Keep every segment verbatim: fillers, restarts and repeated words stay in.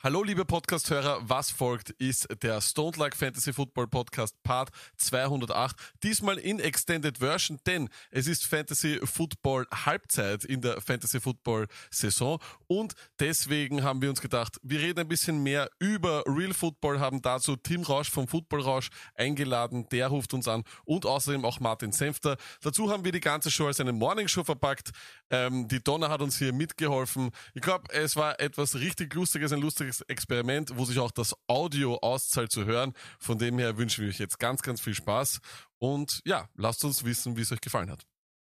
Hallo liebe Podcast-Hörer, was folgt ist der Stone Luck Fantasy Football Podcast Part zweihundertacht. Diesmal in Extended Version, denn es ist Fantasy Football Halbzeit in der Fantasy Football Saison und deswegen haben wir uns gedacht, wir reden ein bisschen mehr über Real Football, haben dazu Tim Rausch vom Football Rausch eingeladen, der ruft uns an und außerdem auch Martin Senfter. Dazu haben wir die ganze Show als eine Morning Show verpackt. Ähm, die Donna hat uns hier mitgeholfen. Ich glaube, es war etwas richtig Lustiges, ein lustiges Experiment, wo sich auch das Audio auszahlt zu hören. Von dem her wünschen wir euch jetzt ganz, ganz viel Spaß und ja, lasst uns wissen, wie es euch gefallen hat.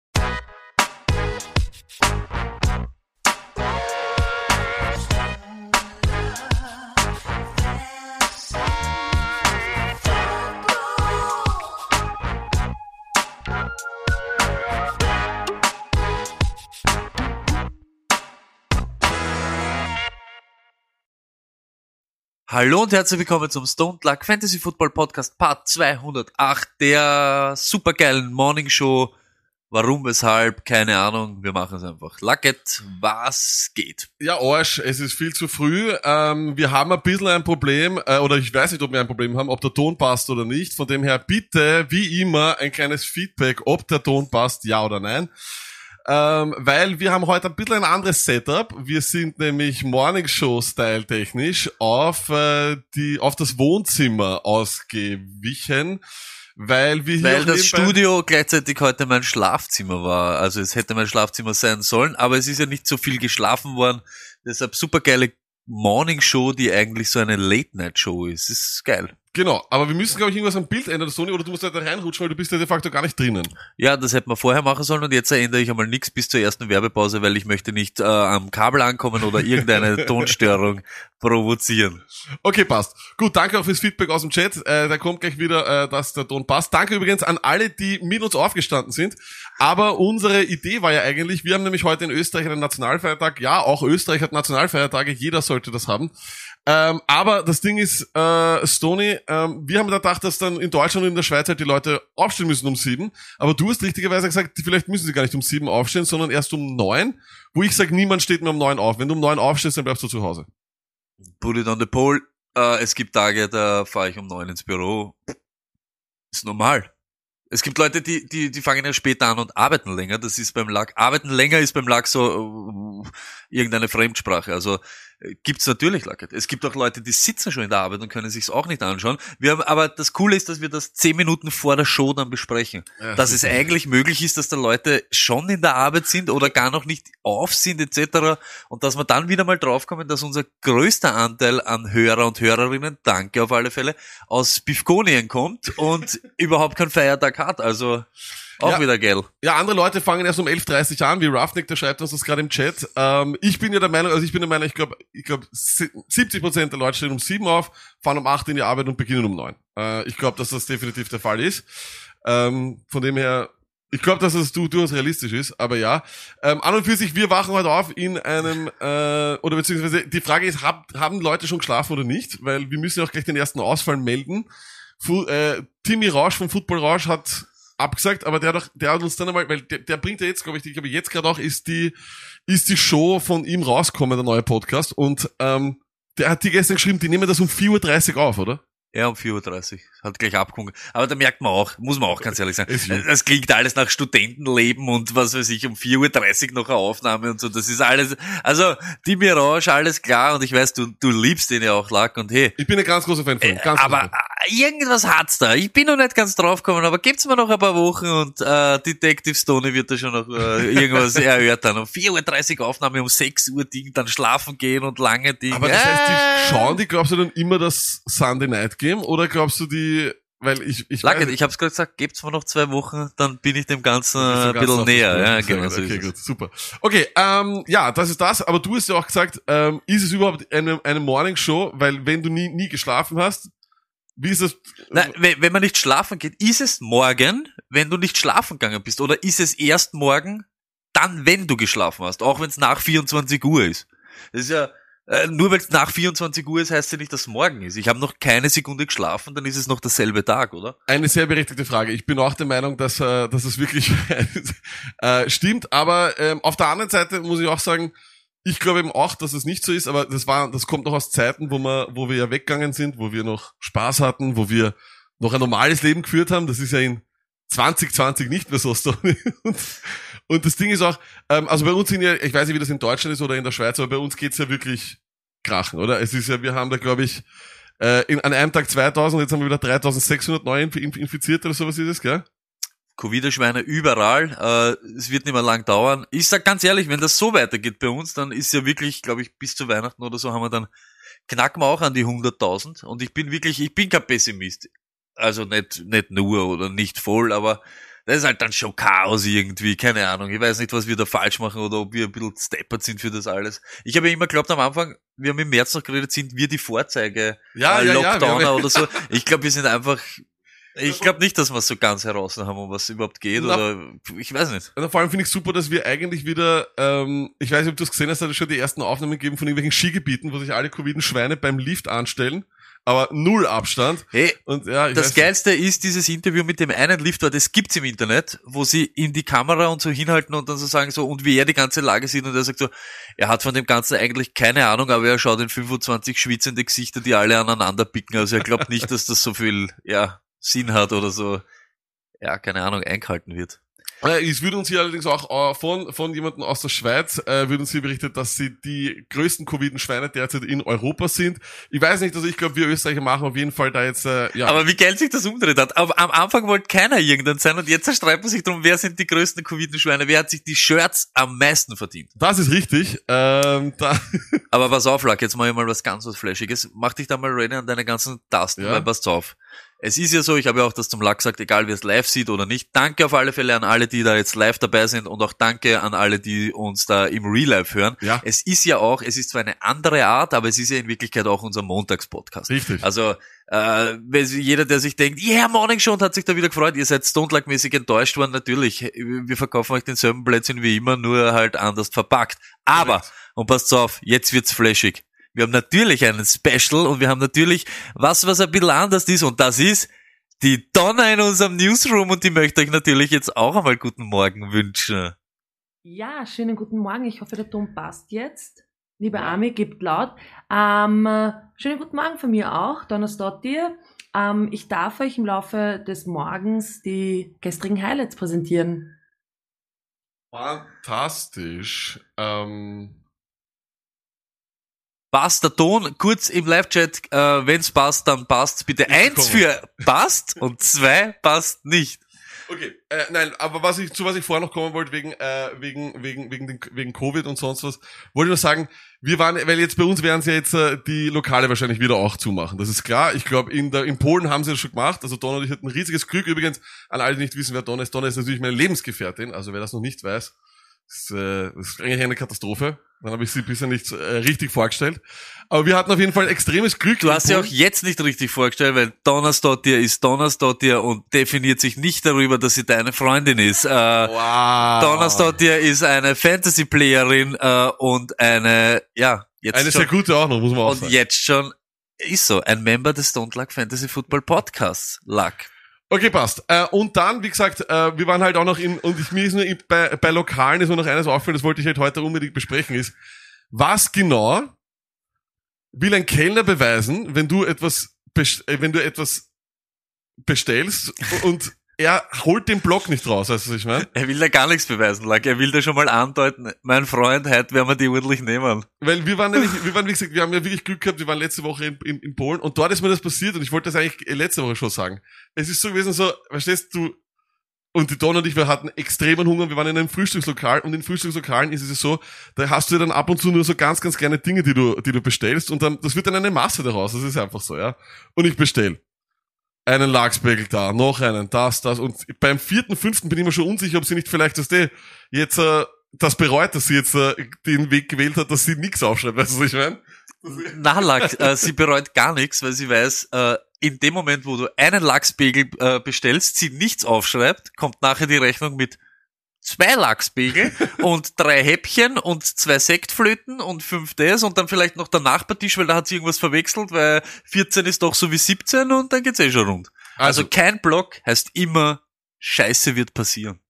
Hallo und herzlich willkommen zum Stone Luck Fantasy Football Podcast Part zweihundertacht, der supergeilen Morning Show. Warum, weshalb, keine Ahnung, wir machen es einfach. Lucket, was geht? Ja, Arsch, es ist viel zu früh. Ähm, wir haben ein bisschen ein Problem, äh, oder ich weiß nicht, ob wir ein Problem haben, ob der Ton passt oder nicht. Von dem her bitte, wie immer, ein kleines Feedback, ob der Ton passt, ja oder nein. Ähm, weil wir haben heute ein bisschen ein anderes Setup. Wir sind nämlich Morning Show Style technisch auf äh, die auf das Wohnzimmer ausgewichen, weil wir hier Weil das nebenbei Studio gleichzeitig heute mein Schlafzimmer war. Also es hätte mein Schlafzimmer sein sollen, aber es ist ja nicht so viel geschlafen worden. Deshalb supergeile Morning Show, die eigentlich so eine Late Night Show ist. Das ist geil. Genau, aber wir müssen, glaube ich, irgendwas am Bild ändern, Sony, oder du musst da reinrutschen, weil du bist ja de facto gar nicht drinnen. Ja, das hätte man vorher machen sollen und jetzt ändere ich einmal nichts bis zur ersten Werbepause, weil ich möchte nicht äh, am Kabel ankommen oder irgendeine Tonstörung provozieren. Okay, passt. Gut, danke auch fürs Feedback aus dem Chat. Äh, da kommt gleich wieder, äh, dass der Ton passt. Danke übrigens an alle, die mit uns aufgestanden sind. Aber unsere Idee war ja eigentlich, wir haben nämlich heute in Österreich einen Nationalfeiertag. Ja, auch Österreich hat Nationalfeiertage, jeder sollte das haben. Ähm, aber das Ding ist, äh, Stoney, ähm, wir haben gedacht, dass dann in Deutschland und in der Schweiz halt die Leute aufstehen müssen um sieben. Aber du hast richtigerweise gesagt, vielleicht müssen sie gar nicht um sieben aufstehen, sondern erst um neun. Wo ich sage, niemand steht mehr um neun auf. Wenn du um neun aufstehst, dann bleibst du zu Hause. Put it on the pole. Äh, es gibt Tage, da fahre ich um neun ins Büro. Ist normal. Es gibt Leute, die, die, die fangen ja später an und arbeiten länger. Das ist beim Lack. Arbeiten länger ist beim Lack so äh, irgendeine Fremdsprache. Also äh, gibt's natürlich Lack. Es gibt auch Leute, die sitzen schon in der Arbeit und können sich's auch nicht anschauen. Wir haben, aber das Coole ist, dass wir das zehn Minuten vor der Show dann besprechen. Ja, dass es eigentlich möglich ist, dass da Leute schon in der Arbeit sind oder gar noch nicht auf sind et cetera. Und dass wir dann wieder mal draufkommen, dass unser größter Anteil an Hörer und Hörerinnen, danke auf alle Fälle, aus Bifkonien kommt und überhaupt keinen Feiertag hat. Also auch ja, wieder geil. Ja, andere Leute fangen erst um elf Uhr dreißig an, wie Roughneck, der schreibt uns das gerade im Chat. Ähm, ich bin ja der Meinung, also ich bin der Meinung, ich glaube, ich glaube, siebzig Prozent der Leute stehen um sieben auf, fahren um acht in die Arbeit und beginnen um neun. Äh, ich glaube, dass das definitiv der Fall ist. Ähm, von dem her, ich glaube, dass das du, durchaus realistisch ist, aber ja. Ähm, an und für sich, wir wachen heute auf in einem, äh, oder beziehungsweise die Frage ist, hab, haben Leute schon geschlafen oder nicht? Weil wir müssen ja auch gleich den ersten Ausfall melden. Fu- äh, Timmy Rausch vom Football Rausch hat abgesagt, aber der hat, doch, der hat uns dann einmal, weil der, der bringt ja jetzt, glaube ich, ich glaube jetzt gerade auch ist die ist die Show von ihm rausgekommen, der neue Podcast, und ähm, der hat die gestern geschrieben, die nehmen das um vier Uhr dreißig auf, oder? Ja, um vier Uhr dreißig. Hat gleich abgekungen. Aber da merkt man auch, muss man auch ganz ehrlich sagen, das klingt alles nach Studentenleben und was weiß ich, um vier Uhr dreißig noch eine Aufnahme und so, das ist alles, also, die Mirage, alles klar, und ich weiß, du, du liebst den ja auch, Lack, und hey. Ich bin ein ganz großer Fan von ihm, ganz äh, Aber Fan. irgendwas hat's da. Ich bin noch nicht ganz draufgekommen, aber gibt's mir noch ein paar Wochen und äh, Detective Stoney wird da schon noch äh, irgendwas erörtern. Um vier Uhr dreißig Aufnahme, um sechs Uhr Ding, dann schlafen gehen und lange Dinge. Aber das heißt, die schauen die, glaubst du, dann immer das Sunday Night Game, oder glaubst du die, weil ich, ich Lackett, weiß, ich hab's gerade gesagt, gebt's mir noch zwei Wochen, dann bin ich dem Ganzen ein bisschen näher. Ja, genau, gut, so okay, ist gut, super. Okay, ähm, ja, das ist das, aber du hast ja auch gesagt, ähm, ist es überhaupt eine, eine Morning Show, weil wenn du nie, nie geschlafen hast, wie ist es? Nein, wenn, wenn man nicht schlafen geht, ist es morgen, wenn du nicht schlafen gegangen bist, oder ist es erst morgen, dann wenn du geschlafen hast, auch wenn es nach vierundzwanzig Uhr ist. Das ist ja, Äh, nur weil es nach vierundzwanzig Uhr ist, heißt ja nicht, dass es morgen ist. Ich habe noch keine Sekunde geschlafen, dann ist es noch derselbe Tag, oder? Eine sehr berechtigte Frage. Ich bin auch der Meinung, dass, äh, dass es wirklich äh, stimmt. Aber ähm, auf der anderen Seite muss ich auch sagen, Ich glaube eben auch, dass es nicht so ist, aber das war, das kommt noch aus Zeiten, wo wir, wo wir ja weggegangen sind, wo wir noch Spaß hatten, wo wir noch ein normales Leben geführt haben. Das ist ja in zwanzig zwanzig nicht mehr so, Stoney. Und, und das Ding ist auch, ähm, also bei uns sind ja, ich weiß nicht, wie das in Deutschland ist oder in der Schweiz, aber bei uns geht's ja wirklich krachen, oder? Es ist ja, wir haben da, glaube ich, äh, in, an einem Tag zweitausend, jetzt haben wir wieder dreitausendsechshundert neue Infizierte oder sowas ist es, gell? Covid-Schweine überall, äh, es wird nicht mehr lang dauern. Ich sag ganz ehrlich, wenn das so weitergeht bei uns, dann ist ja wirklich, glaube ich, bis zu Weihnachten oder so haben wir dann, knacken wir auch an die hunderttausend und ich bin wirklich, ich bin kein Pessimist. Also nicht, nicht nur oder nicht voll, aber das ist halt dann schon Chaos irgendwie, keine Ahnung. Ich weiß nicht, was wir da falsch machen oder ob wir ein bisschen steppert sind für das alles. Ich habe ja immer geglaubt am Anfang, wir haben im März noch geredet, sind wir die Vorzeige ja, äh, ja, Lockdowner ja, oder so. Ich glaube, wir sind einfach Ich glaube nicht, dass wir es so ganz heraus haben, um was überhaupt geht, Na, oder ich weiß nicht. Also vor allem finde ich super, dass wir eigentlich wieder, ähm, ich weiß nicht, ob du es gesehen hast, hat es schon die ersten Aufnahmen gegeben von irgendwelchen Skigebieten, wo sich alle Covid-Schweine beim Lift anstellen, aber null Abstand. Hey, und ja, ich das weiß Geilste nicht. ist dieses Interview mit dem einen Lifter, das gibt's im Internet, wo sie in die Kamera und so hinhalten und dann so sagen so, und wie er die ganze Lage sieht und er sagt so, er hat von dem Ganzen eigentlich keine Ahnung, aber er schaut in fünfundzwanzig schwitzende Gesichter, die alle aneinander picken, also er glaubt nicht, dass das so viel, ja, Sinn hat oder so, ja, keine Ahnung, eingehalten wird. Es wird uns hier allerdings auch von von jemandem aus der Schweiz, äh, wird uns hier berichtet, dass sie die größten Covid-Schweine derzeit in Europa sind. Ich weiß nicht, also ich glaube, wir Österreicher machen auf jeden Fall da jetzt, äh, ja. Aber wie geil sich das umdreht hat. Aber am Anfang wollte keiner irgendwann sein und jetzt zerstreitet man sich drum, wer sind die größten Covid-Schweine, wer hat sich die Shirts am meisten verdient. Das ist richtig. Ähm, da Aber pass auf, Lack, jetzt mach ich mal was ganz was Flashiges. Mach dich da mal ready an deine ganzen Tasten, ja. Weil pass auf. Es ist ja so, ich habe ja auch das zum Lack gesagt, egal wie es live sieht oder nicht. Danke auf alle Fälle an alle, die da jetzt live dabei sind und auch danke an alle, die uns da im Real Life hören. Ja. Es ist ja auch, es ist zwar eine andere Art, aber es ist ja in Wirklichkeit auch unser Montagspodcast. Richtig. Also äh, jeder, der sich denkt, yeah, Morning Show, und hat sich da wieder gefreut, ihr seid Stone Luck-mäßig enttäuscht worden, natürlich. Wir verkaufen euch denselben Plätzchen wie immer, nur halt anders verpackt. Aber, Perfekt. Und passt auf, jetzt wird's flashig. Wir haben natürlich einen Special und wir haben natürlich was, was ein bisschen anders ist und das ist die Donna in unserem Newsroom und die möchte euch natürlich jetzt auch einmal guten Morgen wünschen. Ja, schönen guten Morgen. Ich hoffe, der Ton passt jetzt. Liebe Ami, gebt laut. Ähm, schönen guten Morgen von mir auch, Donna Stottir. Ähm, ich darf euch im Laufe des Morgens die gestrigen Highlights präsentieren. Fantastisch. Ähm Passt der Ton? Kurz im Live-Chat, äh, wenn's passt, dann passt's. Bitte ich eins komme. Für passt und zwei passt nicht. Okay, äh, nein, aber was ich, zu was ich vorher noch kommen wollte, wegen, äh, wegen, wegen, wegen, den, wegen Covid und sonst was, wollte ich nur sagen, wir waren, weil jetzt bei uns werden sie ja jetzt äh, die Lokale wahrscheinlich wieder auch zumachen. Das ist klar. Ich glaube, in der, in Polen haben sie das schon gemacht. Also Donna und ich hatten ein riesiges Glück. Übrigens, an alle, die nicht wissen, wer Donna ist. Donna ist natürlich meine Lebensgefährtin. Also wer das noch nicht weiß, ist, äh, das ist eigentlich eine Katastrophe. Dann habe ich sie bisher nicht äh, richtig vorgestellt. Aber wir hatten auf jeden Fall extremes Glück. Du hast sie auch jetzt nicht richtig vorgestellt, weil Donna Stottir ist Donna Stottir und definiert sich nicht darüber, dass sie deine Freundin ist. Äh, wow. Donna Stottir ist eine Fantasy-Playerin äh, und eine, ja, jetzt eine schon, sehr gute auch noch, muss man auch und sagen. Und jetzt schon ist so, ein Member des Don't Luck Fantasy Football Podcasts. Luck. Okay, passt. Äh, und dann, wie gesagt, äh, wir waren halt auch noch in, und ich, mir ist nur bei, bei Lokalen ist mir noch eines auffallen, das wollte ich halt heute unbedingt besprechen, ist, was genau will ein Kellner beweisen, wenn du etwas, best- äh, wenn du etwas bestellst und er holt den Block nicht raus, weißt du, was ich meine? Er will da gar nichts beweisen, Lack. Er will da schon mal andeuten, mein Freund, heute werden wir die ordentlich nehmen. Weil wir waren nämlich, wir waren, wie gesagt, wir haben ja wirklich Glück gehabt, wir waren letzte Woche in, in, in Polen und dort ist mir das passiert und ich wollte das eigentlich letzte Woche schon sagen. Es ist so gewesen, so, verstehst du, und die Donna und ich, wir hatten extremen Hunger, wir waren in einem Frühstückslokal und in Frühstückslokalen ist es so, da hast du ja dann ab und zu nur so ganz, ganz kleine Dinge, die du, die du bestellst und dann, das wird dann eine Masse daraus, das ist einfach so, ja. Und ich bestell einen Lachsbagel da, noch einen, das, das. Und beim vierten, fünften bin ich mir schon unsicher, ob sie nicht vielleicht, dass die jetzt äh, das bereut, dass sie jetzt äh, den Weg gewählt hat, dass sie nichts aufschreibt. Weißt du, was ich meine? Na, Lachs, äh, sie bereut gar nichts, weil sie weiß, äh, in dem Moment, wo du einen Lachsbagel äh, bestellst, sie nichts aufschreibt, kommt nachher die Rechnung mit zwei Lachsbagel und drei Häppchen und zwei Sektflöten und fünf das und dann vielleicht noch der Nachbartisch, weil da hat sie irgendwas verwechselt, weil vierzehn ist doch so wie siebzehn und dann geht's eh schon rund. Also, also kein Block heißt immer, Scheiße wird passieren.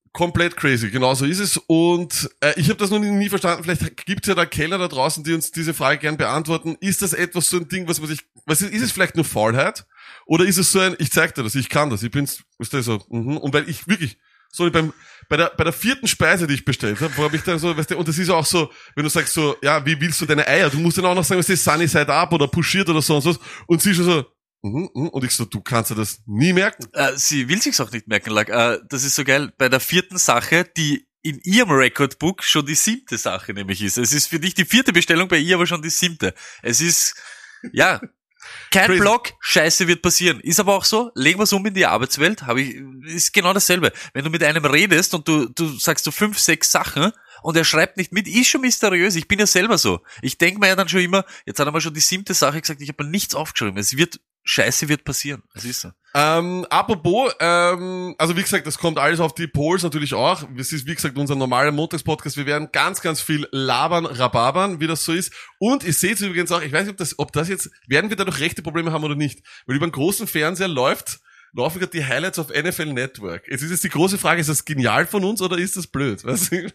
Komplett crazy, genau so ist es. Und äh, ich habe das noch nie, nie verstanden. Vielleicht gibt's ja da Keller da draußen, die uns diese Frage gern beantworten. Ist das etwas so ein Ding, was man sich, was ist, ist es vielleicht nur Faulheit? Oder ist es so ein, ich zeig dir das, ich kann das, ich bin's, ist das so, mhm. Und weil ich wirklich, so beim, bei der, bei der vierten Speise, die ich bestellt habe, wo hab ich dann so, weißt du, und das ist auch so, wenn du sagst so, ja, wie willst du deine Eier? Du musst dann auch noch sagen, was ist Sunny Side Up oder pushiert oder so und so. Und sie schon so, Mhm, mhm. Und ich so, du kannst dir das nie merken. Äh, sie will sich's auch nicht merken, Lack. Äh, das ist so geil. Bei der vierten Sache, die in ihrem Recordbook schon die siebte Sache nämlich ist. Es ist für dich die vierte Bestellung, bei ihr aber schon die siebte. Es ist, ja, kein Crazy. Block, Scheiße wird passieren. Ist aber auch so, legen wir's um in die Arbeitswelt, habe ich, ist genau dasselbe. Wenn du mit einem redest und du, du sagst so fünf, sechs Sachen und er schreibt nicht mit, ist schon mysteriös. Ich bin ja selber so. Ich denke mir ja dann schon immer, jetzt hat er mal schon die siebte Sache gesagt, ich habe mir nichts aufgeschrieben. Es wird, Scheiße wird passieren. Das ist so. Ähm, apropos, ähm, also wie gesagt, das kommt alles auf die Polls natürlich auch. Es ist, wie gesagt, unser normaler Montagspodcast. Wir werden ganz, ganz viel labern, rababern, wie das so ist. Und ich sehe es übrigens auch, ich weiß nicht, ob das, ob das jetzt, werden wir dadurch rechte Probleme haben oder nicht. Weil über einen großen Fernseher läuft, laufen gerade die Highlights auf N F L Network. Jetzt ist jetzt die große Frage, ist das genial von uns oder ist das blöd? Weißt du?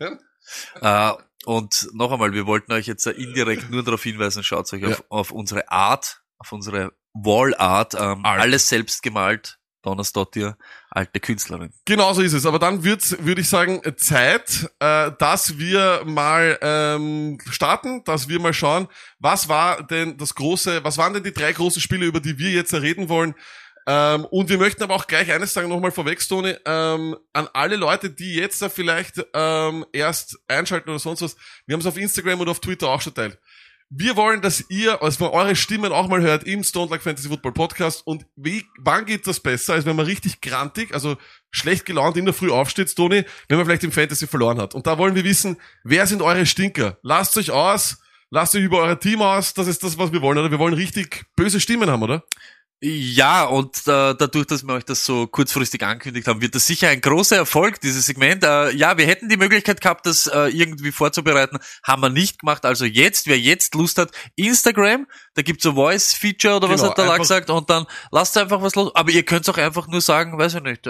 Äh, und noch einmal, wir wollten euch jetzt indirekt nur darauf hinweisen, schaut euch Ja. auf, auf unsere Art, auf unsere Wall-Art, ähm, Art. alles selbst gemalt, Donnersdottir, alte Künstlerin. Genau so ist es. Aber dann wird's, würde ich sagen, Zeit, äh, dass wir mal ähm, starten, dass wir mal schauen, was war denn das große, was waren denn die drei großen Spiele, über die wir jetzt reden wollen. Ähm, und wir möchten aber auch gleich eines sagen, nochmal vorweg, Toni, ähm, an alle Leute, die jetzt da vielleicht ähm, erst einschalten oder sonst was. Wir haben es auf Instagram und auf Twitter auch schon teilt. Wir wollen, dass ihr, also man eure Stimmen auch mal hört im Stone Like Fantasy Football Podcast. Und wie, wann geht das besser, als wenn man richtig grantig, also schlecht gelaunt in der Früh aufsteht, Toni, wenn man vielleicht im Fantasy verloren hat. Und da wollen wir wissen, wer sind eure Stinker? Lasst euch aus, lasst euch über euer Team aus, das ist das, was wir wollen, oder? Wir wollen richtig böse Stimmen haben, oder? Ja, und äh, dadurch, dass wir euch das so kurzfristig angekündigt haben, wird das sicher ein großer Erfolg, dieses Segment. Äh, ja, wir hätten die Möglichkeit gehabt, das äh, irgendwie vorzubereiten, haben wir nicht gemacht. Also jetzt, wer jetzt Lust hat, Instagram, da gibt's so Voice-Feature oder was Genau, hat der Lack einfach- gesagt, und dann lasst einfach was los. Aber ihr könnt's auch einfach nur sagen, weiß ich nicht, äh,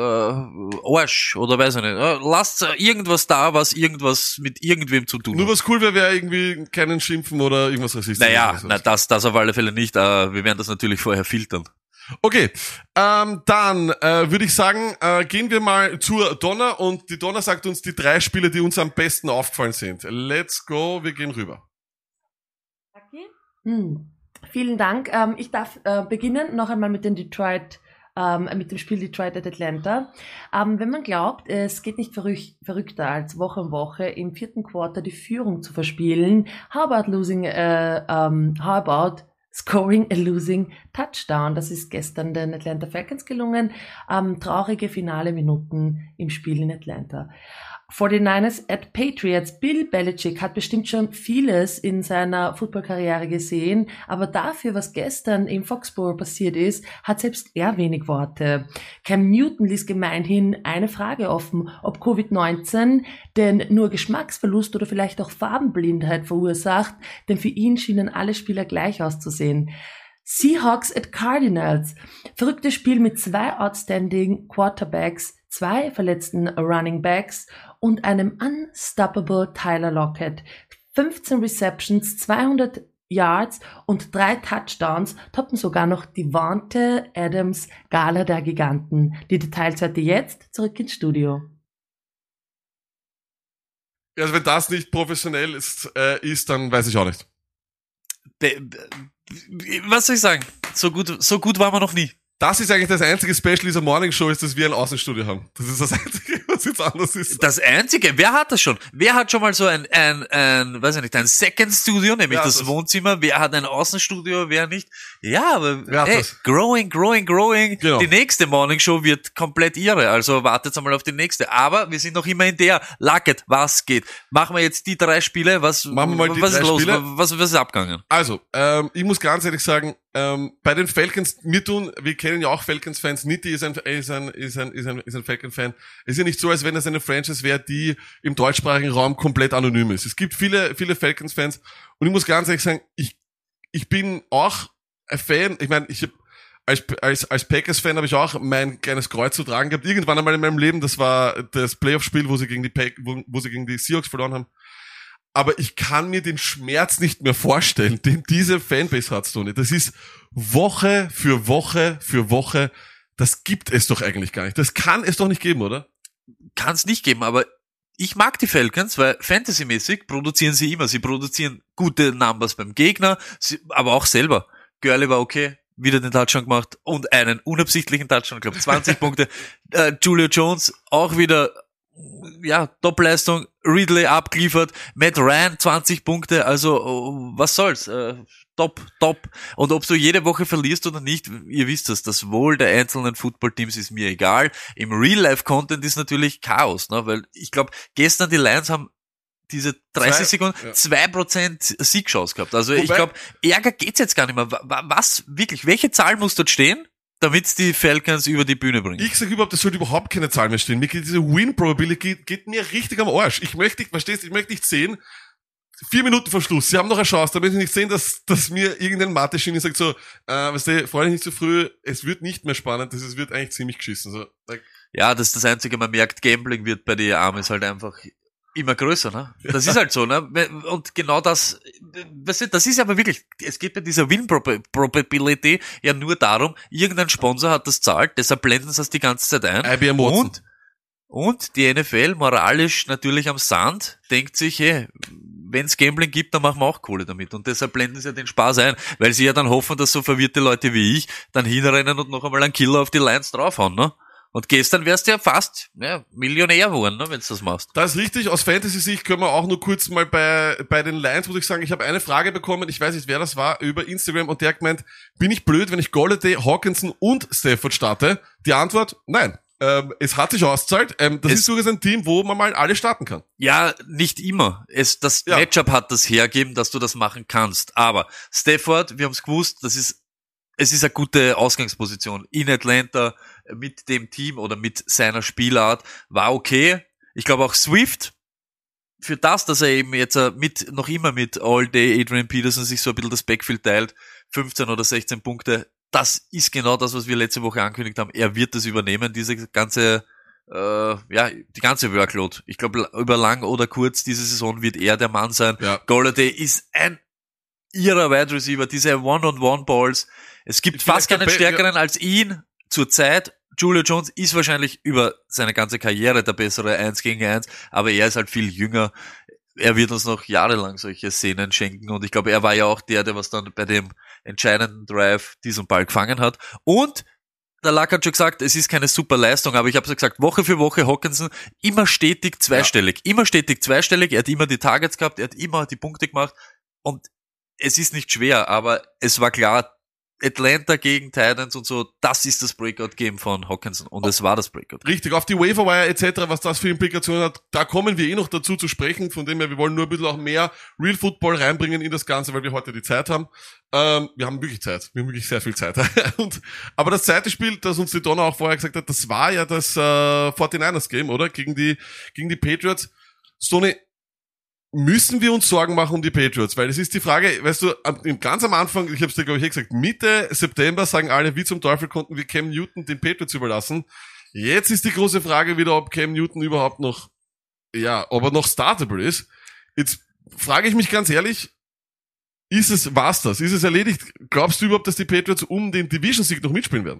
Arsch oder weiß ich nicht. Äh, lasst äh, irgendwas da, was irgendwas mit irgendwem zu tun Nur hat. was cool wäre, wäre irgendwie keinen schimpfen oder irgendwas rassistisches. Naja, oder so. na, das, das auf alle Fälle nicht. Äh, wir werden das natürlich vorher filtern. Okay, ähm, dann äh, würde ich sagen, äh, gehen wir mal zur Donna und die Donna sagt uns die drei Spiele, die uns am besten aufgefallen sind. Let's go, wir gehen rüber. Hm. Vielen Dank. Ähm, ich darf äh, beginnen noch einmal mit den Detroit, ähm, mit dem Spiel Detroit at Atlanta. Ähm, wenn man glaubt, es geht nicht verrück verrückter als Woche um Woche im vierten Quarter die Führung zu verspielen, how about losing, äh, ähm, how about scoring a losing touchdown? Das ist gestern den Atlanta Falcons gelungen. Ähm, traurige finale Minuten im Spiel in Atlanta. forty-niners at Patriots. Bill Belichick hat bestimmt schon vieles in seiner Footballkarriere gesehen, aber dafür, was gestern im Foxborough passiert ist, hat selbst er wenig Worte. Cam Newton ließ gemeinhin eine Frage offen, ob Covid neunzehn denn nur Geschmacksverlust oder vielleicht auch Farbenblindheit verursacht, denn für ihn schienen alle Spieler gleich auszusehen. Seahawks at Cardinals. Verrücktes Spiel mit zwei outstanding Quarterbacks, zwei verletzten Running Backs und einem unstoppable Tyler Lockett. fünfzehn Receptions, zweihundert Yards und drei Touchdowns toppen sogar noch die Davante Adams Gala der Giganten. Die Details hört ihr jetzt, zurück ins Studio. Ja, also wenn das nicht professionell ist, äh, ist, dann weiß ich auch nicht. Be be was soll ich sagen? So gut, so gut waren wir noch nie. Das ist eigentlich das einzige Special dieser Morning Show, ist, dass wir ein Außenstudio haben. Das ist das Einzige, was jetzt anders ist. Das Einzige, wer hat das schon? Wer hat schon mal so ein, ein, ein weiß ich nicht, ein Second Studio, nämlich Wer hat das, das? Wohnzimmer? Wer hat ein Außenstudio, wer nicht? Ja, aber Wer hat hey, das? growing, growing, growing. Genau. Die nächste Morning Show wird komplett irre, also wartet einmal auf die nächste. Aber wir sind noch immer in der. Lacket, was geht? Machen wir jetzt die drei Spiele? Was, Machen wir mal die was drei ist los? Spiele. Was, was ist abgegangen? Also, ähm, ich muss ganz ehrlich sagen, ähm, bei den Falcons, mir tun, wir kennen ja auch Falcons-Fans, Nitti ist ein, ist ein, ist ein, ist ein, ist ein Falcon-Fan. Es ist ja nicht so, als wenn es eine Franchise wäre, die im deutschsprachigen Raum komplett anonym ist. Es gibt viele, viele Falcons-Fans und ich muss ganz ehrlich sagen, ich, ich bin auch ein Fan, ich meine, ich hab, als, als, als Packers-Fan habe ich auch mein kleines Kreuz zu tragen gehabt. Irgendwann einmal in meinem Leben, das war das Playoff-Spiel, wo sie gegen die Pack, wo, wo sie gegen die Seahawks verloren haben. Aber ich kann mir den Schmerz nicht mehr vorstellen, den diese Fanbase hat, Tony. Das ist Woche für Woche für Woche. Das gibt es doch eigentlich gar nicht. Das kann es doch nicht geben, oder? Kann es nicht geben, aber ich mag die Falcons, weil fantasymäßig produzieren sie immer. Sie produzieren gute Numbers beim Gegner, sie, aber auch selber. Gurley war okay, wieder den Touchdown gemacht und einen unabsichtlichen Touchdown, ich glaube zwanzig Punkte. Äh, Julio Jones auch wieder, ja, Topleistung, Ridley abgeliefert, Matt Ryan zwanzig Punkte, also oh, was soll's, äh, top, top. Und ob du jede Woche verlierst oder nicht, ihr wisst das, das Wohl der einzelnen Footballteams ist mir egal. Im Real-Life-Content ist natürlich Chaos, ne, weil ich glaube, gestern die Lions haben diese dreißig Zwei, Sekunden, ja. zwei Prozent Siegchance gehabt. Also Wobei- ich glaube, Ärger geht's jetzt gar nicht mehr. Wa- wa- Was, wirklich, welche Zahl muss dort stehen, damit die Falcons über die Bühne bringen? Ich sag überhaupt, es sollte überhaupt keine Zahl mehr stehen. Mir geht diese Win-Probability geht, geht mir richtig am Arsch. Ich möchte nicht, verstehst du, ich möchte nicht sehen, vier Minuten vor Schluss, sie haben noch eine Chance, da möchte ich nicht sehen, dass, dass mir irgendein Mathe-Genie sagt so, äh, weißt du, freu dich nicht so früh, es wird nicht mehr spannend, das ist, wird eigentlich ziemlich geschissen. So, like, Ja, das ist das Einzige, man merkt, Gambling wird bei den Armen halt einfach immer größer, ne? Das ist halt so, ne? Und genau das, weißt du, das ist aber wirklich, es geht bei dieser Win-Probability ja nur darum, irgendein Sponsor hat das zahlt, deshalb blenden sie es die ganze Zeit ein. I B M Watson. Und, und die N F L, moralisch natürlich am Sand, denkt sich, hey, wenn es Gambling gibt, dann machen wir auch Kohle damit. Und deshalb blenden sie ja den Spaß ein, weil sie ja dann hoffen, dass so verwirrte Leute wie ich dann hinrennen und noch einmal einen Killer auf die Lions draufhauen, ne? Und gestern wärst du ja fast ja, Millionär geworden, ne, wenn du das machst. Das ist richtig. Aus Fantasy-Sicht können wir auch nur kurz mal bei bei den Lions, muss ich sagen, ich habe eine Frage bekommen, ich weiß nicht, wer das war, über Instagram und der hat gemeint, bin ich blöd, wenn ich Golladay, Hawkinson und Stafford starte? Die Antwort, nein. Ähm, es hat sich ausgezahlt. Ähm, das Es- ist sogar ein Team, wo man mal alle starten kann. Ja, nicht immer. Es, das Ja. Matchup hat das hergeben, dass du das machen kannst. Aber Stafford, wir haben es gewusst, das ist, es ist eine gute Ausgangsposition. In Atlanta mit dem Team oder mit seiner Spielart war okay. Ich glaube auch Swift, für das, dass er eben jetzt äh, mit, noch immer mit All Day Adrian Peterson sich so ein bisschen das Backfield teilt, fünfzehn oder sechzehn Punkte, das ist genau das, was wir letzte Woche angekündigt haben. Er wird das übernehmen, diese ganze, äh, ja, die ganze Workload. Ich glaube, über lang oder kurz diese Saison wird er der Mann sein. Ja. Golladay ist ein ihrer Wide Receiver, diese One-on-One-Balls. Es gibt Ich bin fast echt keinen dabei, stärkeren als ihn zur Zeit. Julio Jones ist wahrscheinlich über seine ganze Karriere der bessere eins gegen eins, aber er ist halt viel jünger. Er wird uns noch jahrelang solche Szenen schenken und ich glaube, er war ja auch der, der was dann bei dem entscheidenden Drive diesen Ball gefangen hat. Und der Lack hat schon gesagt, es ist keine super Leistung, aber ich habe gesagt, Woche für Woche Hawkinson immer stetig zweistellig, ja. immer stetig zweistellig, er hat immer die Targets gehabt, er hat immer die Punkte gemacht und es ist nicht schwer, aber es war klar, Atlanta gegen Titans und so, das ist das Breakout-Game von Hawkinson und es war das Breakout. Richtig, auf die Waiver-Wire et cetera, was das für Implikationen hat, da kommen wir eh noch dazu zu sprechen, von dem her, wir wollen nur ein bisschen auch mehr Real Football reinbringen in das Ganze, weil wir heute die Zeit haben. Ähm, wir haben wirklich Zeit, wir haben wirklich sehr viel Zeit. und, aber das zweite Spiel, das uns die Donner auch vorher gesagt hat, das war ja das äh, forty-niners-Game, oder? Gegen die gegen die Patriots. Stoney, müssen wir uns Sorgen machen um die Patriots? Weil es ist die Frage, weißt du, am, ganz am Anfang, ich habe es dir glaube ich eh gesagt, Mitte September sagen alle, wie zum Teufel konnten wir Cam Newton den Patriots überlassen. Jetzt ist die große Frage wieder, ob Cam Newton überhaupt noch, ja, ob er noch startable ist. Jetzt frage ich mich ganz ehrlich, ist es, war's das? Ist es erledigt? Glaubst du überhaupt, dass die Patriots um den Division-Sieg noch mitspielen werden?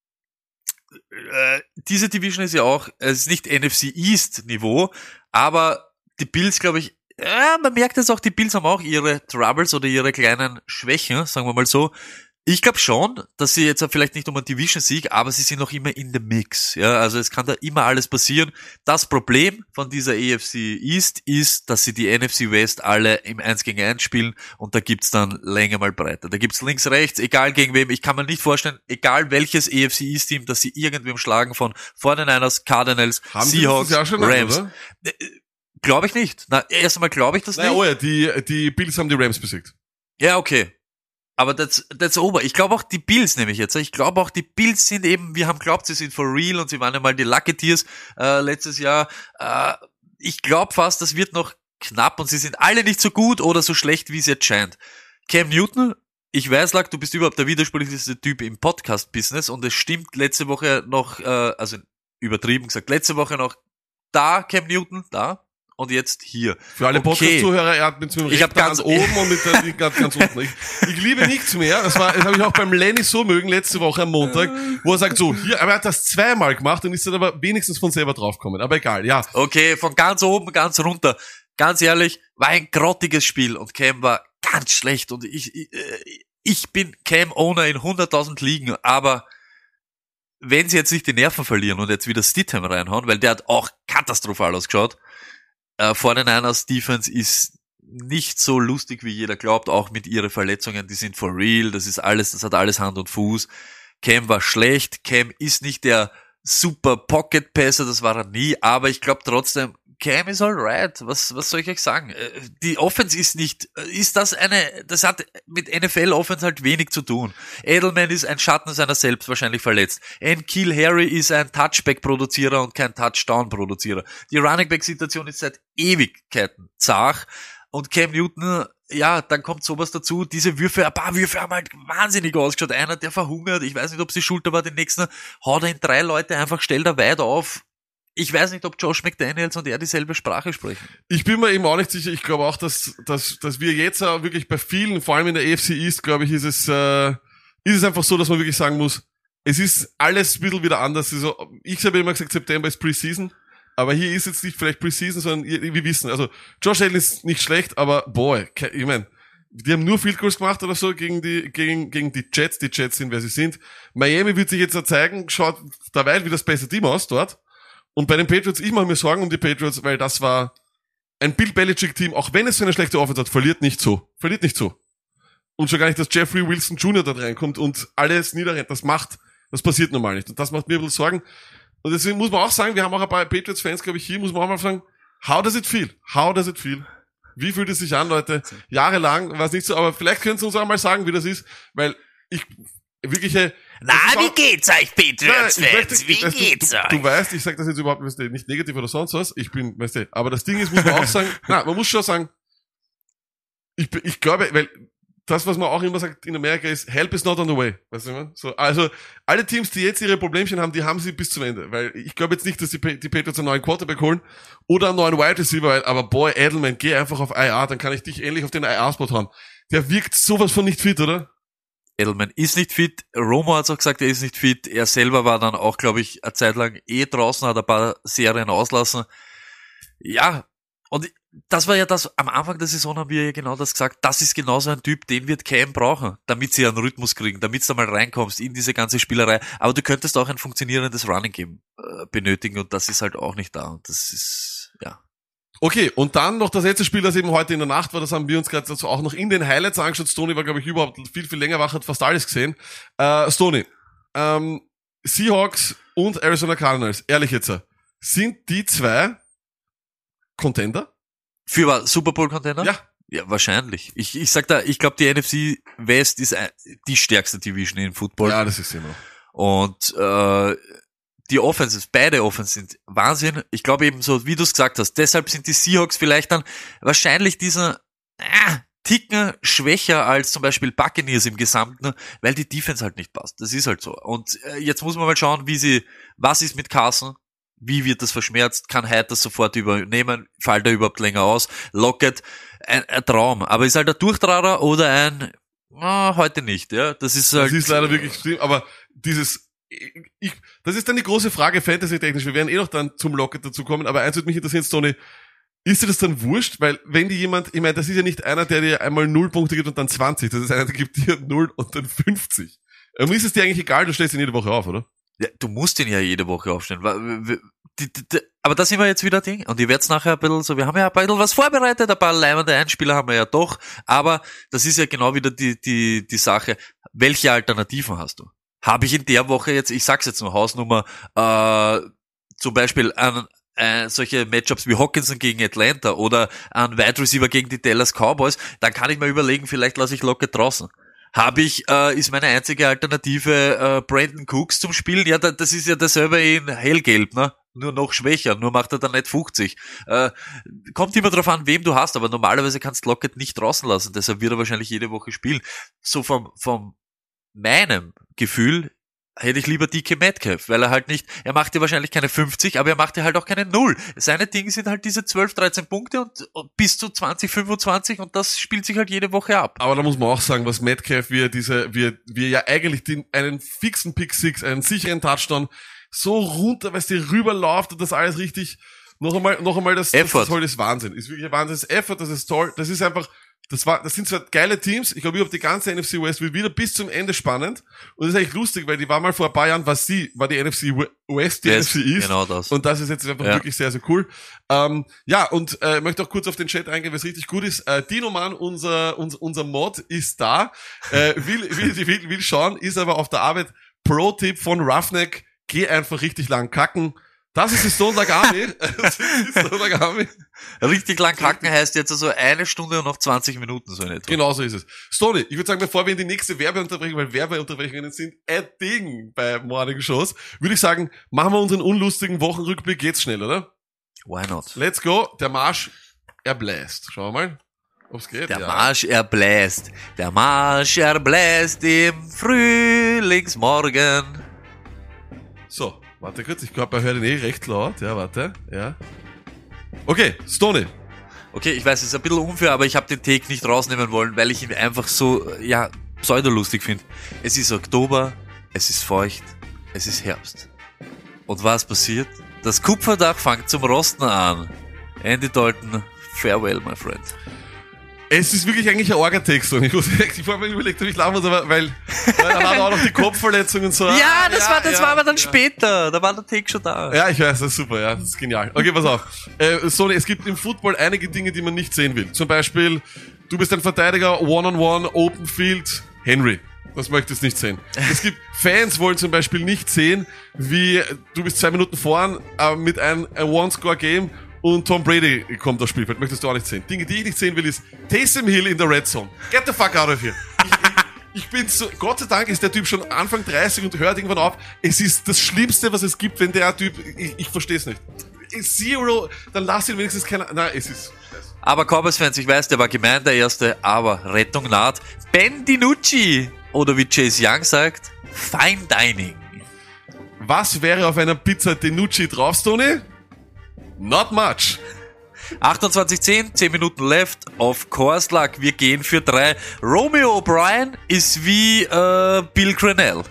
Äh, diese Division ist ja auch, es ist nicht N F C East Niveau, aber die Bills, glaube ich, ja, man merkt es auch, die Bills haben auch ihre Troubles oder ihre kleinen Schwächen, sagen wir mal so. Ich glaube schon, dass sie jetzt vielleicht nicht um einen Division-Sieg, aber sie sind noch immer in the mix. Ja, also es kann da immer alles passieren. Das Problem von dieser A F C East ist, dass sie die N F C West alle im eins gegen eins spielen und da gibt's dann Länge mal breiter. Da gibt's links, rechts, egal gegen wem. Ich kann mir nicht vorstellen, egal welches A F C East-Team, dass sie irgendwem schlagen von forty-niners, Cardinals, Haben Seahawks, sie das Jahr schon Rams. oder? Glaube ich nicht. Na, erst einmal glaube ich das Naja, nicht. oh ja, die, die Bills haben die Rams besiegt. Ja, okay. Aber that's, that's over. Ich glaube auch die Bills nehme ich jetzt. Ich glaube auch die Bills sind eben, wir haben glaubt, sie sind for real und sie waren einmal die Lucketeers äh, letztes Jahr. Äh, ich glaube fast, das wird noch knapp und sie sind alle nicht so gut oder so schlecht, wie es jetzt scheint. Cam Newton ich weiß, Lack, du bist überhaupt der widersprüchlichste Typ im Podcast-Business und es stimmt letzte Woche noch, äh, also übertrieben gesagt, letzte Woche noch da Cam Newton, da und jetzt hier. Für alle Okay. Podcast-Zuhörer, er hat mit dem Ich hab rechten ganz- Hand oben und mit der linken Hand ganz unten. Ich, ich liebe nichts mehr. Das war, das habe ich auch beim Lenny so mögen letzte Woche am Montag, wo er sagt so, hier, aber er hat das zweimal gemacht und ist dann aber wenigstens von selber draufgekommen. Aber egal, ja. Okay, von ganz oben, ganz runter. Ganz ehrlich, war ein grottiges Spiel und Cam war ganz schlecht und ich, ich, äh, ich bin Cam-Owner in hunderttausend Ligen, aber wenn sie jetzt nicht die Nerven verlieren und jetzt wieder Stidham reinhauen, weil der hat auch katastrophal ausgeschaut, äh, vor den Niners Defense ist nicht so lustig, wie jeder glaubt, auch mit ihren Verletzungen, die sind for real, das ist alles, das hat alles Hand und Fuß. Cam war schlecht, Cam ist nicht der super Pocket Passer, das war er nie, aber ich glaube trotzdem, Cam ist alright. Was, was soll ich euch sagen? Äh, Die Offense ist nicht, äh, ist das eine, das hat mit N F L Offense halt wenig zu tun. Edelman ist ein Schatten seiner selbst wahrscheinlich verletzt. N'Keal Harry ist ein Touchback-Produzierer und kein Touchdown-Produzierer. Die Running Back-Situation ist seit Ewigkeiten zach. Und Cam Newton, ja, dann kommt sowas dazu. Diese Würfe, ein paar Würfe haben halt wahnsinnig ausgeschaut. Einer, der verhungert, ich weiß nicht, ob es die Schulter war, den nächsten haut er in drei Leute einfach, stellt er weit auf. Ich weiß nicht, ob Josh McDaniels und er dieselbe Sprache sprechen. Ich bin mir eben auch nicht sicher. Ich glaube auch, dass, dass, dass wir jetzt auch wirklich bei vielen, vor allem in der A F C East, glaube ich, ist es, äh, ist es einfach so, dass man wirklich sagen muss, es ist alles ein bisschen wieder anders. Also, ich habe immer gesagt, September ist Preseason. Aber hier ist jetzt nicht vielleicht Preseason, sondern wir wissen, also Josh Allen ist nicht schlecht, aber boy, ich meine, die haben nur Field Goals gemacht oder so gegen die, gegen, gegen die Jets. Die Jets sind, wer sie sind. Miami wird sich jetzt auch zeigen, schaut dabei wie das beste Team aus dort. Und bei den Patriots, ich mache mir Sorgen um die Patriots, weil das war ein Bill Belichick-Team, auch wenn es so eine schlechte Offense hat, verliert nicht so. Verliert nicht so. Und schon gar nicht, dass Jeffrey Wilson Junior dort reinkommt und alles niederrennt. Das macht, das passiert normal nicht. Und das macht mir ein bisschen Sorgen. Und deswegen muss man auch sagen, wir haben auch ein paar Patriots-Fans, glaube ich, hier, muss man auch mal sagen, how does it feel? How does it feel? Wie fühlt es sich an, Leute? Jahrelang war es nicht so, aber vielleicht können Sie uns auch mal sagen, wie das ist, weil ich wirkliche... Na, das ist wie auch- geht's euch, Patriots-Fans? Nein, ich möchte- Wie ich- weißt du, geht's du, euch? du weißt, ich sage das jetzt überhaupt weißt du, nicht negativ oder sonst was. Ich bin, weißt du, aber das Ding ist, muss man auch sagen, na, man muss schon sagen, ich, bin- ich glaube, weil das, was man auch immer sagt in Amerika ist, help is not on the way. Weißt du, was ich meine? So, also, alle Teams, die jetzt ihre Problemchen haben, die haben sie bis zum Ende. Weil ich glaube jetzt nicht, dass die, Pa- die Patriots einen neuen Quarterback holen oder einen neuen Wide Receiver, weil, aber boy, Edelman, geh einfach auf I R, dann kann ich dich ähnlich auf den I R-Spot haben. Der wirkt sowas von nicht fit, oder? Edelman ist nicht fit. Romo hat auch gesagt, er ist nicht fit. Er selber war dann auch, glaube ich, eine Zeit lang eh draußen, hat ein paar Serien auslassen. Ja, und das war ja das, am Anfang der Saison haben wir ja genau das gesagt, das ist genauso ein Typ, den wird Cam brauchen, damit sie einen Rhythmus kriegen, damit du da mal reinkommst in diese ganze Spielerei. Aber du könntest auch ein funktionierendes Running Game äh, benötigen und das ist halt auch nicht da. Und das ist, ja. Okay, und dann noch das letzte Spiel, das eben heute in der Nacht war, das haben wir uns gerade dazu auch noch in den Highlights angeschaut. Stoney war, glaube ich, überhaupt viel, viel länger wach, hat fast alles gesehen. Äh, Stoney, ähm, Seahawks und Arizona Cardinals, ehrlich jetzt, sind die zwei Contender? Für was? Super Bowl Contender? Ja. Ja, wahrscheinlich. Ich, ich sag da, ich glaube, die N F C West ist ein, die stärkste Division in Football. Ja, das ist immer. Und äh, die Offenses, beide Offenses sind Wahnsinn. Ich glaube eben so, wie du es gesagt hast, deshalb sind die Seahawks vielleicht dann wahrscheinlich dieser äh, Ticken schwächer als zum Beispiel Buccaneers im Gesamten, weil die Defense halt nicht passt. Das ist halt so. Und äh, jetzt muss man mal schauen, wie sie, was ist mit Carson? Wie wird das verschmerzt? Kann Hyde das sofort übernehmen? Fällt er überhaupt länger aus? Lockett, ein, ein Traum. Aber ist halt ein Durchtrauer oder ein, ah, heute nicht, ja? Das ist halt. Das ist leider wirklich schlimm, aber dieses, ich, das ist dann die große Frage fantasy-technisch. Wir werden eh noch dann zum Lockett dazu kommen, aber eins würde mich interessieren, Stoney, ist dir das dann wurscht? Weil, wenn dir jemand, ich meine, das ist ja nicht einer, der dir einmal null Punkte gibt und dann zwanzig. Das ist einer, der gibt dir null und dann fünfzig. Ähm, ist es dir eigentlich egal, du stellst ihn jede Woche auf, oder? Ja, du musst ihn ja jede Woche aufstellen. Wa- w- w- die- die- die- Aber da sind wir jetzt wieder Ding. Und ihr werdet nachher ein bisschen so, wir haben ja ein bisschen was vorbereitet, ein paar leibende Einspieler haben wir ja doch. Aber das ist ja genau wieder die, die, die Sache. Welche Alternativen hast du? Habe ich in der Woche jetzt, ich sag's jetzt nur Hausnummer, äh, zum Beispiel an, äh, solche Matchups wie Hawkinson gegen Atlanta oder ein Wide Receiver gegen die Dallas Cowboys, dann kann ich mir überlegen, vielleicht lasse ich Lockett draußen. Habe ich, äh, ist meine einzige Alternative äh, Brandon Cooks zum Spielen? Ja, da, das ist ja dasselbe in hellgelb, ne? nur noch schwächer, nur macht er dann nicht fünfzig. Äh, kommt immer drauf an, wem du hast, aber normalerweise kannst du Lockett nicht draußen lassen, deshalb wird er wahrscheinlich jede Woche spielen. So vom, vom meinem Gefühl hätte ich lieber D K Metcalf, weil er halt nicht, er macht dir wahrscheinlich keine fünfzig, aber er macht dir halt auch keine null. Seine Dinge sind halt diese zwölf, dreizehn Punkte und, und bis zu zwanzig, fünfundzwanzig und das spielt sich halt jede Woche ab. Aber da muss man auch sagen, was Metcalf, wie er diese, wie er, wie er ja eigentlich den, einen fixen Pick Six, einen sicheren Touchdown so runter, weil es dir rüberläuft und das alles richtig, noch einmal, noch einmal, das, das, das toll ist Wahnsinn. Ist wirklich ein Wahnsinn. Das Effort, das ist toll. Das ist einfach, das war, das sind zwar geile Teams. Ich glaube, überhaupt die ganze N F C West wird wieder bis zum Ende spannend. Und das ist eigentlich lustig, weil die war mal vor ein paar Jahren, was sie, war die N F C West, die Yes, N F C East. Genau das. Und das ist jetzt einfach Ja. wirklich sehr, sehr cool. Ähm, ja, und, äh, möchte auch kurz auf den Chat eingehen, weil es richtig gut ist. Äh, Dino Mann, unser, unser, unser Mod ist da. Äh, will, will, will, will schauen, ist aber auf der Arbeit. Pro-Tipp von Roughneck. Geh einfach richtig lang kacken. Das ist die Stone Like Army. Das ist die Stone Like Army. Richtig lang kacken heißt jetzt also eine Stunde und noch zwanzig Minuten so in etwa. Genau so ist es. Stoney, ich würde sagen, bevor wir in die nächste Werbeunterbrechung, weil Werbeunterbrechungen sind ein Ding bei Morning Shows, würde ich sagen, machen wir unseren unlustigen Wochenrückblick jetzt schnell, oder? Why not? Let's go. Der Marsch erbläst. Schauen wir mal, ob's geht. Der ja. Marsch erbläst, der Marsch erbläst im Frühlingsmorgen. So, warte kurz, ich glaube, er hört ihn eh recht laut. Ja, warte, ja. Okay, Stoney. Okay, ich weiß, es ist ein bisschen unfair, aber ich habe den Take nicht rausnehmen wollen, weil ich ihn einfach so, ja, pseudolustig finde. Es ist Oktober, es ist feucht, es ist Herbst. Und was passiert? Das Kupferdach fängt zum Rosten an. Andy Dalton, farewell, my friend. Es ist wirklich eigentlich ein Orga-Text. Und ich muss ich vorher mir überlegt, ob ich lachen muss, aber weil, weil dann hat er auch noch die Kopfverletzung und so. Ja, das war, das ja, war aber dann ja. später. Da war der Take schon da. Ja, ich weiß, das ist super, ja, das ist genial. Okay, pass auf. Äh, Sony, es gibt im Football einige Dinge, die man nicht sehen will. Zum Beispiel, du bist ein Verteidiger, One-on-One, Open Field, Henry. Das möchtest du nicht sehen. Es gibt Fans wollen zum Beispiel nicht sehen, wie du bist zwei Minuten vorn äh, mit einem One-Score-Game und Tom Brady kommt aufs Spielfeld. Möchtest du auch nicht sehen. Dinge, die ich nicht sehen will, ist Taysom Hill in der Red Zone. Get the fuck out of here. Ich, ich, ich bin so, Gott sei Dank ist der Typ schon Anfang dreißig und hört irgendwann auf. Es ist das Schlimmste, was es gibt, wenn der Typ, ich, ich verstehe es nicht. Zero, dann lass ihn wenigstens keiner, nein, es ist... Aber Cowboys-Fans, ich weiß, der war gemein, der Erste, aber Rettung naht. Ben DiNucci, oder wie Chase Young sagt, Fine Dining. Was wäre auf einer Pizza DiNucci drauf, Stoney? Not much. achtundzwanzig zehn, zehn Minuten left, of course luck, wir gehen für drei. Romeo O'Brien ist wie äh, Bill Crenell.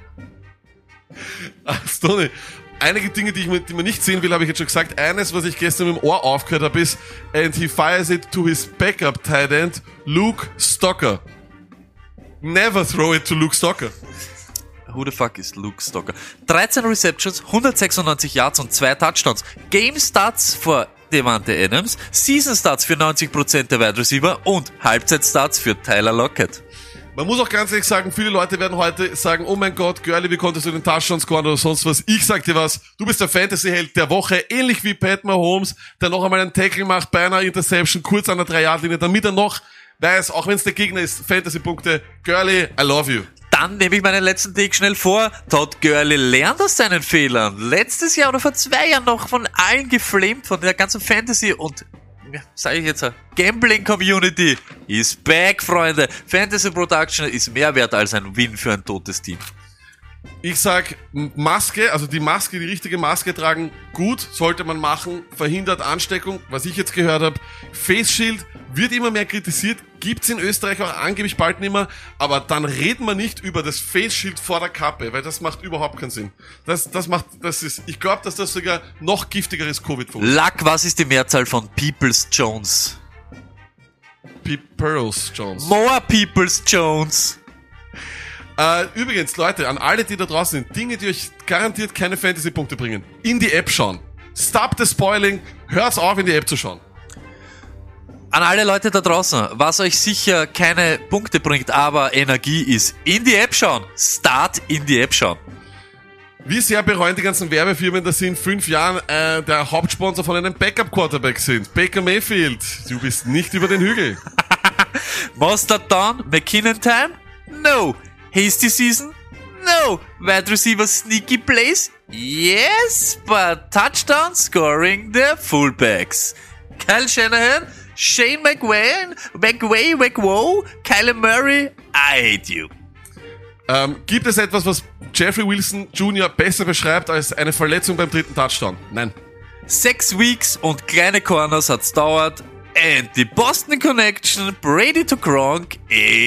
Ach, Stoney. Einige Dinge, die, ich, die man nicht sehen will, habe ich jetzt schon gesagt. Eines, was ich gestern mit dem Ohr aufgehört habe, ist and he fires it to his backup tight end, Luke Stocker. Never throw it to Luke Stocker. Who the fuck is Luke Stocker? dreizehn Receptions, hundertsechsundneunzig Yards und zwei Touchdowns. Game Stats für Devante Adams, Season Stats für neunzig Prozent der Wide Receiver und Halbzeit Stats für Tyler Lockett. Man muss auch ganz ehrlich sagen, viele Leute werden heute sagen, oh mein Gott, Girlie, wie konntest du den Touchdown scoren oder sonst was. Ich sag dir was, du bist der Fantasy-Held der Woche, ähnlich wie Pat Mahomes, der noch einmal einen Tackle macht bei einer Interception, kurz an der drei Yard Linie, damit er noch weiß, auch wenn es der Gegner ist, Fantasy-Punkte, Girlie, I love you. Dann nehme ich meinen letzten Take schnell vor. Todd Gurley lernt aus seinen Fehlern. Letztes Jahr oder vor zwei Jahren noch von allen geflamed, von der ganzen Fantasy und, ja, sage ich jetzt, Gambling-Community is back, Freunde. Fantasy Production ist mehr wert als ein Win für ein totes Team. Ich sag, Maske, also die Maske, die richtige Maske tragen, gut, sollte man machen, verhindert Ansteckung, was ich jetzt gehört habe. Face Shield wird immer mehr kritisiert, gibt's in Österreich auch angeblich bald nicht mehr, aber dann reden wir nicht über das Face Shield vor der Kappe, weil das macht überhaupt keinen Sinn. Das, das macht, das ist, ich glaube, dass das sogar noch giftigeres Covid verursacht. Luck, was ist die Mehrzahl von Peoples Jones? Pearls Jones. More Peoples Jones. Äh, übrigens, Leute, an alle, die da draußen sind, Dinge, die euch garantiert keine Fantasy-Punkte bringen. In die App schauen. Stop the spoiling. Hört's auf, in die App zu schauen. An alle Leute da draußen, was euch sicher keine Punkte bringt, aber Energie ist, in die App schauen. Start in die App schauen. Wie sehr bereuen die ganzen Werbefirmen, dass sie in fünf Jahren äh, der Hauptsponsor von einem Backup-Quarterback sind. Baker Mayfield, du bist nicht über den Hügel. Mustard Down, McKinnon Time? No. Hasty Season? Burrow, wide receiver sneaky plays? Yes, but touchdown scoring the fullbacks. Kyle Shanahan, Shane McVay, McVay, McWow, Kyler Murray, I hate you. Ähm, gibt es etwas, was Jeffrey Wilson Junior besser beschreibt als eine Verletzung beim dritten Touchdown? Nein. Sechs Weeks und kleine Corners hat's dauert. And the Boston Connection, Brady to Gronk,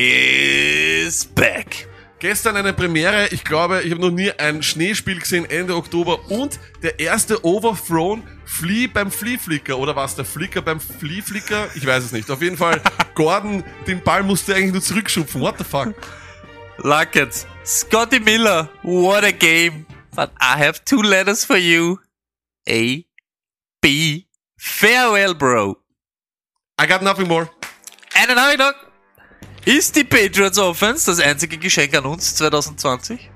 is back. Gestern eine Premiere, ich glaube, ich habe noch nie ein Schneespiel gesehen, Ende Oktober, und der erste Overthrown Flea beim Flea-Flicker, oder was, der Flicker beim Flea-Flicker? Ich weiß es nicht. Auf jeden Fall, Gordon, den Ball musste eigentlich nur zurückschupfen. What the fuck? Like it. Scotty Miller, what a game. But I have two letters for you. A, B, farewell, bro. I got nothing more. Einen habe ich noch. Ist die Patriots Offense das einzige Geschenk an uns zwanzig zwanzig?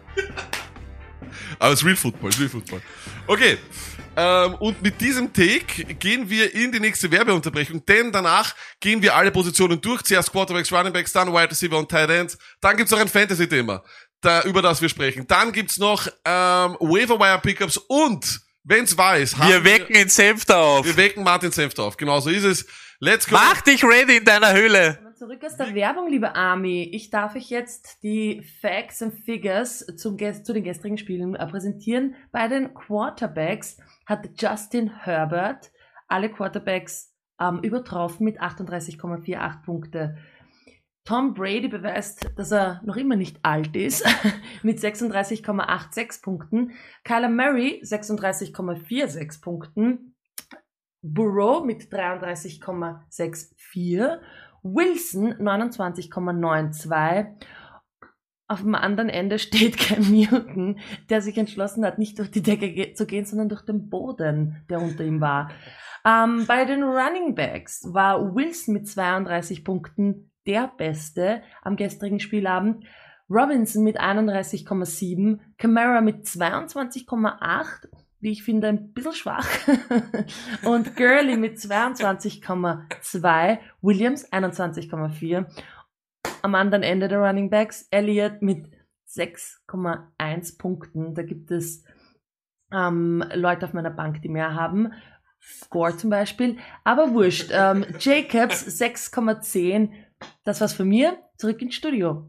Aber es ist Real Football, Real Football. Okay, ähm, und mit diesem Take gehen wir in die nächste Werbeunterbrechung, denn danach gehen wir alle Positionen durch. Zuerst Quarterbacks, Running Backs, dann Wide Receiver und Tight Ends. Dann gibt's noch ein Fantasy-Thema, da, über das wir sprechen. Dann gibt's noch ähm, Waiver-Wire-Pickups und, wenn's wahr ist... Wir wecken wir, den Senfter auf. Wir wecken Martin Senfter auf, genau so ist es. Let's go. Mach dich ready in deiner Höhle. Zurück aus der Werbung, liebe Army. Ich darf euch jetzt die Facts and Figures zum, zu den gestrigen Spielen äh, präsentieren. Bei den Quarterbacks hat Justin Herbert alle Quarterbacks ähm, übertroffen mit achtunddreißig Komma achtzig Punkte. Tom Brady beweist, dass er noch immer nicht alt ist, mit sechsunddreißig Komma sechsundachtzig Punkten. Kyler Murray sechsunddreißig Komma sechsundvierzig Punkten. Burrow mit dreiunddreißig Komma vierundsechzig. Wilson neunundzwanzig Komma zweiundneunzig. Auf dem anderen Ende steht Cam Newton, der sich entschlossen hat, nicht durch die Decke ge- zu gehen, sondern durch den Boden, der unter ihm war. Ähm, bei den Running Backs war Wilson mit zweiunddreißig Punkten der Beste am gestrigen Spielabend. Robinson mit einunddreißig Komma sieben, Kamara mit zweiundzwanzig Komma acht, wie ich finde, ein bisschen schwach. Und Gurley mit zweiundzwanzig Komma zwei, Williams einundzwanzig Komma vier. Am anderen Ende der Running Backs, Elliott mit sechs Komma eins Punkten. Da gibt es ähm, Leute auf meiner Bank, die mehr haben. Score zum Beispiel. Aber wurscht. Ähm, Jacobs sechs Komma zehn. Das war's von mir. Zurück ins Studio.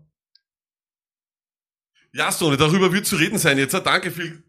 Ja, Stoney, darüber wird zu reden sein jetzt. Danke viel.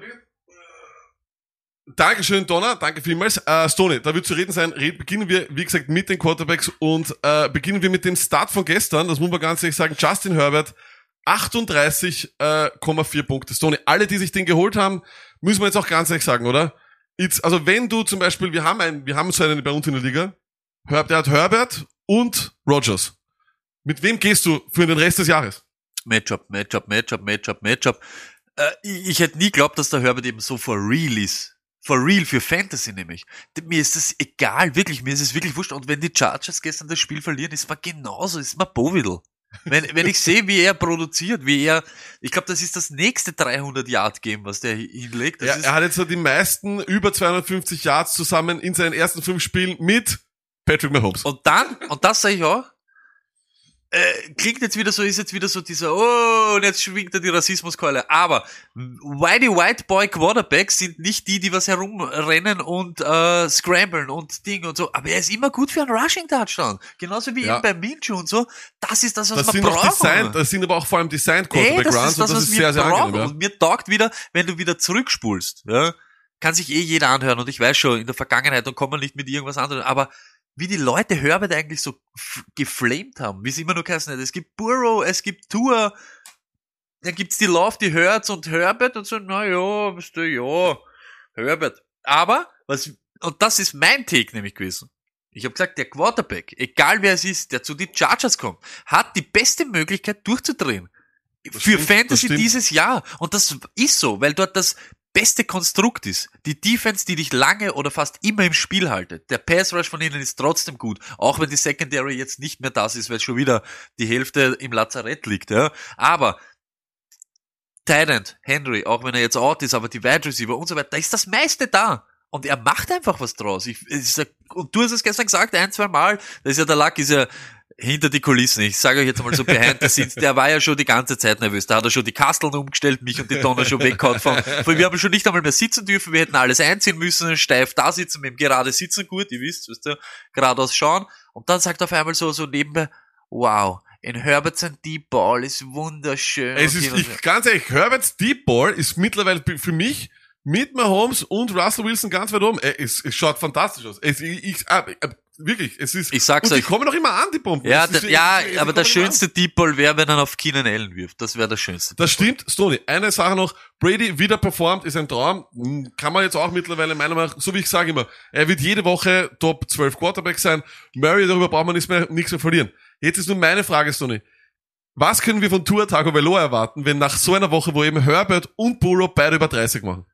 Dankeschön, Donna, danke vielmals. Äh, Stoney, da wird zu reden sein. Red, beginnen wir, wie gesagt, mit den Quarterbacks und äh, beginnen wir mit dem Start von gestern. Das muss man ganz ehrlich sagen. Justin Herbert, achtunddreißig Komma vier Punkte. Stoney, alle, die sich den geholt haben, müssen wir jetzt auch ganz ehrlich sagen, oder? Jetzt, also wenn du zum Beispiel, wir haben einen, wir haben so einen bei uns in der Liga, Herb, der hat Herbert und Rodgers. Mit wem gehst du für den Rest des Jahres? Matchup, Matchup, Matchup, Matchup, Matchup. Äh, ich, ich hätte nie geglaubt, dass der Herbert eben so for real ist. For real, für Fantasy nämlich. Mir ist das egal, wirklich, mir ist es wirklich wurscht. Und wenn die Chargers gestern das Spiel verlieren, ist mir genauso, ist mir Bovidl. Wenn, wenn ich sehe, wie er produziert, wie er, ich glaube, das ist das nächste dreihundert Yard Game, was der hinlegt. Das Ja, ist, er hat jetzt so die meisten über zweihundertfünfzig Yards zusammen in seinen ersten fünf Spielen mit Patrick Mahomes. und dann, und das sage ich auch, äh, klingt jetzt wieder so, ist jetzt wieder so dieser, oh, und jetzt schwingt er die Rassismuskeule. Aber Whitey White Boy Quarterbacks sind nicht die, die was herumrennen und äh, scramblen und Ding und so. Aber er ist immer gut für einen Rushing Touchdown. Genauso wie Ja. eben bei Minshew und so. Das ist das, was Das wir sind auch brauchen. designed, das sind aber auch vor allem designed Ey, Quarterback das Runs ist das, und das was ist wir sehr, sehr brauchen. angenehm. Ja. Und mir taugt wieder, wenn du wieder zurückspulst. Ja, kann sich eh jeder anhören. Und ich weiß schon, in der Vergangenheit, dann kommt man nicht mit irgendwas anderem. Aber wie die Leute Herbert eigentlich so f- geflamed haben, wie es immer nur geheißen hat. Es gibt Burrow, es gibt Tour, dann gibt's die Love, die Hurts und Herbert und so, na ja, bist du, ja, Herbert. Aber, was, und das ist mein Take nämlich gewesen. Ich habe gesagt, der Quarterback, egal wer es ist, der zu den Chargers kommt, hat die beste Möglichkeit durchzudrehen. Das Für stimmt, das Fantasy stimmt. dieses Jahr. Und das ist so, weil dort das beste Konstrukt ist. Die Defense, die dich lange oder fast immer im Spiel haltet. Der Pass Rush von ihnen ist trotzdem gut. Auch wenn die Secondary jetzt nicht mehr das ist, weil schon wieder die Hälfte im Lazarett liegt, ja. Aber Tight End, Henry, auch wenn er jetzt out ist, aber die Wide Receiver und so weiter, da ist das meiste da. Und er macht einfach was draus. Ich, ich sag, und du hast es gestern gesagt, ein, zwei Mal, da ist ja der Luck, ist ja hinter die Kulissen, ich sage euch jetzt mal so behind the scenes, der war ja schon die ganze Zeit nervös. Da hat er schon die Kasteln umgestellt, mich und die Donner schon weggehauen. Von, von, wir haben schon nicht einmal mehr sitzen dürfen, wir hätten alles einziehen müssen, steif da sitzen, mit dem gerade sitzen gut, ihr wisst, wisst ihr, geradeaus schauen. Und dann sagt er auf einmal so, so nebenbei, wow, in Herbert's Deep Ball ist wunderschön. Es ist, ich, ganz ehrlich, Herbert's Deep Ball ist mittlerweile für mich mit Mahomes und Russell Wilson ganz weit oben. Es, es schaut fantastisch aus. Es, ich, ich, ah, wirklich, es ist, ich sag's und die euch. kommen auch immer an, die Bomben. Ja, ist, der, ja, es, es, aber der schönste Deep Ball wäre, wenn er auf Keenan Allen wirft. Das wäre der schönste. Das stimmt, Stoney. Eine Sache noch. Brady wieder performt, ist ein Traum. Kann man jetzt auch mittlerweile meiner Meinung nach, so wie ich sage immer, er wird jede Woche Top zwölf Quarterback sein. Murray, darüber braucht man nichts mehr, nichts mehr verlieren. Jetzt ist nur meine Frage, Stoney. Was können wir von Tua Tagovailoa erwarten, wenn nach so einer Woche, wo eben Herbert und Burrow beide über dreißig machen?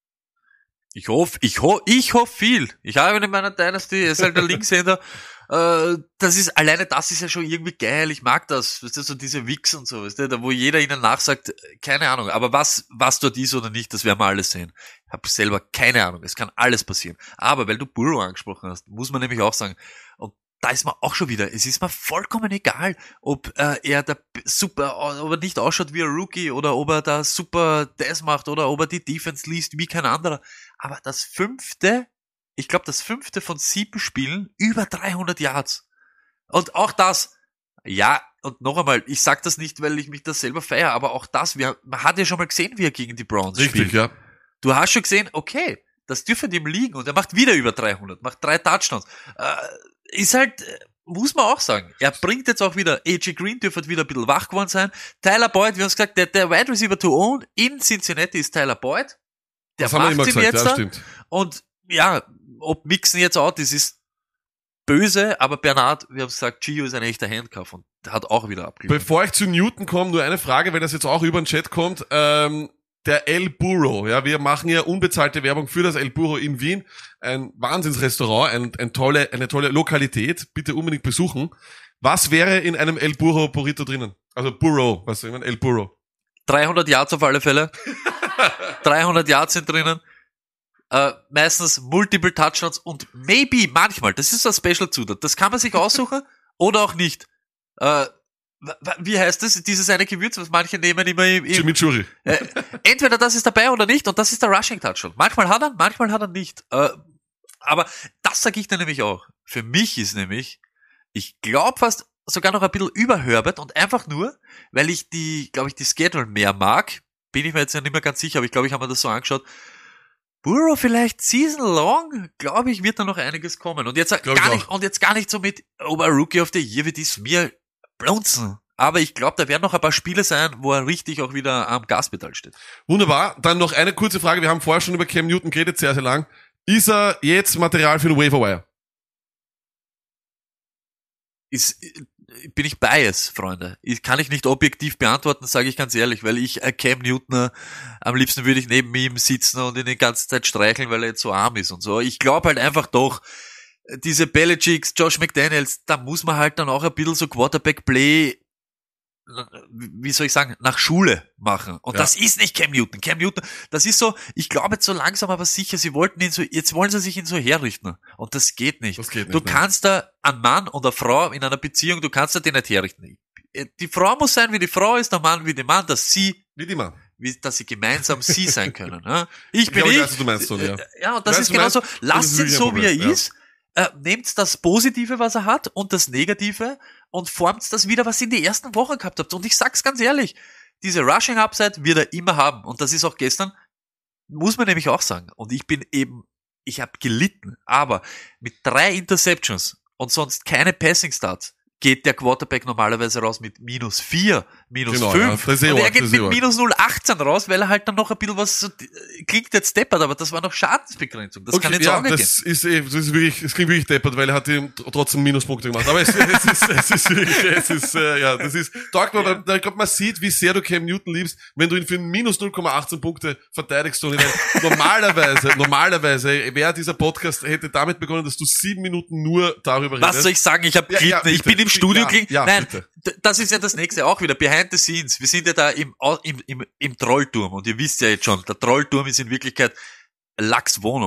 Ich hoffe, ich hoffe, ich hoffe viel. Ich habe ihn in meiner Dynasty, er ist halt der Linkshänder. Äh, das ist, alleine das ist ja schon irgendwie geil. Ich mag das. Weißt du, so diese Wix und so, weißt du, da wo jeder ihnen nachsagt, keine Ahnung. Aber was, was dort ist oder nicht, das werden wir alles sehen. Ich habe selber keine Ahnung. Es kann alles passieren. Aber weil du Burrow angesprochen hast, muss man nämlich auch sagen, und da ist mir auch schon wieder, es ist mir vollkommen egal, ob äh, er der super, ob er nicht ausschaut wie ein Rookie oder ob er da super das macht oder ob er die Defense liest wie kein anderer. Aber das fünfte, ich glaube das fünfte von sieben Spielen über dreihundert Yards. Und auch das, ja, und noch einmal, ich sag das nicht, weil ich mich das selber feiere, aber auch das, wir, man hat ja schon mal gesehen, wie er gegen die Browns Richtig, spielt. ja. Du hast schon gesehen, okay, das dürfte dem liegen und er macht wieder über dreihundert, macht drei Touchdowns. Äh, ist halt, muss man auch sagen, er bringt jetzt auch wieder, A J Green dürfte wieder ein bisschen wach geworden sein. Tyler Boyd, wir haben es gesagt, der, der Wide Receiver to own in Cincinnati ist Tyler Boyd. Der das haben wir immer macht ihn gesagt, jetzt ja, da. stimmt. Und ja, ob Mixon jetzt out ist, ist böse, aber Bernard, wir haben gesagt, Gio ist ein echter Handcuff und hat auch wieder abgeliefert. Bevor ich zu Newton komme, nur eine Frage, weil das jetzt auch über den Chat kommt. Ähm, der El Burro, ja, wir machen ja unbezahlte Werbung für das El Burro in Wien. Ein Wahnsinnsrestaurant, ein, ein tolle, eine tolle Lokalität. Bitte unbedingt besuchen. Was wäre in einem El Burro Burrito drinnen? Also Burro, was soll ich meinen? El Burro. dreihundert Yards auf alle Fälle. dreihundert Yards sind drinnen. Äh, meistens multiple Touchdowns und maybe, manchmal, das ist so ein Special-Zutat, das kann man sich aussuchen oder auch nicht. Äh, wie heißt das? Dieses eine Gewürz, was manche nehmen immer im... im Chimichurri. Äh, entweder das ist dabei oder nicht und das ist der Rushing-Touchdown. Manchmal hat er, manchmal hat er nicht. Äh, aber das sage ich dann nämlich auch. Für mich ist nämlich, ich glaube fast sogar noch ein bisschen über Herbert und einfach nur, weil ich die, glaube ich, die Schedule mehr mag, bin ich mir jetzt ja nicht mehr ganz sicher, aber ich glaube, ich habe mir das so angeschaut. Burrow vielleicht season long, glaube ich, wird da noch einiges kommen. Und jetzt Glaub gar nicht, und jetzt gar nicht so mit, ob er Rookie of the Year wird, ist mir blunzen. Aber ich glaube, da werden noch ein paar Spiele sein, wo er richtig auch wieder am Gaspedal steht. Wunderbar. Dann noch eine kurze Frage. Wir haben vorher schon über Cam Newton geredet, sehr, sehr lang. Ist er jetzt Material für den Waiver-Wire? Ist, bin ich bias, Freunde. Ich, kann ich nicht objektiv beantworten, sage ich ganz ehrlich, weil ich äh, Cam Newton, äh, am liebsten würde ich neben ihm sitzen und ihn die ganze Zeit streicheln, weil er jetzt so arm ist und so. Ich glaube halt einfach doch, diese Belichicks, Josh McDaniels, da muss man halt dann auch ein bisschen so Quarterback-Play, wie soll ich sagen, nach Schule machen. Und ja. Das ist nicht Cam Newton. Cam Newton, das ist so, ich glaube jetzt so langsam aber sicher, sie wollten ihn so, jetzt wollen sie sich ihn so herrichten. Und das geht nicht. Das geht nicht du ne? kannst da einen Mann und eine Frau in einer Beziehung, du kannst da den nicht herrichten. Die Frau muss sein, wie die Frau ist, der Mann wie der Mann, dass sie, wie die Mann. Wie, dass sie gemeinsam sie sein können. Ja? Ich, ich bin glaube, ich. ich weiß, was du meinst, so, ja. Ja, und das weißt, ist genauso. Lasst ihn so, wie er ja. ist. Äh, nehmt das Positive, was er hat, und das Negative und formt das wieder, was ihr in die ersten Wochen gehabt habt. Und ich sag's ganz ehrlich, diese Rushing Upside wird er immer haben. Und das ist auch gestern, muss man nämlich auch sagen. Und ich bin eben, ich habe gelitten, aber mit drei Interceptions und sonst keine Passing Starts geht der Quarterback normalerweise raus mit minus vier, minus genau, fünf. Ja, eh und er arg, geht mit eh minus null Komma achtzehn raus, weil er halt dann noch ein bisschen was, so, klingt jetzt deppert, aber das war noch Schadensbegrenzung. Das okay, kann jetzt ja, auch nicht das ist, eh, das ist wirklich, es klingt wirklich deppert, weil er hat ihm trotzdem Minuspunkte gemacht. Aber es, es ist, es ist wirklich, es ist, äh, ja, das ist, taugt man, ja. Ich glaube, man sieht, wie sehr du Cam Newton liebst, wenn du ihn für minus null Komma achtzehn Punkte verteidigst. Und normalerweise, normalerweise wäre dieser Podcast, hätte damit begonnen, dass du sieben Minuten nur darüber redest. Was soll ich sagen? Ich habe ja, ja, ich bin im Studio ja, ja, Nein, bitte. das ist ja das nächste auch wieder, behind the scenes. Wir sind ja da im, im, im, im Trollturm und ihr wisst ja jetzt schon, der Trollturm ist in Wirklichkeit Lachs Wohnung.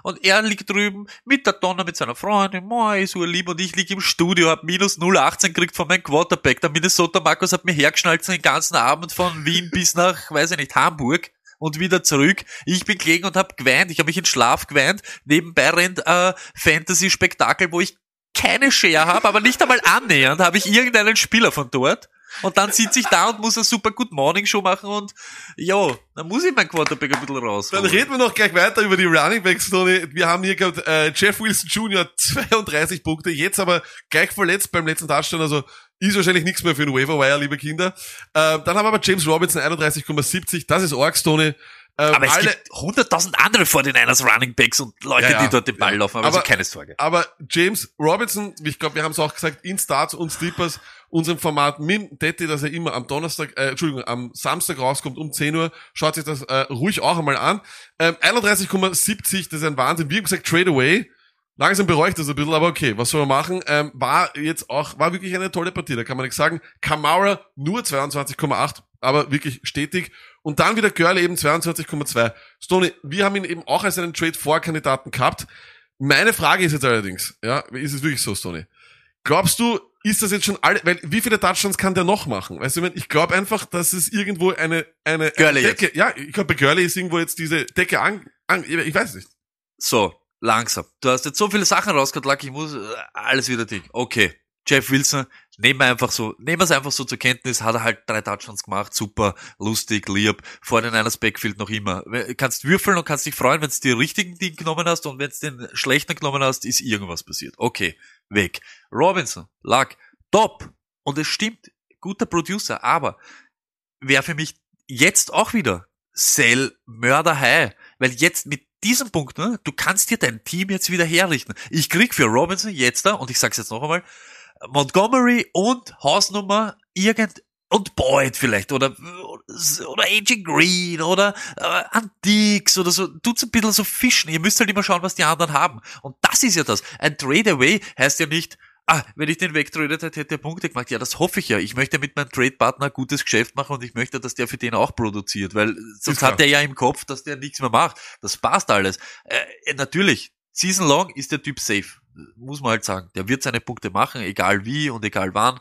Und er liegt drüben mit der Donner, mit seiner Freundin, moi, so lieb, und ich lieg im Studio, hab minus null Komma achtzehn gekriegt von meinem Quarterback. Der Minnesota Markus hat mir hergeschnallt den ganzen Abend von Wien bis nach, weiß ich nicht, Hamburg und wieder zurück. Ich bin gelegen und hab geweint, ich habe mich in Schlaf geweint. Nebenbei rennt ein Fantasy-Spektakel, wo ich keine Share habe, aber nicht einmal annähernd, habe ich irgendeinen Spieler von dort. Und dann sitze ich da und muss eine super Good Morning Show machen und ja, dann muss ich mein Quarterback ein bisschen raus. Dann reden wir noch gleich weiter über die Running Backs, Tony. Wir haben hier gehabt, äh, Jeff Wilson Junior zweiunddreißig Punkte, jetzt aber gleich verletzt beim letzten Touchdown, also ist wahrscheinlich nichts mehr für den Waiver Wire, liebe Kinder. Äh, dann haben wir aber James Robinson einunddreißig Komma siebzig, das ist Orks, Tony. Ähm, aber es alle, gibt hunderttausend andere forty-niners Running Backs und Leute, ja, ja, die dort den Ball ja. laufen, aber, aber also keine Sorge. Aber James Robinson, ich glaube, wir haben es auch gesagt, in Starts und Sleepers, unserem Format Min Detti, dass er immer am Donnerstag, äh, Entschuldigung, am Samstag rauskommt um zehn Uhr, schaut sich das äh, ruhig auch einmal an. Ähm, einunddreißig Komma siebzig, das ist ein Wahnsinn. Wie gesagt, Trade Away. Langsam bereue ich das ein bisschen, aber okay, was soll man machen? Ähm, war jetzt auch, war wirklich eine tolle Partie, da kann man nichts sagen. Kamara nur zweiundzwanzig Komma acht, aber wirklich stetig. Und dann wieder Gurley eben zweiundzwanzig Komma zwei. Stoney, wir haben ihn eben auch als einen Trade-Vorkandidaten gehabt. Meine Frage ist jetzt allerdings, ja, ist es wirklich so, Stoney? Glaubst du, ist das jetzt schon alle, weil wie viele Touchdowns kann der noch machen? Weißt du, ich, mein, ich glaube einfach, dass es irgendwo eine, eine, eine Decke, jetzt. Ja, ich glaube, bei Gurley ist irgendwo jetzt diese Decke an, an ich weiß nicht. So, langsam. Du hast jetzt so viele Sachen rausgeholt, Lucky, ich muss äh, alles wieder Ding. Okay, Jeff Wilson, nehmen wir einfach so, nehmen wir es einfach so zur Kenntnis, hat er halt drei Touchdowns gemacht, super, lustig, lieb, vor den Niners Backfield noch immer. Kannst würfeln und kannst dich freuen, wenn du die richtigen Ding genommen hast, und wenn du den schlechten genommen hast, ist irgendwas passiert. Okay, weg. Robinson, Luck, top. Und es stimmt, guter Producer, aber wäre für mich jetzt auch wieder Sell Murder High, weil jetzt mit diesem Punkt, ne, du kannst dir dein Team jetzt wieder herrichten. Ich krieg für Robinson jetzt da, und ich sag's jetzt noch einmal, Montgomery und Hausnummer irgend und Boyd vielleicht oder oder A J Green oder äh, Antiques oder so, tut's ein bisschen so fischen. Ihr müsst halt immer schauen, was die anderen haben. Und das ist ja das. Ein Trade Away heißt ja nicht, ah, wenn ich den wegtradet hätte, hätte er Punkte gemacht. Ja, das hoffe ich ja. Ich möchte mit meinem Trade-Partner gutes Geschäft machen und ich möchte, dass der für den auch produziert, weil sonst hat der ja im Kopf, dass der nichts mehr macht. Das passt alles. Äh, natürlich, season long ist der Typ safe. Muss man halt sagen. Der wird seine Punkte machen, egal wie und egal wann.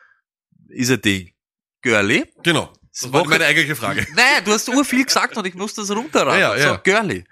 Ist ein Ding. Gurley? Genau. Das war meine eigentliche Frage. Nein, du hast ur viel gesagt und ich muss das runterraten. Ja, ja, ja. So, Gurley.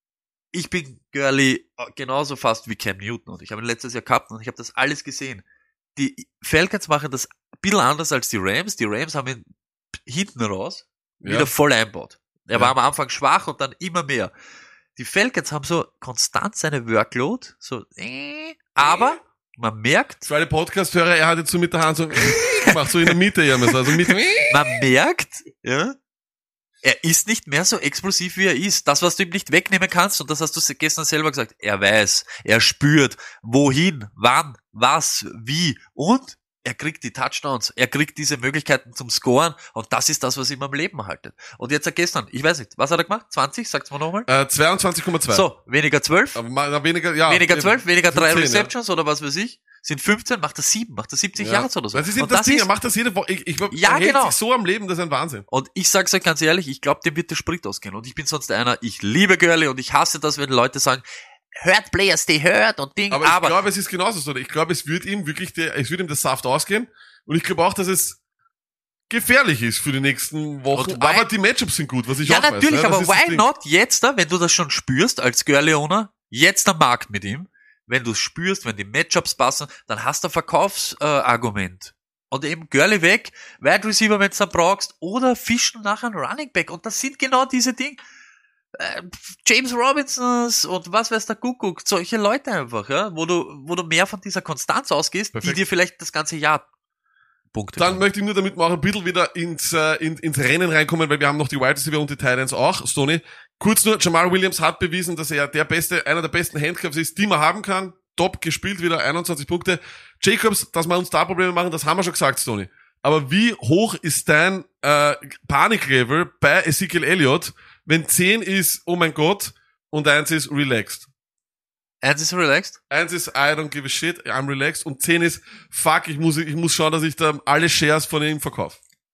Ich bin Gurley genauso fast wie Cam Newton und ich habe ihn letztes Jahr gehabt und ich habe das alles gesehen. Die Falcons machen das ein bisschen anders als die Rams. Die Rams haben ihn hinten raus wieder ja. voll einbaut. Er ja. war am Anfang schwach und dann immer mehr. Die Falcons haben so konstant seine Workload, so, äh, aber man merkt. Für alle Podcast-Hörer, er hat jetzt so mit der Hand so gemacht, so in der Mitte, ja, also mit. Man merkt, ja, er ist nicht mehr so explosiv, wie er ist. Das, was du ihm nicht wegnehmen kannst, und das hast du gestern selber gesagt, er weiß, er spürt, wohin, wann, was, wie, und er kriegt die Touchdowns, er kriegt diese Möglichkeiten zum Scoren, und das ist das, was ihm am Leben haltet. Und jetzt gestern, ich weiß nicht, was hat er gemacht? zwanzig? Sag's mal nochmal. Äh, zweiundzwanzig Komma zwei. So, weniger zwölf? Aber mal, weniger, ja. Weniger zwölf, weniger drei fünfzehn, Receptions ja. oder was weiß ich. Sind fünfzehn, macht er sieben, macht er siebzig ja. Yards oder so. Das ist eben und das das Ding, ist, er macht das jede Woche. Ich, ich glaub, ja, er hält genau. sich so am Leben, das ist ein Wahnsinn. Und ich sag's euch ganz ehrlich, ich glaube, dem wird der Sprit ausgehen. Und ich bin sonst einer, ich liebe Gurley und ich hasse das, wenn Leute sagen, hört Players, die hört und Ding. Aber ich aber glaube, es ist genauso so. Ich glaube, es wird ihm wirklich, der, es wird ihm der Saft ausgehen. Und ich glaube auch, dass es gefährlich ist für die nächsten Wochen. Und why, aber die Matchups sind gut, was ich ja, auch weiß. natürlich, Ja, natürlich, aber why not jetzt, wenn du das schon spürst als Gurley-Owner, jetzt am Markt mit ihm, wenn du es spürst, wenn die Matchups passen, dann hast du ein Verkaufsargument. Äh, und eben Gurley weg, Wide Receiver, wenn du dann brauchst, oder fischen nach einem Running Back. Und das sind genau diese Dinge. Äh, James Robinsons und was weiß der Kuckuck, solche Leute einfach, ja, wo du, wo du mehr von dieser Konstanz ausgehst, Perfekt. Die dir vielleicht das ganze Jahr Punkte Dann kommen. möchte ich nur damit mal auch ein bisschen wieder ins, äh, in, ins Rennen reinkommen, weil wir haben noch die Wide Receiver und die Titans auch, Stoney. Kurz nur, Jamal Williams hat bewiesen, dass er der beste, einer der besten Handcuffs ist, die man haben kann. Top gespielt, wieder einundzwanzig Punkte. Jacobs, dass wir uns da Probleme machen, das haben wir schon gesagt, Stoney. Aber wie hoch ist dein äh, Paniklevel bei Ezekiel Elliott, wenn zehn ist, oh mein Gott, und eins ist relaxed? Eins ist relaxed? Eins ist, I don't give a shit, I'm relaxed. Und zehn ist, fuck, ich muss, ich muss schauen, dass ich da alle Shares von ihm verkaufe.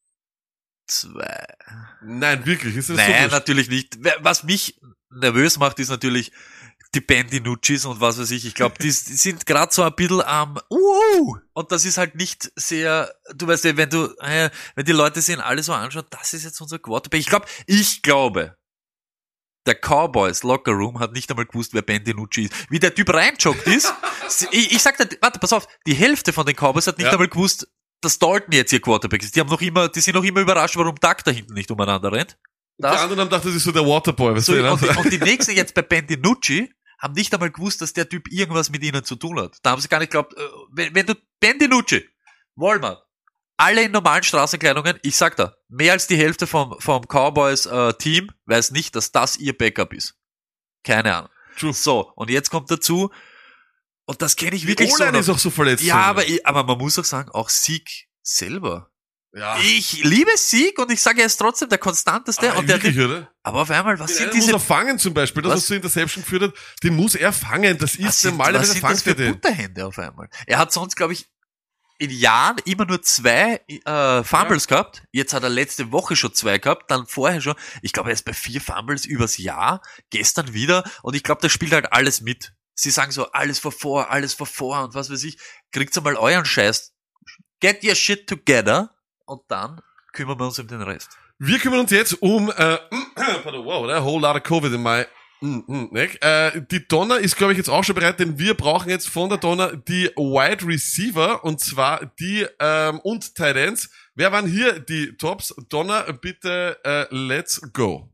Zwei. Nein, wirklich, ist das Nein, so? natürlich nicht. Was mich nervös macht, ist natürlich die Ben-DiNuccis und was weiß ich. Ich glaube, die, die sind gerade so ein bisschen am, um, uh, und das ist halt nicht sehr, du weißt ja, wenn du, äh, wenn die Leute sich alle so anschauen, das ist jetzt unser Quarterback. Ich glaube, ich glaube, der Cowboys Locker Room hat nicht einmal gewusst, wer Ben DiNucci ist. Wie der Typ reinjoggt ist. ich, ich sag dir, warte, pass auf, die Hälfte von den Cowboys hat nicht ja. einmal gewusst, dass Dalton jetzt ihr Quarterback ist. Die haben noch immer, die sind noch immer überrascht, warum Doug da hinten nicht umeinander rennt. Das, die anderen haben gedacht, das ist so der Waterboy. So, und, die, und die nächsten jetzt bei Ben DiNucci haben nicht einmal gewusst, dass der Typ irgendwas mit ihnen zu tun hat. Da haben sie gar nicht geglaubt, äh, wenn, wenn du Ben DiNucci, Walmart, alle in normalen Straßenkleidungen, ich sag da, mehr als die Hälfte vom, vom Cowboys äh, Team weiß nicht, dass das ihr Backup ist. Keine Ahnung. True. So, und jetzt kommt dazu, und das kenne ich wirklich die so. Die ist auch so verletzt. Ja, aber, ich, aber man muss auch sagen, auch Sieg selber. Ja. Ich liebe Sieg und ich sage, er ist trotzdem der konstanteste. Ah, und der, wirklich, oder? Aber auf einmal, was den sind diese... muss er fangen zum Beispiel, das, was, was zu Interception geführt hat, den muss er fangen, das ist der Mal, was sind das für Butterhände auf einmal? Er hat sonst, glaube ich, in Jahren immer nur zwei äh, Fumbles ja. gehabt. Jetzt hat er letzte Woche schon zwei gehabt, dann vorher schon. Ich glaube, er ist bei vier Fumbles übers Jahr, gestern wieder. Und ich glaube, der spielt halt alles mit. Sie sagen so, alles vor vor, alles vor vor und was weiß ich. Kriegt's einmal euren Scheiß. Get your shit together. Und dann kümmern wir uns um den Rest. Wir kümmern uns jetzt um, äh, pardon, wow, a whole lot of Covid in my mm, mm, neck. Äh, die Donner ist, glaube ich, jetzt auch schon bereit, denn wir brauchen jetzt von der Donner die Wide Receiver, und zwar die ähm, und Tight Ends. Wer waren hier die Tops? Donner, bitte, äh, let's go.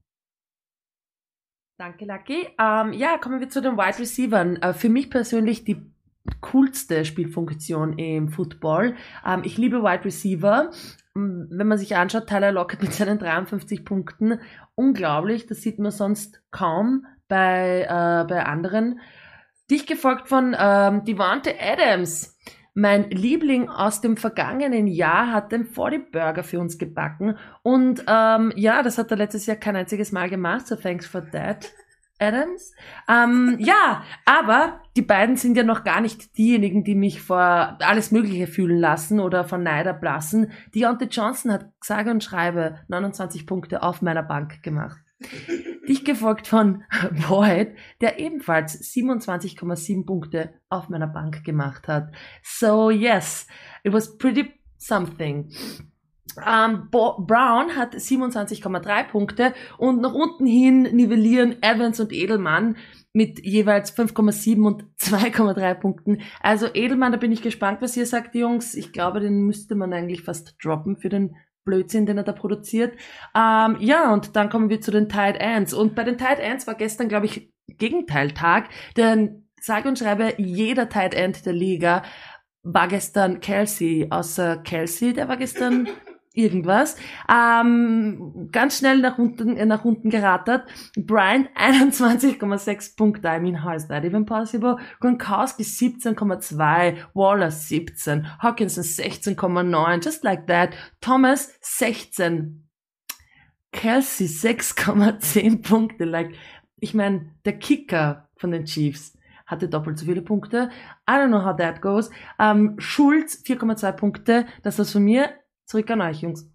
Danke, Lucky. Ähm, ja, kommen wir zu den Wide Receivern. Äh, für mich persönlich die coolste Spielfunktion im Football. Ähm, ich liebe Wide Receiver. Wenn man sich anschaut, Tyler Lockett mit seinen dreiundfünfzig Punkten, unglaublich, das sieht man sonst kaum bei, äh, bei anderen. Dicht gefolgt von ähm, Devontae Adams. Mein Liebling aus dem vergangenen Jahr hat den vierzig Burger für uns gebacken und ähm, ja, das hat er letztes Jahr kein einziges Mal gemacht, so thanks for that, Adams. Ähm, ja, aber die beiden sind ja noch gar nicht diejenigen, die mich vor alles Mögliche fühlen lassen oder von Neid erblassen. Deontay Johnson hat sage und schreibe neunundzwanzig Punkte auf meiner Bank gemacht. Dicht gefolgt von Boyd, der ebenfalls siebenundzwanzig Komma sieben Punkte auf meiner Bank gemacht hat. So yes, it was pretty something. Um, Bo- Brown hat siebenundzwanzig Komma drei Punkte und nach unten hin nivellieren Evans und Edelmann mit jeweils fünf Komma sieben und zwei Komma drei Punkten. Also Edelmann, da bin ich gespannt, was ihr sagt, Jungs. Ich glaube, den müsste man eigentlich fast droppen für den Blödsinn, den er da produziert. Um, ja, und dann kommen wir zu den Tight Ends. Und bei den Tight Ends war gestern, glaube ich, Gegenteiltag, denn sage und schreibe, jeder Tight End der Liga war gestern Kelsey, außer Kelsey, der war gestern irgendwas. Ähm, ganz schnell nach unten, äh, nach unten gerattert. Bryant einundzwanzig Komma sechs Punkte. I mean, how is that even possible? Gronkowski siebzehn Komma zwei. Waller siebzehn. Hawkinson sechzehn Komma neun. Just like that. Thomas sechzehn. Kelsey sechs Komma zehn Punkte. Like, ich meine, der Kicker von den Chiefs hatte doppelt so viele Punkte. I don't know how that goes. Ähm, Schulz vier Komma zwei Punkte. Das war's von mir. Zurück an euch, Jungs.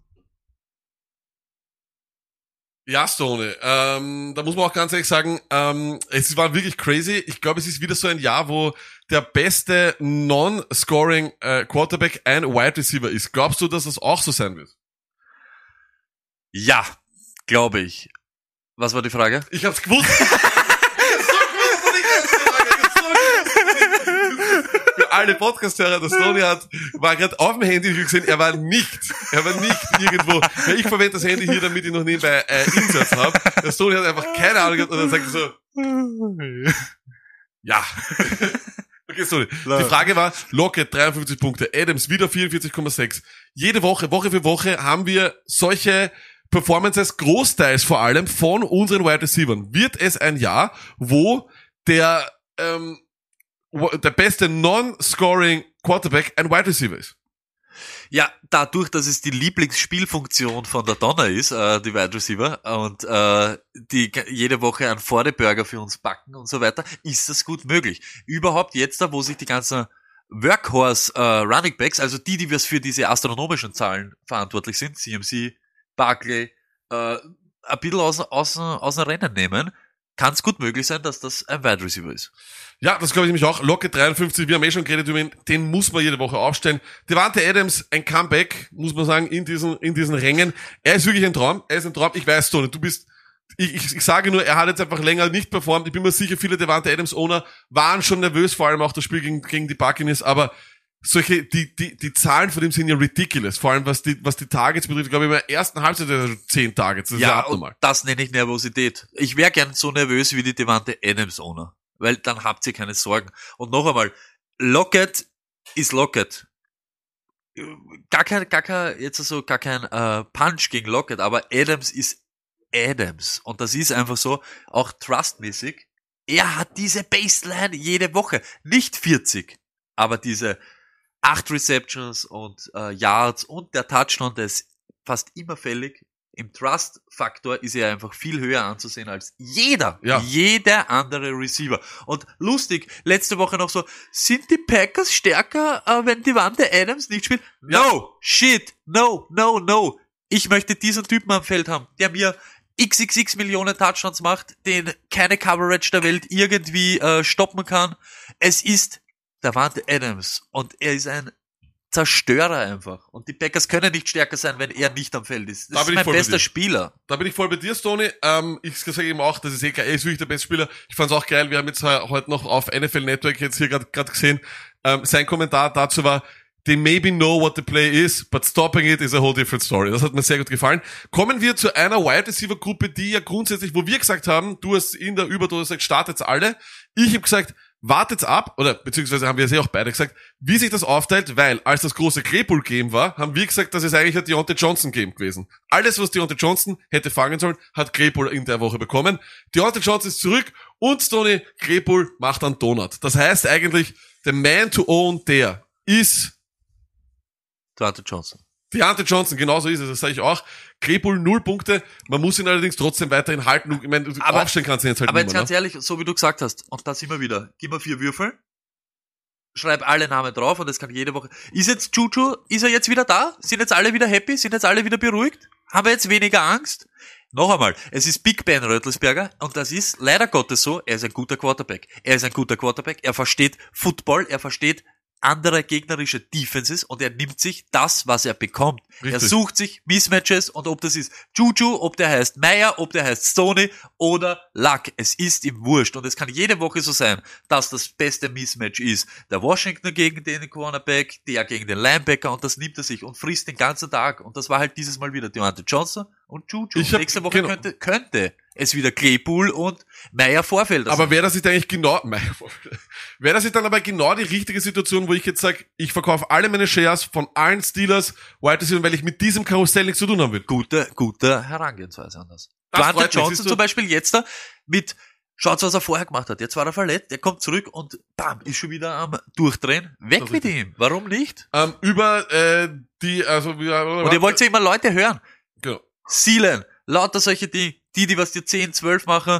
Ja, Stone, ähm, da muss man auch ganz ehrlich sagen, ähm, es war wirklich crazy. Ich glaube, es ist wieder so ein Jahr, wo der beste Non-Scoring äh, Quarterback ein Wide Receiver ist. Glaubst du, dass das auch so sein wird? Ja, glaube ich. Was war die Frage? Ich hab's gewusst. Für alle Podcast-Hörer, der Stoney hat, war gerade auf dem Handy gesehen, er war nicht, er war nicht irgendwo. Ja, ich verwende das Handy hier, damit ich noch nebenbei äh, Inserts habe. Der Stoney hat einfach keine Ahnung gehabt und dann sagt er so, ja. Okay, Stoney. Die Frage war, Lockett dreiundfünfzig Punkte, Adams wieder vierundvierzig Komma sechs. Jede Woche, Woche für Woche haben wir solche Performances, großteils vor allem von unseren Wide Receivers. Wird es ein Jahr, wo der, ähm, der beste Non-Scoring Quarterback ein Wide Receiver ist? Ja, dadurch, dass es die Lieblingsspielfunktion von der Donner ist, äh, die Wide Receiver, und äh, die jede Woche einen Vorderburger für uns backen und so weiter, ist das gut möglich. Überhaupt jetzt da, wo sich die ganzen Workhorse äh, Running Backs, also die, die wir für diese astronomischen Zahlen verantwortlich sind, C M C, Barkley, äh, ein bisschen aus, aus, aus dem Rennen nehmen, kann es gut möglich sein, dass das ein Wide Receiver ist. Ja, das glaube ich nämlich auch. Lockett dreiundfünfzig, wir haben eh schon geredet über ihn, den muss man jede Woche aufstellen. Devante Adams, ein Comeback, muss man sagen, in diesen, in diesen Rängen. Er ist wirklich ein Traum, er ist ein Traum. Ich weiß, Tony, du bist, ich, ich, ich sage nur, er hat jetzt einfach länger nicht performt. Ich bin mir sicher, viele Devante Adams Owner waren schon nervös, vor allem auch das Spiel gegen, gegen die Buccaneers, aber solche, die, die, die Zahlen von dem sind ja ridiculous. Vor allem, was die, was die Targets betrifft. Ich glaube, in der ersten Halbzeit hat er schon zehn Targets. Das ist ja, ja abnormal. Und das nenne ich Nervosität. Ich wäre gern so nervös wie die Devante Adams Owner. Weil dann habt ihr keine Sorgen. Und noch einmal, Lockett ist Lockett. Gar kein, gar kein, jetzt so, gar kein, äh, Punch gegen Lockett, aber Adams ist Adams. Und das ist einfach so, auch trustmäßig. Er hat diese Baseline jede Woche. Nicht vierzig, aber diese acht Receptions und äh, Yards und der Touchdown, der ist fast immer fällig. Im Trust-Faktor ist er einfach viel höher anzusehen als jeder, ja. jeder andere Receiver. Und lustig, letzte Woche noch so, sind die Packers stärker, äh, wenn Devante Adams nicht spielt? No, ja. shit, no, no, no. Ich möchte diesen Typen am Feld haben, der mir x x x Millionen Touchdowns macht, den keine Coverage der Welt irgendwie äh, stoppen kann. Es ist Devante Adams und er ist ein Zerstörer einfach. Und die Packers können nicht stärker sein, wenn er nicht am Feld ist. Das da ist mein bester Spieler. Da bin ich voll bei dir, Stoney. Ähm, ich sage eben auch, das ist eh geil. Er ist wirklich der beste Spieler. Ich fand's auch geil. Wir haben jetzt heute noch auf N F L Network jetzt hier gerade gesehen. Ähm, sein Kommentar dazu war, they maybe know what the play is, but stopping it is a whole different story. Das hat mir sehr gut gefallen. Kommen wir zu einer Wide Receiver Gruppe, die ja grundsätzlich, wo wir gesagt haben, du hast in der Überdose gesagt, startet's alle. Ich habe gesagt, wartet's ab, oder beziehungsweise haben wir es ja auch beide gesagt, wie sich das aufteilt, weil als das große Claypool-Game war, haben wir gesagt, das ist eigentlich ein Deontay Johnson-Game gewesen. Alles, was Deontay Johnson hätte fangen sollen, hat Claypool in der Woche bekommen. Deontay Johnson ist zurück und Tony Claypool macht einen Donut. Das heißt eigentlich, the man to own there ist Deontay Johnson. Deontay Johnson, genauso ist es, das sage ich auch. Claypool null Punkte, man muss ihn allerdings trotzdem weiterhin halten. Ich meine, aber, aufstellen kannst du jetzt halt Aber nicht jetzt mehr, ganz ne? ehrlich, so wie du gesagt hast, und das immer wieder, gib mir vier Würfel, schreib alle Namen drauf und das kann jede Woche. Ist jetzt Juju, ist er jetzt wieder da? Sind jetzt alle wieder happy? Sind jetzt alle wieder beruhigt? Haben wir jetzt weniger Angst? Noch einmal, es ist Big Ben Roethlisberger und das ist leider Gottes so, er ist ein guter Quarterback. Er ist ein guter Quarterback, er versteht Football, er versteht andere gegnerische Defenses und er nimmt sich das, was er bekommt. Richtig. Er sucht sich Mismatches und ob das ist Juju, ob der heißt Meyer, ob der heißt Stoney oder Luck. Es ist ihm wurscht und es kann jede Woche so sein, dass das beste Mismatch ist der Washington gegen den Cornerback, der gegen den Linebacker und das nimmt er sich und frisst den ganzen Tag und das war halt dieses Mal wieder Deontay Johnson und Juju. Ich hab, Nächste Woche genau. könnte, könnte es wieder Claypool und Meyer Vorfelder Aber sein. wäre das nicht eigentlich genau, wäre das nicht dann aber genau die richtige Situation, wo ich jetzt sage, ich verkaufe alle meine Shares von allen Steelers, Wide Receiver, weil ich mit diesem Karussell nichts zu tun haben will. Gute, gute Herangehensweise an das. Das Deontay freut mich, Johnson siehst du? zum Beispiel jetzt da mit, schaut was er vorher gemacht hat. Jetzt war er verletzt, der kommt zurück und bam, ist schon wieder am Durchdrehen. Weg Das mit ist- ihm. Warum nicht? Ähm, über äh, die, also wir, Und ihr wollt ja immer Leute hören. genau. Seelen, lauter solche Dinge, die, die was dir zehn, zwölf machen.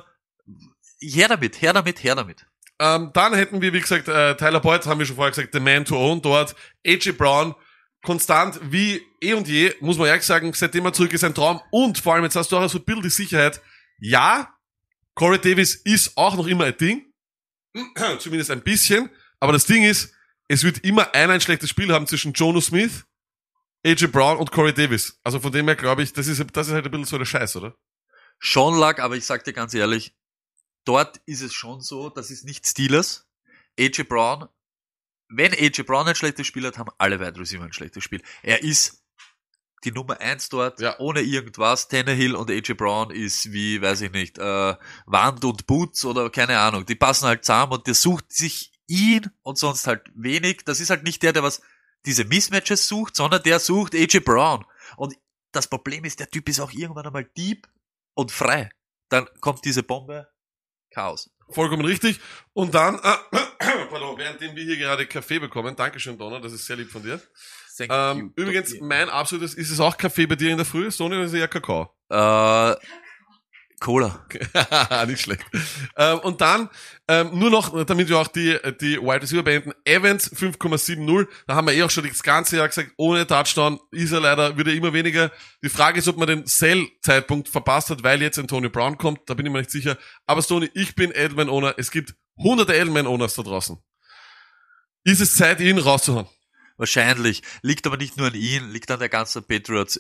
Her damit, her damit, her damit. Ähm, dann hätten wir, wie gesagt, äh, Tyler Boyd, haben wir schon vorher gesagt, the man to own dort. A J Brown, konstant wie eh und je, muss man ehrlich sagen, seitdem er zurück ist, ein Traum. Und vor allem, jetzt hast du auch so ein bisschen die Sicherheit. Ja, Corey Davis ist auch noch immer ein Ding. Zumindest ein bisschen. Aber das Ding ist, es wird immer einer ein schlechtes Spiel haben zwischen Jono Smith, A J Brown und Corey Davis. Also von dem her glaube ich, das ist, das ist halt ein bisschen so der Scheiß, oder? Schon lag, aber ich sag dir ganz ehrlich, dort ist es schon so, das ist nicht Steelers. A J Brown, wenn A J Brown ein schlechtes Spiel hat, haben alle Wide Receiver ein schlechtes Spiel. Er ist die Nummer eins dort, Ja. ohne irgendwas. Tannehill und A J Brown ist wie, weiß ich nicht, äh, Wand und Boots oder keine Ahnung. Die passen halt zusammen und der sucht sich ihn und sonst halt wenig. Das ist halt nicht der, der was diese Mismatches sucht, sondern der sucht A J Brown. Und das Problem ist, der Typ ist auch irgendwann einmal deep und frei. Dann kommt diese Bombe, Chaos. Vollkommen richtig. Und dann, äh, pardon, währenddem wir hier gerade Kaffee bekommen, Dankeschön, Donner, das ist sehr lieb von dir. Thank Ähm, you. übrigens, mein absolutes, ist es auch Kaffee bei dir in der Früh? Sonne oder ist es eher Kakao? Äh, Cola. Nicht schlecht. Ähm, und dann ähm, nur noch, damit wir auch die die Wide Receiver beenden, Evans fünf Komma sieben null. Da haben wir eh auch schon das ganze Jahr gesagt, ohne Touchdown ist er leider, wird er immer weniger. Die Frage ist, ob man den Sell-Zeitpunkt verpasst hat, weil jetzt Antonio Brown kommt. Da bin ich mir nicht sicher. Aber Stoney, ich bin Edelman-Owner. Es gibt hunderte Edelman-Owners da draußen. Ist es Zeit, ihn rauszuhauen? Wahrscheinlich. Liegt aber nicht nur an ihn, liegt an der ganzen Patriots.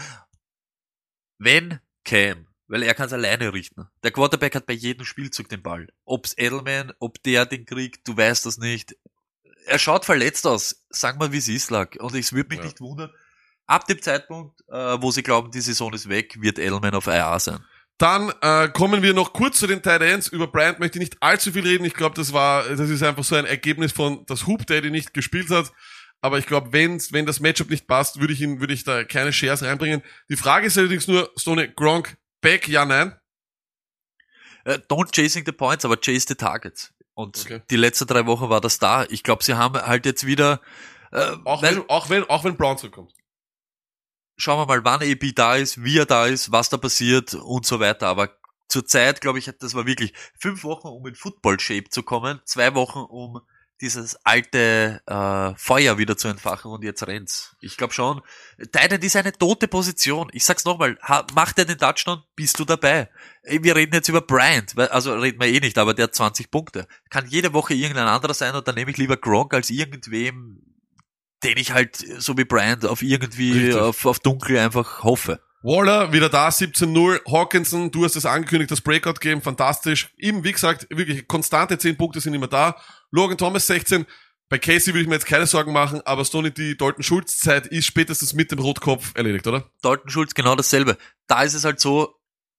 Wenn Cam, weil er kann es alleine richten. Der Quarterback hat bei jedem Spielzug den Ball. Ob's Edelman, ob der den kriegt, du weißt das nicht. Er schaut verletzt aus. Sag mal, wie es ist, lag. Und es würde mich ja. nicht wundern. Ab dem Zeitpunkt, äh, wo sie glauben, die Saison ist weg, wird Edelman auf I R sein. Dann äh, kommen wir noch kurz zu den Tight Ends. Über Bryant möchte ich nicht allzu viel reden. Ich glaube, das war, das ist einfach so ein Ergebnis von, dass Hoop Daddy nicht gespielt hat. Aber ich glaube, wenn wenn das Matchup nicht passt, würde ich ihn, würde ich da keine Shares reinbringen. Die Frage ist allerdings nur, Stoney, Gronk back, ja, nein? Uh, don't chasing the points, aber chase the targets. Und okay. Die letzten drei Wochen war das da. Ich glaube, sie haben halt jetzt wieder... Äh, auch, wenn, auch wenn auch wenn Brown zurückkommt. Schauen wir mal, wann A B da ist, wie er da ist, was da passiert und so weiter. Aber zur Zeit, glaube ich, das war wirklich fünf Wochen, um in Football-Shape zu kommen, zwei Wochen, um dieses alte äh, Feuer wieder zu entfachen und jetzt rennt's. Ich glaube schon, Tight End ist eine tote Position. Ich sag's nochmal, macht er den Touchdown, bist du dabei. Wir reden jetzt über Bryant, also reden wir eh nicht, aber der hat zwanzig Punkte. Kann jede Woche irgendein anderer sein und dann nehme ich lieber Gronk als irgendwem, den ich halt, so wie Bryant, auf irgendwie, auf, auf dunkel einfach hoffe. Waller, wieder da, siebzehn null. Hawkinson, du hast es angekündigt, das Breakout-Game, fantastisch. Eben, wie gesagt, wirklich konstante zehn Punkte sind immer da. Logan Thomas, sechzehn. Bei Casey würde ich mir jetzt keine Sorgen machen, aber Stoney, die Dalton-Schulz-Zeit ist spätestens mit dem Rotkopf erledigt, oder? Dalton-Schulz, genau dasselbe. Da ist es halt so,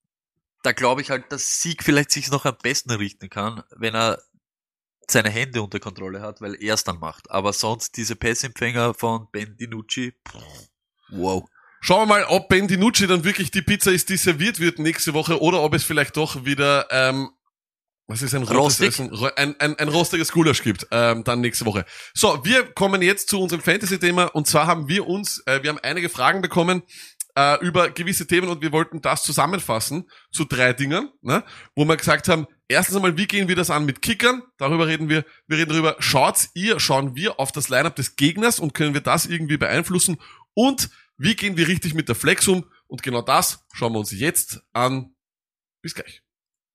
da glaube ich halt, dass Sieg vielleicht sich noch am besten richten kann, wenn er seine Hände unter Kontrolle hat, weil er es dann macht. Aber sonst diese Passempfänger von Ben DiNucci, pff, wow. Schauen wir mal, ob Ben DiNucci dann wirklich die Pizza ist, die serviert wird nächste Woche, oder ob es vielleicht doch wieder, ähm, was ist ein rotes Essen? Ein, ein, ein rostiges Gulasch gibt, ähm, dann nächste Woche. So, wir kommen jetzt zu unserem Fantasy-Thema, und zwar haben wir uns, äh, wir haben einige Fragen bekommen, äh, über gewisse Themen, und wir wollten das zusammenfassen zu drei Dingen, ne, wo wir gesagt haben, erstens einmal, wie gehen wir das an mit Kickern? Darüber reden wir. Wir reden darüber, schaut ihr, schauen wir auf das Lineup des Gegners und können wir das irgendwie beeinflussen? Und wie gehen wir richtig mit der Flex um? Und genau das schauen wir uns jetzt an. Bis gleich.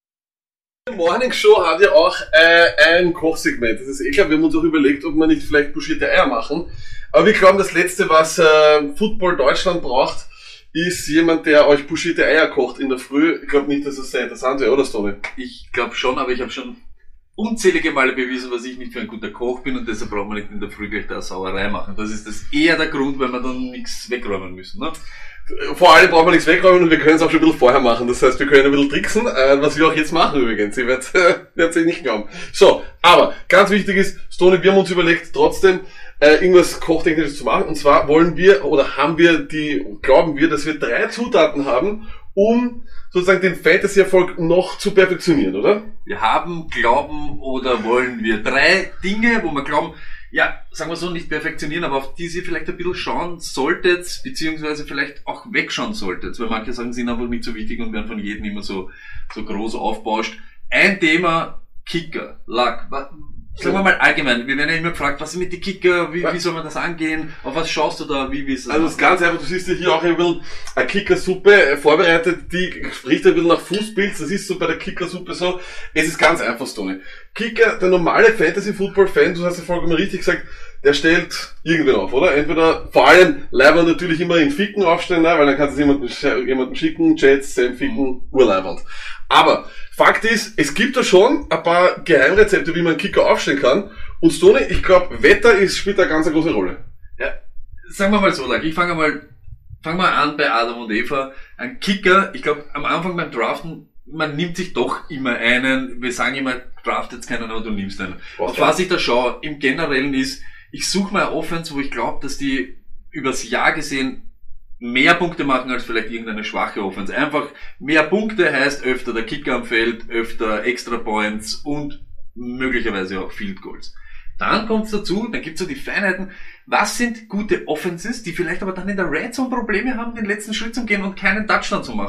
Die Morning Show hat ja auch äh, ein Kochsegment. Das ist eh klar, wir haben uns auch überlegt, ob wir nicht vielleicht pochierte Eier machen. Aber wir glauben, das Letzte, was äh, Football Deutschland braucht, ist jemand, der euch pochierte Eier kocht in der Früh. Ich glaube nicht, dass das sehr interessant wäre, oder Stoney? Ich glaube schon, aber ich habe schon unzählige Male bewiesen, was ich nicht für ein guter Koch bin, und deshalb brauchen wir nicht in der Früh gleich da Sauerei machen. Das ist das eher der Grund, weil wir dann nichts wegräumen müssen, ne? Vor allem brauchen wir nichts wegräumen, und wir können es auch schon ein bisschen vorher machen. Das heißt, wir können ein bisschen tricksen, äh, was wir auch jetzt machen übrigens. Ihr werdet es eh nicht glauben. So, aber ganz wichtig ist, Stoney, wir haben uns überlegt, trotzdem äh, irgendwas Kochtechnisches zu machen. Und zwar wollen wir, oder haben wir die, glauben wir, dass wir drei Zutaten haben, um sozusagen den Fantasy-Erfolg noch zu perfektionieren, oder? Wir haben, glauben oder wollen wir drei Dinge, wo wir glauben, ja, sagen wir so, nicht perfektionieren, aber auf die Sie vielleicht ein bisschen schauen solltet, beziehungsweise vielleicht auch wegschauen solltet, weil manche Sachen sind einfach nicht so wichtig und werden von jedem immer so, so groß aufbauscht. Ein Thema, Kicker, Luck. Sagen wir mal allgemein, wir werden ja immer gefragt, was ist mit den Kicker, wie, wie soll man das angehen, auf was schaust du da, wie willst du das Also das ist ganz einfach, du siehst ja hier auch ein bisschen eine Kickersuppe vorbereitet, die riecht ein bisschen nach Fußpilz, das ist so bei der Kickersuppe so, es ist ganz einfach, Stoney. Kicker, der normale Fantasy-Football-Fan, du hast ja vollkommen richtig gesagt, der stellt irgendwen auf, oder? Entweder, vor allem, Leibwand natürlich immer in Ficken aufstellen, ne? Weil dann kannst du jemanden, jemanden schicken, Jets, Sam Ficken, Urleibwand. Aber, Fakt ist, es gibt da schon ein paar Geheimrezepte, wie man einen Kicker aufstellen kann. Und Stoney, ich glaube, Wetter ist, spielt da eine ganz große Rolle. Ja, sagen wir mal so, like, ich fange mal, fang mal an bei Adam und Eva. Ein Kicker, ich glaube, am Anfang beim Draften, man nimmt sich doch immer einen, wir sagen immer, draft jetzt keinen, aber du nimmst einen. Was Auf was ich da schaue, im Generellen ist, ich suche mal eine Offense, wo ich glaube, dass die übers Jahr gesehen mehr Punkte machen als vielleicht irgendeine schwache Offense. Einfach mehr Punkte heißt öfter der Kicker am Feld, öfter Extra Points und möglicherweise auch Field Goals. Dann kommt's dazu, dann gibt's so die Feinheiten. Was sind gute Offenses, die vielleicht aber dann in der Red Zone Probleme haben, den letzten Schritt zu gehen und keinen Touchdown zu machen?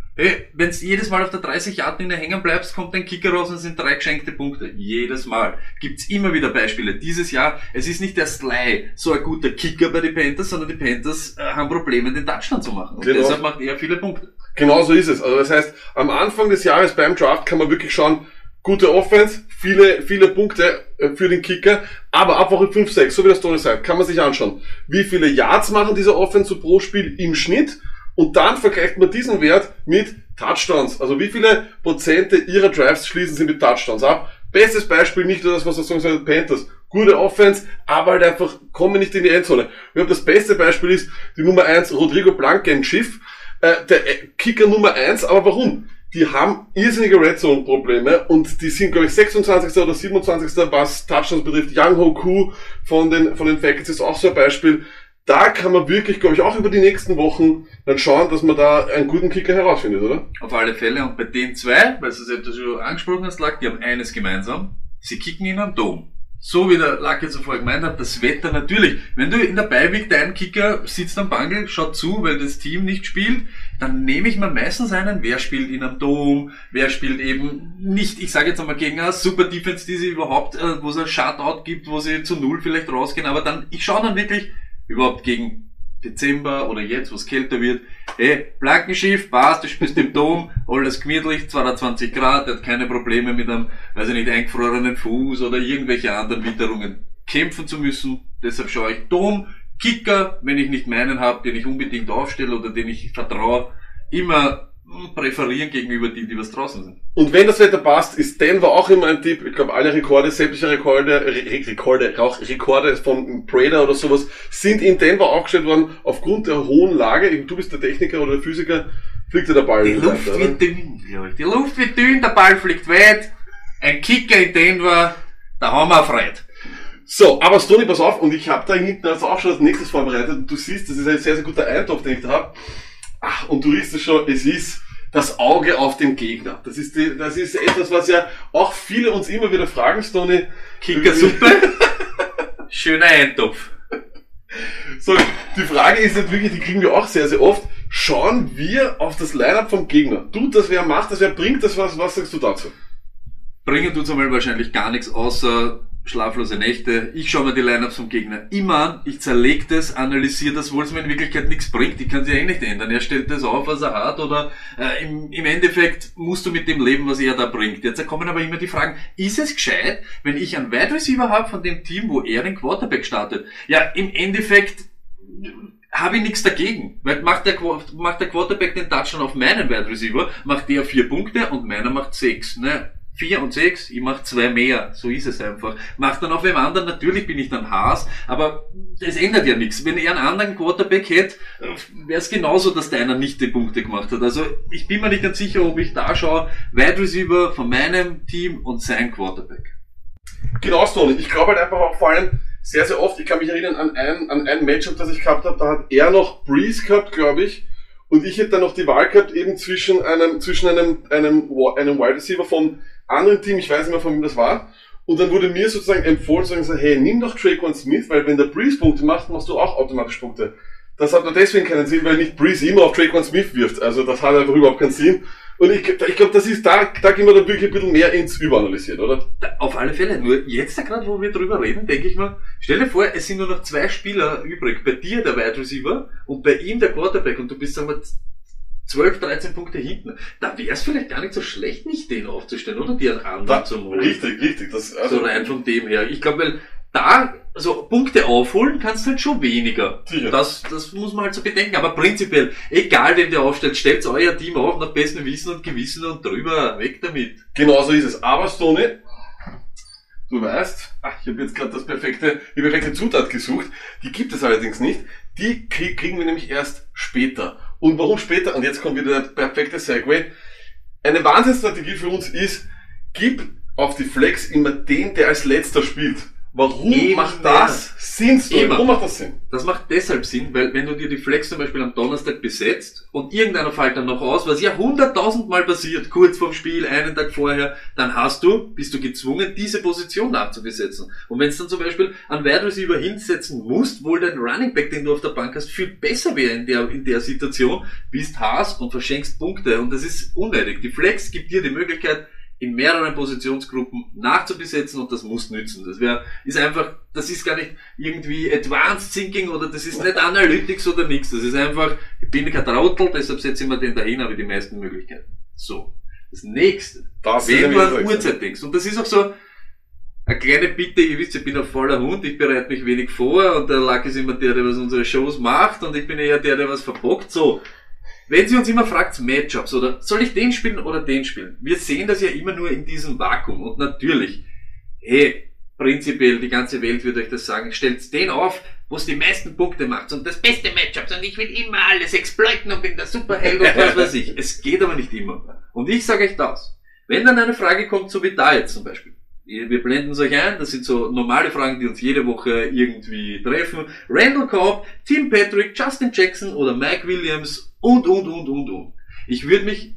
Hey, wenn du jedes Mal auf der dreißig-Yard-Linie hängen bleibst, kommt ein Kicker raus und es sind drei geschenkte Punkte. Jedes Mal. Gibt's immer wieder Beispiele. Dieses Jahr, es ist nicht der Sly so ein guter Kicker bei den Panthers, sondern die Panthers äh, haben Probleme, den Touchdown zu machen. Und genau. deshalb macht er viele Punkte. Genau so ist es. Also das heißt, am Anfang des Jahres beim Draft kann man wirklich schauen, gute Offense, viele, viele Punkte für den Kicker, aber ab Woche fünf, sechs, so wie das Tony sagt, kann man sich anschauen, wie viele Yards machen diese Offense so pro Spiel im Schnitt und dann vergleicht man diesen Wert mit Touchdowns. Also wie viele Prozente ihrer Drives schließen sie mit Touchdowns ab. Bestes Beispiel, nicht nur das, was wir sagen, Panthers. Gute Offense, aber halt einfach kommen nicht in die Endzone. Wir haben das beste Beispiel ist die Nummer eins, Rodrigo Blanco im Schiff, äh, der Kicker Nummer eins, aber warum? Die haben irrsinnige Red Zone Probleme und die sind, glaube ich, sechsundzwanzigster oder siebenundzwanzigster was Touchdowns betrifft. Young Hoku von den, von den Falcons ist auch so ein Beispiel. Da kann man wirklich, glaube ich, auch über die nächsten Wochen dann schauen, dass man da einen guten Kicker herausfindet, oder? Auf alle Fälle. Und bei den zwei, weil du es etwas schon angesprochen hast, Lack, die haben eines gemeinsam. Sie kicken in einen Dom. So wie der Lack jetzt zuvor gemeint hat, das Wetter natürlich. Wenn du in der Beiweek dein Kicker sitzt am Bangel, schaut zu, weil das Team nicht spielt, dann nehme ich mir meistens einen, wer spielt in einem Dom, wer spielt eben nicht, ich sage jetzt einmal gegen eine Super Defense, die sie überhaupt, äh, wo es ein Shutout gibt, wo sie zu Null vielleicht rausgehen, aber dann, ich schaue dann wirklich überhaupt gegen Dezember oder jetzt, wo es kälter wird, hey, Blankenschiff, passt, du spielst im Dom, alles gemütlich, zweiundzwanzig Grad, der hat keine Probleme mit einem, weiß ich nicht, eingefrorenen Fuß oder irgendwelche anderen Witterungen kämpfen zu müssen. Deshalb schaue ich Dom, Kicker, wenn ich nicht meinen habe, den ich unbedingt aufstelle oder den ich vertraue, immer präferieren gegenüber die, die was draußen sind. Und wenn das Wetter passt, ist Denver auch immer ein Tipp. Ich glaube, alle Rekorde, sämtliche Rekorde, Re Rekorde, auch Rekorde von Prater oder sowas, sind in Denver aufgestellt worden aufgrund der hohen Lage. Du bist der Techniker oder der Physiker, fliegt dir der Ball. Die Luft weiter, wird dünn, glaube ich. Die Luft wird dünn, der Ball fliegt weit. Ein Kicker in Denver, da haben wir Freude. So, aber Stoney, pass auf, und ich habe da hinten also auch schon das nächste vorbereitet. Und du siehst, das ist ein sehr, sehr guter Eintopf, den ich da habe. Ach, und du riechst es schon, es ist das Auge auf dem Gegner. Das ist die, das ist etwas, was ja auch viele uns immer wieder fragen, Stoney. Kickersuppe? Schöner Eintopf. So, die Frage ist jetzt wirklich, die kriegen wir auch sehr, sehr oft. Schauen wir auf das Line-Up vom Gegner. Tut das wer, macht das wer, bringt das was? Was sagst du dazu? Bringen tut's einmal wahrscheinlich gar nichts, außer schlaflose Nächte. Ich schaue mir die Lineups vom Gegner immer an, ich zerlege das, analysiere das, wo es mir in Wirklichkeit nichts bringt. Ich kann sie eh nicht ändern. Er stellt das auf, was er hat, oder äh, im, im Endeffekt musst du mit dem leben, was er da bringt. Jetzt kommen aber immer die Fragen, ist es gescheit, wenn ich einen Wide Receiver habe von dem Team, wo er den Quarterback startet? Ja, im Endeffekt habe ich nichts dagegen, weil macht der, macht der Quarterback den Touchdown auf meinen Wide Receiver, macht der vier Punkte und meiner macht sechs, ne? Vier und sechs, ich mach zwei mehr, so ist es einfach. Macht dann auf einem anderen, natürlich bin ich dann Haas, aber es ändert ja nichts. Wenn er einen anderen Quarterback hätte, wäre es genauso, dass der einer nicht die Punkte gemacht hat. Also ich bin mir nicht ganz sicher, ob ich da schaue, Wide Receiver von meinem Team und sein Quarterback. Genau, Stoney. Ich glaube halt einfach auch vor allem sehr, sehr oft, ich kann mich erinnern an ein, an ein Matchup, das ich gehabt habe, da hat er noch Breeze gehabt, glaube ich, und ich hätte dann noch die Wahl gehabt, eben zwischen einem, zwischen einem, einem, einem Wide Receiver vom anderen Team, ich weiß nicht mehr, von wem das war, und dann wurde mir sozusagen empfohlen, zu sagen, hey, nimm doch Traquan Smith, weil wenn der Breeze Punkte macht, machst du auch automatisch Punkte. Das hat nur deswegen keinen Sinn, weil nicht Breeze immer auf Traquan Smith wirft, also das hat einfach überhaupt keinen Sinn. Und ich, ich glaube, das ist, da, da gehen wir dann wirklich ein bisschen mehr ins Überanalysieren, oder? Auf alle Fälle. Nur jetzt gerade, wo wir drüber reden, denke ich mir, stell dir vor, es sind nur noch zwei Spieler übrig. Bei dir der Wide Receiver und bei ihm der Quarterback und du bist, sagen wir, zwölf, dreizehn Punkte hinten. Da wäre es vielleicht gar nicht so schlecht, nicht den aufzustellen, oder? Die einen anderen zu holen. Richtig, richtig. Das, also so rein von dem her. Ich glaube, weil da, also Punkte aufholen kannst du halt schon weniger. Sicher. Das, das muss man halt so bedenken. Aber prinzipiell, egal wem der aufstellt, stellt euer Team auf nach bestem Wissen und Gewissen und drüber, weg damit. Genau so ist es. Aber Stoney, du weißt, ach, ich habe jetzt gerade das perfekte, die perfekte Zutat gesucht. Die gibt es allerdings nicht. Die krieg, kriegen wir nämlich erst später. Und warum später? Und jetzt kommt wieder der perfekte Segway. Eine Wahnsinnsstrategie für uns ist, gib auf die Flex immer den, der als letzter spielt. Warum Eben macht das Sinn? Story? Eben. Warum macht das Sinn? Das macht deshalb Sinn, weil wenn du dir die Flex zum Beispiel am Donnerstag besetzt und irgendeiner fällt dann noch aus, was ja hunderttausendmal passiert, kurz vorm Spiel, einen Tag vorher, dann hast du, bist du gezwungen, diese Position nachzubesetzen. Und wenn es dann zum Beispiel an Wide Receiver hinsetzen musst, wohl dein Running Back, den du auf der Bank hast, viel besser wäre in der, in der Situation, bist Haas und verschenkst Punkte. Und das ist unnötig. Die Flex gibt dir die Möglichkeit, in mehreren Positionsgruppen nachzubesetzen und das muss nützen. Das wäre, ist einfach, das ist gar nicht irgendwie Advanced Thinking oder das ist nicht Analytics oder nichts. Das ist einfach, ich bin kein Trottel, deshalb setze ich mir den dahin, habe ich die meisten Möglichkeiten. So. Das nächste. Das wenn du an Uhrzeit denkst. Und das ist auch so, eine kleine Bitte, ihr wisst, ich bin ein voller Hund, ich bereite mich wenig vor und der Luck ist immer der, der was unsere Shows macht und ich bin eher der, der was verbockt. So. Wenn sie uns immer fragt, Matchups oder soll ich den spielen oder den spielen? Wir sehen das ja immer nur in diesem Vakuum. Und natürlich, hey, prinzipiell, die ganze Welt wird euch das sagen, stellt den auf, wo es die meisten Punkte macht und das beste Matchups und ich will immer alles exploiten und bin der Superheld und was weiß ich. Es geht aber nicht immer. Und ich sage euch das. Wenn dann eine Frage kommt, so wie da jetzt zum Beispiel. Wir blenden es euch ein, das sind so normale Fragen, die uns jede Woche irgendwie treffen. Randall Cobb, Tim Patrick, Justin Jackson oder Mike Williams und, und, und, und, und. Ich würde mich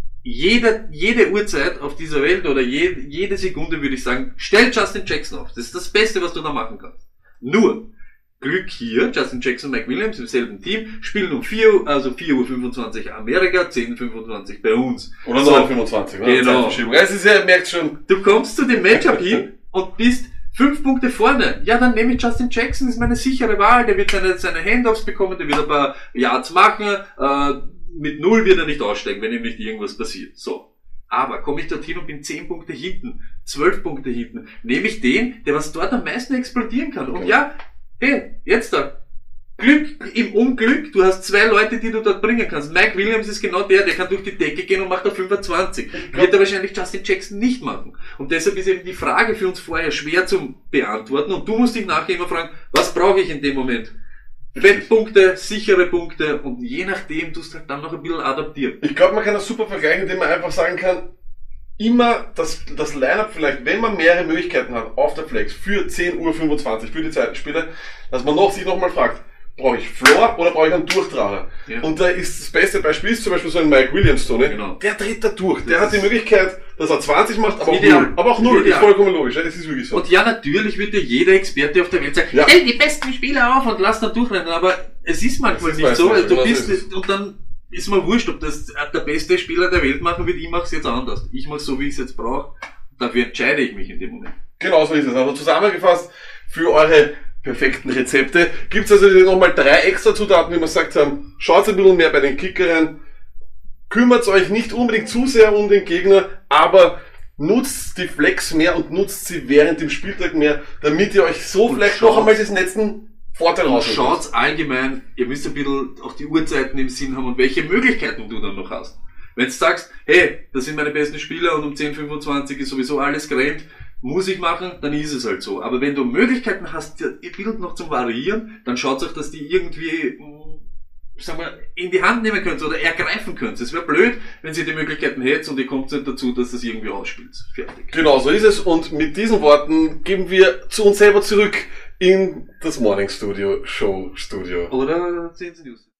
jede, jede Uhrzeit auf dieser Welt oder jede, jede Sekunde würde ich sagen, stell Justin Jackson auf. Das ist das Beste, was du da machen kannst. Nur, Glück hier, Justin Jackson und Mike Williams im selben Team, spielen um vier Uhr, also vier Uhr fünfundzwanzig Amerika, zehn Uhr fünfundzwanzig bei uns. Oder so, neun Uhr fünfundzwanzig, ne? Genau. Es ist ja, merkt schon. Du kommst zu dem Matchup hin und bist fünf Punkte vorne. Ja, dann nehme ich Justin Jackson, das ist meine sichere Wahl, der wird seine, seine Handoffs bekommen, der wird ein paar Yards machen, äh, mit null wird er nicht aussteigen, wenn ihm nicht irgendwas passiert. So. Aber komme ich dorthin und bin zehn Punkte hinten, zwölf Punkte hinten, nehme ich den, der was dort am meisten explodieren kann. Und ja, hey, jetzt da. Glück im Unglück, du hast zwei Leute, die du dort bringen kannst. Mike Williams ist genau der, der kann durch die Decke gehen und macht auf fünfundzwanzig. Wird er wahrscheinlich Justin Jackson nicht machen. Und deshalb ist eben die Frage für uns vorher schwer zu beantworten und du musst dich nachher immer fragen, was brauche ich in dem Moment? Fettpunkte, sichere Punkte und je nachdem tust du halt dann noch ein bisschen adaptieren. Ich glaube, man kann das super vergleichen, indem man einfach sagen kann, immer das, das Line-Up vielleicht, wenn man mehrere Möglichkeiten hat auf der Flex für zehn Uhr fünfundzwanzig, für die zweiten Spiele, dass man noch sich nochmal fragt, brauche ich Floor oder brauche ich einen Durchtrager? Ja. Und da ist das beste Beispiel ist zum Beispiel so ein Mike Williams, Tony. Genau. Der dreht da durch. Der das hat die Möglichkeit, dass er zwanzig macht, aber auch null. Aber auch null. Ist vollkommen logisch. Ja, das ist wirklich so. Und ja, natürlich wird dir jeder Experte auf der Welt sagen, ja, stell die besten Spieler auf und lass da durchrennen. Aber es ist manchmal ist nicht so. Also du bist nicht, und dann ist mir wurscht, ob das der beste Spieler der Welt machen wird. Ich mache es jetzt anders. Ich mache so, wie ich es jetzt brauche. Dafür entscheide ich mich in dem Moment. Genau so ist es. Also zusammengefasst, für eure perfekten Rezepte gibt's also nochmal drei extra Zutaten, wie wir gesagt haben. Schaut ein bisschen mehr bei den Kickern. Kümmert euch nicht unbedingt zu sehr um den Gegner, aber nutzt die Flex mehr und nutzt sie während dem Spieltag mehr, damit ihr euch so und vielleicht noch einmal diesen letzten Vorteil rausholt. Schaut allgemein, ihr müsst ein bisschen auch die Uhrzeiten im Sinn haben und welche Möglichkeiten du dann noch hast. Wenn du sagst, hey, das sind meine besten Spieler und um zehn Uhr fünfundzwanzig ist sowieso alles gerannt, muss ich machen, dann ist es halt so. Aber wenn du Möglichkeiten hast, ihr Bild noch zum Variieren, dann schaut euch, dass die irgendwie, sagen wir, in die Hand nehmen könnt oder ergreifen könnt. Es wäre blöd, wenn ihr die Möglichkeiten hättet und ihr kommt nicht dazu, dass das irgendwie ausspielt. Fertig. Genau, so ist es. Und mit diesen Worten geben wir zu uns selber zurück in das Morning Studio, Show Studio. Oder C N C News.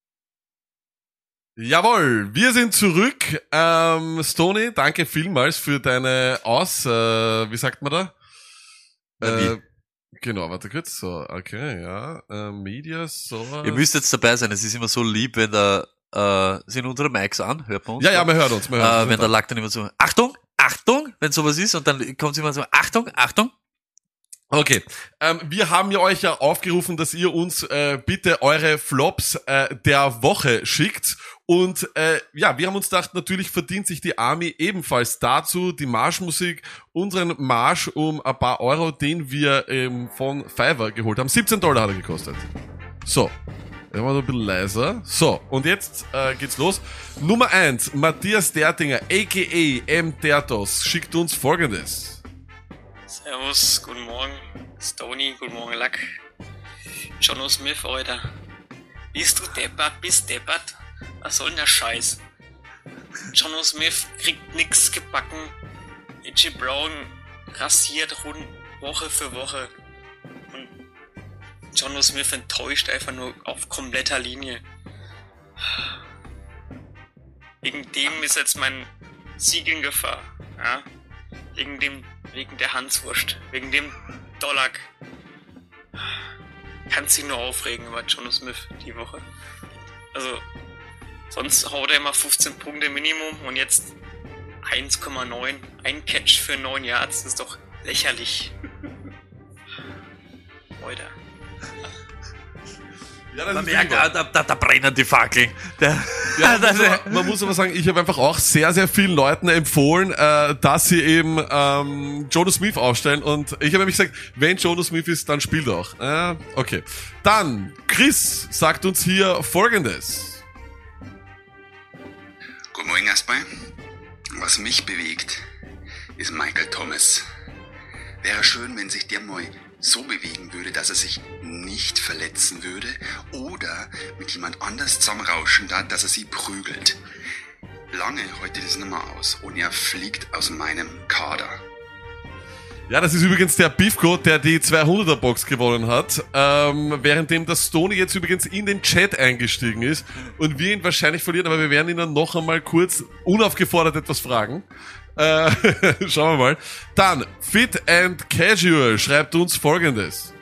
Jawohl, wir sind zurück. Ähm, Stoney, danke vielmals für deine Aus, äh, wie sagt man da? Äh, genau, warte kurz, so, okay, ja, äh, Media, so. Ihr müsst jetzt dabei sein, es ist immer so lieb, wenn da, äh, sind unsere Mics an, hört man uns? Ja, ja, man hört uns, man hört äh, uns. Wenn der Lack dann immer so, Achtung, Achtung, wenn sowas ist und dann kommt es immer so, Achtung, Achtung. Okay, ähm, wir haben ja euch ja aufgerufen, dass ihr uns äh, bitte eure Flops äh, der Woche schickt und äh, ja, wir haben uns gedacht, natürlich verdient sich die Army ebenfalls dazu die Marschmusik, unseren Marsch um ein paar Euro, den wir ähm, von Fiverr geholt haben. siebzehn Dollar hat er gekostet. So, wir machen ein bisschen leiser. So, und jetzt äh, geht's los. Nummer eins, Matthias Dertinger, aka M. Tertos, schickt uns Folgendes. Servus, guten Morgen, Stoney, guten Morgen, Lack. Jono Smith, Alter. Bist du deppert, bist deppert? Was soll denn der Scheiß? Jono Smith kriegt nix gebacken. A J Brown rasiert rund Woche für Woche. Jono Smith enttäuscht einfach nur auf kompletter Linie. Wegen dem ist jetzt mein Sieg in Gefahr. Ja? Wegen dem, wegen der Hanswurst, wegen dem Dollack. Kannst dich nur aufregen über Jono Smith die Woche. Also, sonst haut er immer fünfzehn Punkte Minimum und jetzt eins Komma neun. Ein Catch für neun Yards, das ist doch lächerlich. Leute. Ja, das Man ist merkt, wirklich da, da, da brennen die Fackeln. Der, Ja, man, muss aber, man muss aber sagen, ich habe einfach auch sehr, sehr vielen Leuten empfohlen, äh, dass sie eben ähm, Jono Smith aufstellen. Und ich habe nämlich gesagt, wenn Jono Smith ist, dann spielt er auch. Äh, okay. Dann, Chris sagt uns hier Folgendes. Guten Morgen erstmal. Was mich bewegt, ist Michael Thomas. Wäre schön, wenn sich der mal so bewegen würde, dass er sich nicht verletzen würde oder mit jemand anders zusammenrauschen darf, dass er sie prügelt. Lange heute das nicht mehr aus und er fliegt aus meinem Kader. Ja, das ist übrigens der Beefco, der die zweihunderter Box gewonnen hat, ähm, währenddem der Stoney jetzt übrigens in den Chat eingestiegen ist und wir ihn wahrscheinlich verlieren, aber wir werden ihn dann noch einmal kurz unaufgefordert etwas fragen. Äh, schauen wir mal. Dann, Fit and Casual schreibt uns Folgendes.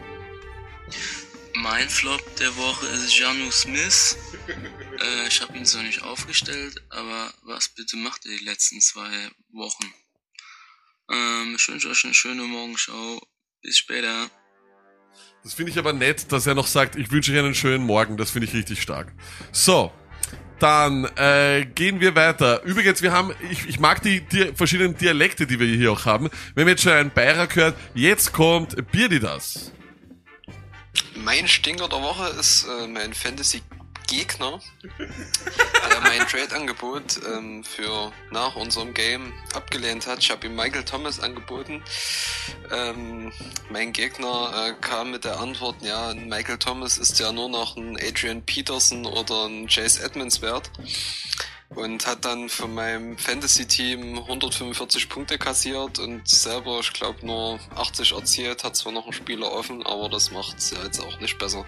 Mein Flop der Woche ist Jono Smith. Äh, ich habe ihn zwar nicht aufgestellt, aber was bitte macht er die letzten zwei Wochen? Ähm, ich wünsche euch eine schöne Morgenschau. Bis später. Das finde ich aber nett, dass er noch sagt, ich wünsche euch einen schönen Morgen. Das finde ich richtig stark. So, dann äh, gehen wir weiter. Übrigens, wir haben, ich, ich mag die, die verschiedenen Dialekte, die wir hier auch haben. Wenn wir jetzt schon einen Bayer hört, jetzt kommt Birdidas. Mein Stinker der Woche ist äh, mein Fantasy-Gegner, der mein Trade-Angebot ähm, für nach unserem Game abgelehnt hat. Ich habe ihm Michael Thomas angeboten. Ähm, mein Gegner äh, kam mit der Antwort, ja, Michael Thomas ist ja nur noch ein Adrian Peterson oder ein Chase Edmonds wert. Und hat dann von meinem Fantasy-Team hundertfünfundvierzig Punkte kassiert und selber, ich glaube, nur achtzig erzielt, hat zwar noch einen Spieler offen, aber das macht's ja jetzt auch nicht besser.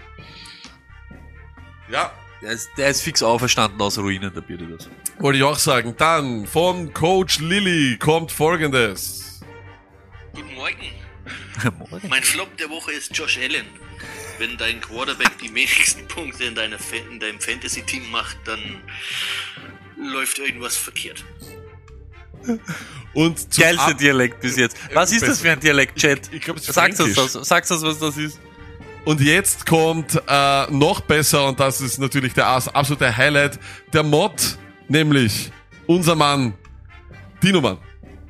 Ja, der, ist, der ist fix auferstanden aus Ruinen, der Bierde das. wollte ich auch sagen. Dann, von Coach Lilly kommt Folgendes. Guten Morgen. Morgen. Mein Flop der Woche ist Josh Allen. Wenn dein Quarterback die wenigsten Punkte in, deiner Fa- in deinem Fantasy-Team macht, dann läuft irgendwas verkehrt. Und zum Geilste Ab- Dialekt bis jetzt. Was ist das für ein Dialekt, Chat? Ich, ich glaube, es ist Sag's uns, Fränkisch. das, sag's uns, was das ist. Und jetzt kommt äh, noch besser, und das ist natürlich der absolute Highlight, der Mod, nämlich unser Mann, Dino Mann.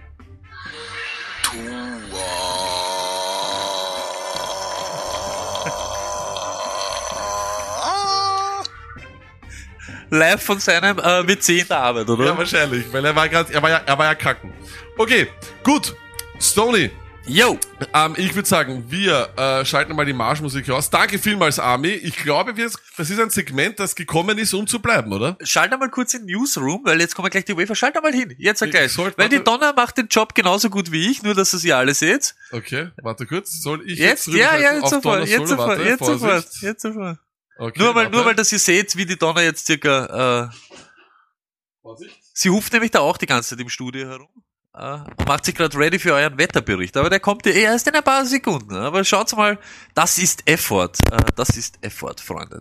Live von seinem äh, W C in der Arbeit, oder? Ja, wahrscheinlich, weil er war gerade, er war ja, er war ja kacken. Okay, gut. Stoney, Yo! ähm, ich würde sagen, wir äh, schalten mal die Marschmusik aus. Danke vielmals, Army. Ich glaube, wir, das ist ein Segment, das gekommen ist, um zu bleiben, oder? Schalt mal kurz in Newsroom, weil jetzt kommen gleich die UEFA. Schalt mal hin, jetzt Ich gleich. sollte- Weil die warte. Donner macht den Job genauso gut wie ich, nur dass ihr sie alle seht. Okay, warte kurz. Soll ich Jetzt, jetzt, ja, ja, rüberschalten jetzt auf sofort, Donner's jetzt Solo? sofort, Warte, jetzt Vorsicht. sofort, jetzt sofort. Okay, Nur weil, warte. nur weil, dass ihr seht, wie die Donner jetzt circa, äh, Vorsicht. sie huft nämlich da auch die ganze Zeit im Studio herum. Äh, und macht sich gerade ready für euren Wetterbericht. Aber der kommt ja eh erst in ein paar Sekunden. Aber schaut's mal, das ist Effort. Äh, das ist Effort, Freunde.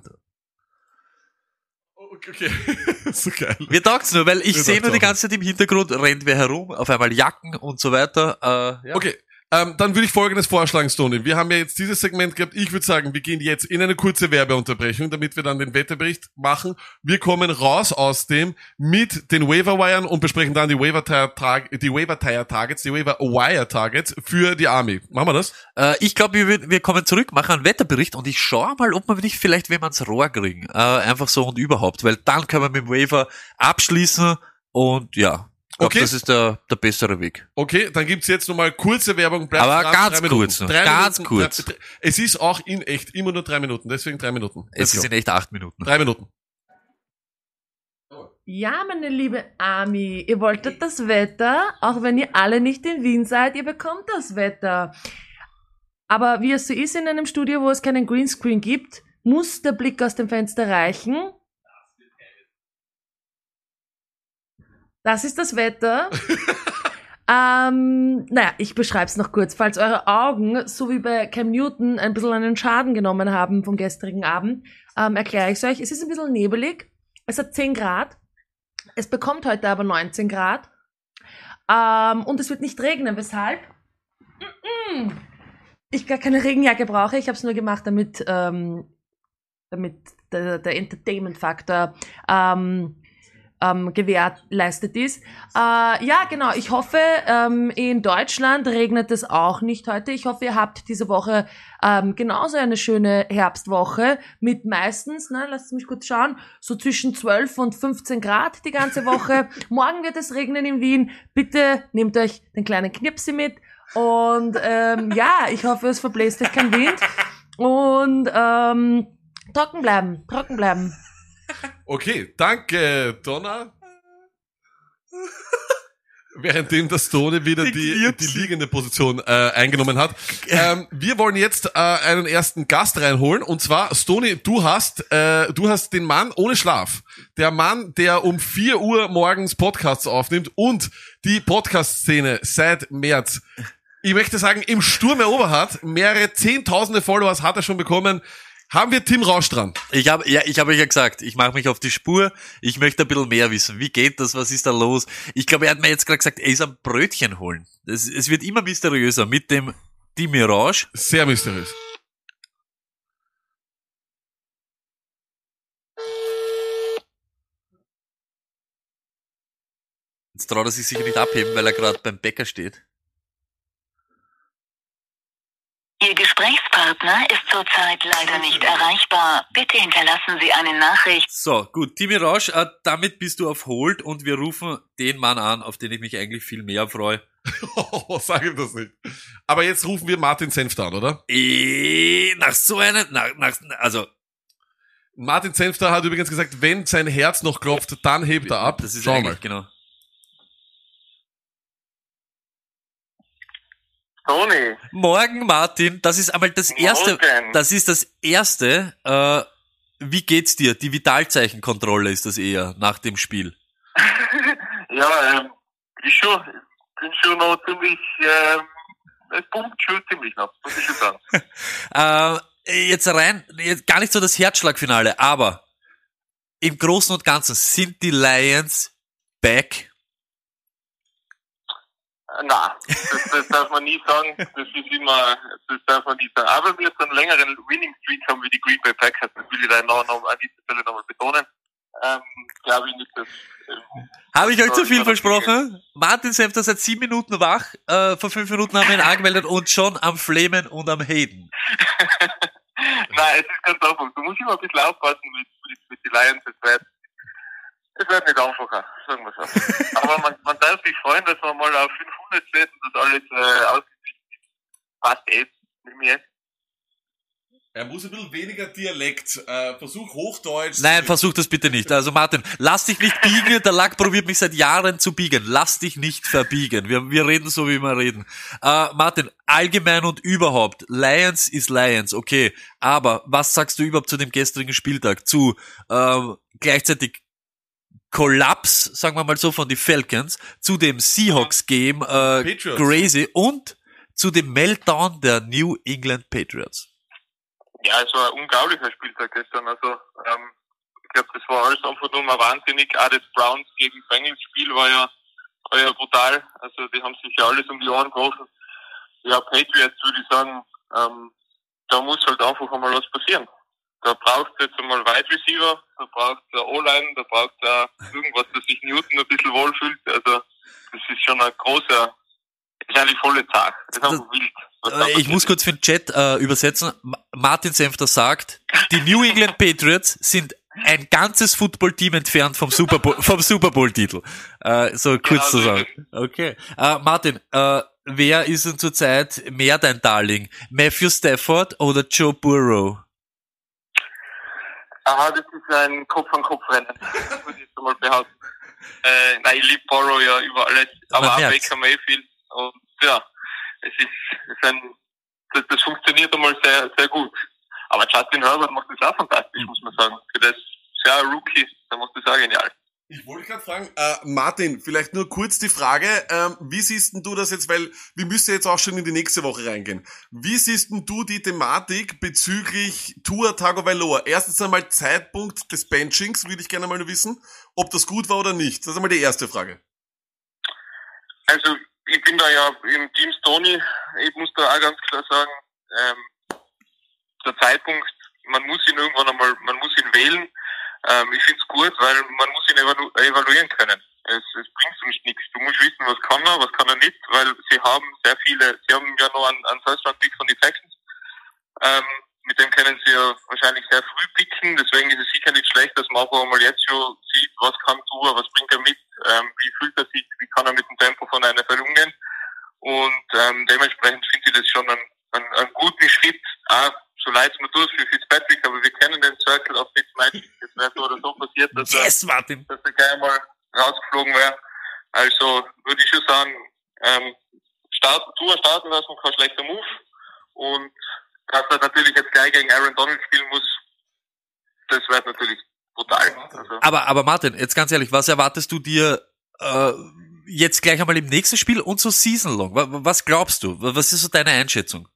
Okay, okay. So geil. Mir taugt's nur, weil ich Mir sehe nur taugt's die auch. ganze Zeit im Hintergrund, rennt wer herum, auf einmal Jacken und so weiter. Äh, ja. Okay, ähm, dann würde ich Folgendes vorschlagen, Stoney. Wir haben ja jetzt dieses Segment gehabt. Ich würde sagen, wir gehen jetzt in eine kurze Werbeunterbrechung, damit wir dann den Wetterbericht machen. Wir kommen raus aus dem mit den Waiver-Wiren und besprechen dann die Waiver-Tire die Waiver-Tire-Targets, die Waiver-Wire-Targets für die Army. Machen wir das? Äh, ich glaube, wir, wir kommen zurück, machen einen Wetterbericht und ich schaue mal, ob wir nicht vielleicht wen ans Rohr kriegen. Äh, einfach so und überhaupt, weil dann können wir mit dem Waiver abschließen und ja. Ich glaube, Okay. das ist der, der bessere Weg. Okay, dann gibt's jetzt nochmal kurze Werbung. Bleibt Aber dran, ganz drei Minuten. kurz noch, Drei ganz Minuten, kurz. Drei, es ist auch in echt immer nur drei Minuten, deswegen drei Minuten. Let's Es ist go. in echt acht Minuten. Drei Minuten. Ja, meine liebe Army, ihr wolltet das Wetter, auch wenn ihr alle nicht in Wien seid, ihr bekommt das Wetter. Aber wie es so ist in einem Studio, wo es keinen Greenscreen gibt, muss der Blick aus dem Fenster reichen. Das ist das Wetter. ähm, naja, ich beschreib's noch kurz. Falls eure Augen, so wie bei Cam Newton, ein bisschen einen Schaden genommen haben vom gestrigen Abend, ähm, erkläre ich es euch. Es ist ein bisschen nebelig. Es hat zehn Grad. Es bekommt heute aber neunzehn Grad. Ähm, und es wird nicht regnen. Weshalb? Mm-mm. Ich gar keine Regenjacke brauche. Ich habe es nur gemacht, damit, ähm, damit der, der Entertainment-Faktor ähm, ähm, gewährleistet ist. Äh, ja, genau. Ich hoffe, ähm, in Deutschland regnet es auch nicht heute. Ich hoffe, ihr habt diese Woche ähm, genauso eine schöne Herbstwoche mit meistens, ne, lasst mich kurz schauen, so zwischen zwölf und fünfzehn Grad die ganze Woche. Morgen wird es regnen in Wien. Bitte nehmt euch den kleinen Knipsi mit. Und ähm, ja, ich hoffe, es verbläst euch kein Wind. Und ähm, trocken bleiben, trocken bleiben. Okay, danke, Donna. Währenddem das Tone wieder die, die liegende Position äh, eingenommen hat. Ähm, wir wollen jetzt äh, einen ersten Gast reinholen. Und zwar, Stoni, du hast äh, du hast den Mann ohne Schlaf. Der Mann, der um vier Uhr morgens Podcasts aufnimmt und die Podcast-Szene seit März, ich möchte sagen, im Sturm erobert hat. Mehrere Zehntausende Followers hat er schon bekommen. Haben wir Tim Rausch dran? Ich habe ja, ich habe euch ja gesagt, ich mache mich auf die Spur. Ich möchte ein bisschen mehr wissen. Wie geht das? Was ist da los? Ich glaube, er hat mir jetzt gerade gesagt, er ist am Brötchen holen. Es, es wird immer mysteriöser mit dem Tim Rausch. Sehr mysteriös. Jetzt traut er sich sicher nicht abheben, weil er gerade beim Bäcker steht. Ihr Gesprächspartner ist zurzeit leider nicht erreichbar. Bitte hinterlassen Sie eine Nachricht. So, gut, Tim Rausch, äh, damit bist du auf Hold und wir rufen den Mann an, auf den ich mich eigentlich viel mehr freue. Oh, sag ihm das nicht. Aber jetzt rufen wir Martin Senfter an, oder? Eh, nach so einer, nach, nach, also... Martin Senfter hat übrigens gesagt, wenn sein Herz noch klopft, dann hebt er ab. Das ist Schau eigentlich, mal. Genau. Toni. Morgen, Martin. Das ist einmal das erste. Morgen. Das ist das erste. Äh, wie geht's dir? Die Vitalzeichenkontrolle ist das eher nach dem Spiel. Ja, ähm, ich schon, bin schon noch ziemlich, ähm, es pumpt schon ziemlich noch, muss ich schon sagen. äh, jetzt rein, jetzt gar nicht so das Herzschlagfinale, aber im Großen und Ganzen sind die Lions back. Nein, das, das darf man nie sagen. Das ist immer, das darf man nie sagen. Aber wir jetzt einen längeren Winning Streak haben wie die Green Bay Packers, das will ich da noch, noch an dieser Stelle nochmal betonen. Ähm, glaube ich nicht, dass... Ähm, Habe ich euch zu viel versprochen? Martin Senfter seit sieben Minuten wach, äh, vor fünf Minuten haben wir ihn angemeldet und schon am Flamen und am Haten. Nein, es ist ganz einfach. Du musst immer ein bisschen aufpassen mit, mit, mit den Lions. Es wird, es wird nicht einfacher, sagen wir so. Aber man, man darf sich freuen, dass man mal auf fünfhundert steht und das alles äh, ausgeglichen ist. Passt eh, nicht mehr. Er muss ein bisschen weniger Dialekt, äh, versuch Hochdeutsch. Nein, versuch das bitte nicht. Also Martin, lass dich nicht biegen. Der Lack probiert mich seit Jahren zu biegen. Lass dich nicht verbiegen. Wir, wir reden so, wie wir reden. Äh, Martin, allgemein und überhaupt. Lions ist Lions, okay. Aber was sagst du überhaupt zu dem gestrigen Spieltag? Zu äh, gleichzeitig Kollaps, sagen wir mal so, von den Falcons, zu dem Seahawks-Game äh, crazy und zu dem Meltdown der New England Patriots. Ja, es war ein unglaublicher Spieltag gestern. Also ähm, ich glaube, das war alles einfach nur mal wahnsinnig. Auch das Browns gegen Bengals Spiel war ja, war ja brutal. Also die haben sich ja alles um die Ohren geworfen. Ja, Patriots würde ich sagen, ähm, da muss halt einfach einmal was passieren. Da braucht es jetzt einmal Wide Receiver, da braucht es O-Line, da braucht es irgendwas, dass sich Newton ein bisschen wohlfühlt. Also das ist schon ein großer, das ist eigentlich volle Zahl. Das ist einfach wild. Äh, ich muss kurz für den Chat äh, übersetzen. Ma- Martin Senfter sagt, die New England Patriots sind ein ganzes Footballteam entfernt vom Super Bowl, vom Super Bowl Titel. Äh, so kurz zu sagen. Okay. Äh, Martin, äh, wer ist denn zurzeit mehr dein Darling? Matthew Stafford oder Joe Burrow? Aha, das ist ein Kopf-an-Kopf-Rennen, würde ich jetzt mal behaupten. Äh, nein, ich liebe Burrow ja über alles, aber auch Baker Mayfield. Und ja, es ist, es ist ein das, das funktioniert einmal sehr, sehr gut. Aber Justin Herbert macht das auch fantastisch, muss man sagen. Für das sehr Rookie, da macht das auch genial. Ich wollte gerade fragen, äh, Martin, vielleicht nur kurz die Frage, ähm, wie siehst denn du das jetzt, weil wir müssen jetzt auch schon in die nächste Woche reingehen. Wie siehst denn du die Thematik bezüglich Tua Tagovailoa? Erstens einmal Zeitpunkt des Benchings, würde ich gerne mal nur wissen, ob das gut war oder nicht. Das ist einmal die erste Frage. Also, ich bin da ja im Team Stoney, ich muss da auch ganz klar sagen, ähm, der Zeitpunkt, man muss ihn irgendwann einmal, man muss ihn wählen. Ähm, ich finde es gut, weil man muss ihn evalu- evaluieren können. Es, es bringt sonst nichts. Du musst wissen, was kann er, was kann er nicht, weil sie haben sehr viele, sie haben ja noch einen, einen First-Round-Pick von den Texans. Ähm, mit dem können sie ja wahrscheinlich sehr früh picken, deswegen ist es sicher nicht schlecht, dass man auch einmal jetzt schon sieht, was kann Tua, was bringt er mit, ähm, wie fühlt er sich, wie kann er mit dem Tempo von einer N F L umgehen. Und ähm, dementsprechend finde ich das schon einen, einen, einen guten Schritt, auch so leid es mir tut für Fitzpatrick, aber wir kennen den Circle auf Fitzmagic. Es wäre so oder so passiert, dass, Yes, er, Martin. dass er gleich mal rausgeflogen wäre. Also würde ich schon sagen, ähm, starten, Tour starten lassen, kein schlechter Move. Und dass er natürlich jetzt gleich gegen Aaron Donald spielen muss, das wäre natürlich brutal. Also, Aber, aber Martin, jetzt ganz ehrlich, was erwartest du dir äh, jetzt gleich einmal im nächsten Spiel und so season-long? Was glaubst du? Was ist so deine Einschätzung?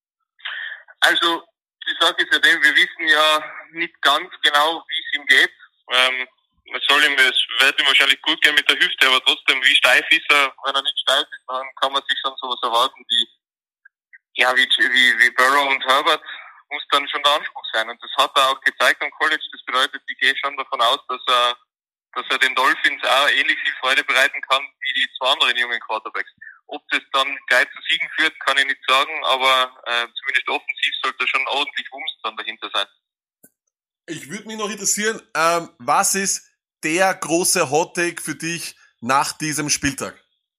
Also, die Sache ist ja dem, wir wissen ja nicht ganz genau, wie es ihm geht. Ähm, es soll ihm, es wird ihm wahrscheinlich gut gehen mit der Hüfte, aber trotzdem, wie steif ist er? Wenn er nicht steif ist, dann kann man sich schon sowas erwarten wie, ja, wie, wie, wie Burrow und Herbert muss dann schon der Anspruch sein. Und das hat er auch gezeigt am College. Das bedeutet, ich gehe schon davon aus, dass er, dass er den Dolphins auch ähnlich viel Freude bereiten kann wie die zwei anderen jungen Quarterbacks. Ob das dann gleich zu Siegen führt, kann ich nicht sagen, aber äh, zumindest offensiv sollte schon ordentlich Wumms dann dahinter sein. Ich würde mich noch interessieren, ähm, was ist der große Hot-Take für dich nach diesem Spieltag?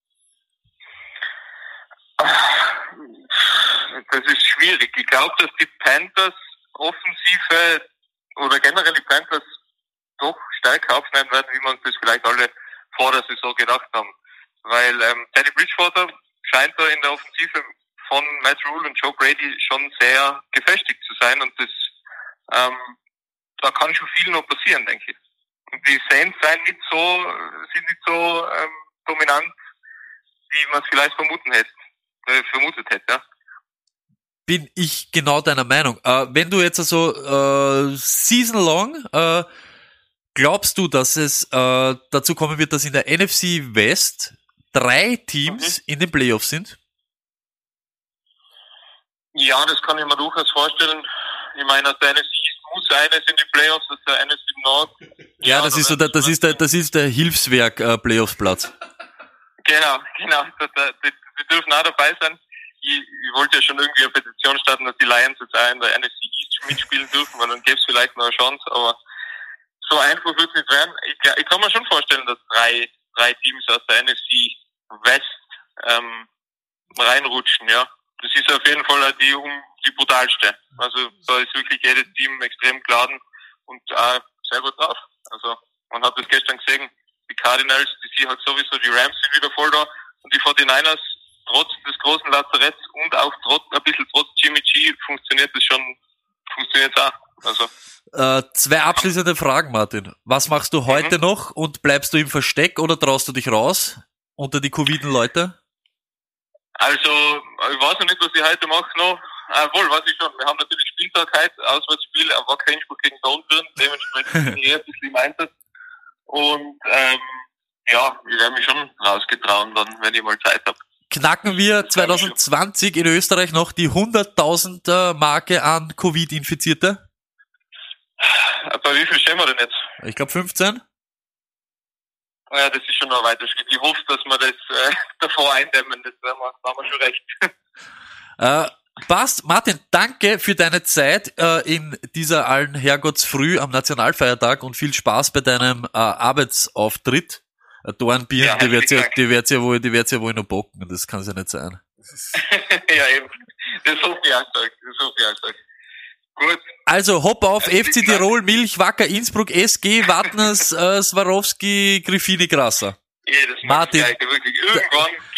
Das ist schwierig. Ich glaube, dass die Panthers Offensive oder generell die Panthers doch stärker aufnehmen werden, wie wir uns das vielleicht alle vor der Saison gedacht haben. Weil ähm, Teddy Bridgewater scheint da in der Offensive von Matt Rule und Joe Brady schon sehr gefestigt zu sein und das ähm, da kann schon viel noch passieren, denke ich. Und die Saints sind nicht so sind nicht so ähm, dominant, wie man es vielleicht vermuten hätte, äh, vermutet hätte, ja. Bin ich genau deiner Meinung. Äh, wenn du jetzt also äh, season long äh, glaubst du, dass es äh, dazu kommen wird, dass in der N F C West drei Teams okay. in den Playoffs sind? Ja, das kann ich mir durchaus vorstellen. Ich meine, aus der N F C muss eines in die Playoffs, aus der N F C Nord. Ja, ja das ist so der, das ist der, das ist der Hilfswerk äh, Playoffs-Platz. Genau, genau. Da, da, die, die dürfen auch dabei sein. Ich, ich wollte ja schon irgendwie eine Petition starten, dass die Lions jetzt auch in der N F C East mitspielen dürfen, weil dann gäbe es vielleicht noch eine Chance, aber so einfach wird es nicht werden. Ich, ich kann mir schon vorstellen, dass drei, drei Teams aus der N F C West ähm, reinrutschen, ja. Das ist auf jeden Fall die, um, die brutalste. Also da ist wirklich jedes Team extrem geladen und auch sehr gut drauf. Also man hat das gestern gesehen, die Cardinals, die Seahawks sowieso, die Rams sind wieder voll da und die forty-niners, trotz des großen Lazaretts und auch trotz, ein bisschen trotz Jimmy G, funktioniert das schon, funktioniert auch. Also Äh, zwei abschließende Fragen, Martin. Was machst du heute mhm. noch und bleibst du im Versteck oder traust du dich raus unter die Coviden-Leute? Also, ich weiß noch nicht, was ich heute mache noch. Ah, wohl, weiß ich schon. Wir haben natürlich Spieltag heute, Auswärtsspiel, aber war kein Innsbruck gegen Dornbirn, dementsprechend bin ich eher ein bisschen im Einsatz. Und, ähm, ja, ich werde mich schon rausgetrauen dann, wenn ich mal Zeit habe. Knacken wir zwanzig zwanzig in Österreich noch die hunderttausend Marke an Covid-Infizierte? Bei wie viel stehen wir denn jetzt? Ich glaube fünfzehn. Ja, das ist schon noch ein weiter Schritt. Ich hoffe, dass wir das äh, davor eindämmen. Das haben wir, haben wir schon recht. Äh, passt. Martin, danke für deine Zeit äh, in dieser allen Herrgottsfrüh am Nationalfeiertag und viel Spaß bei deinem äh, Arbeitsauftritt. Äh, Dornbirn, ja, die wird's ja, die wird's ja wohl, die wird's ja wohl noch bocken. Das kann ja nicht sein. Ja, eben. Das hoffe ich auch stark. Das hoffe ich auch stark. Gut. Also hopp auf, F C Tirol, Milch, Wacker, Innsbruck, S G, Wattners, äh, Swarovski, Griffini, Grasser. Ja, das Martin. Wirklich. Irgendwann gibt's,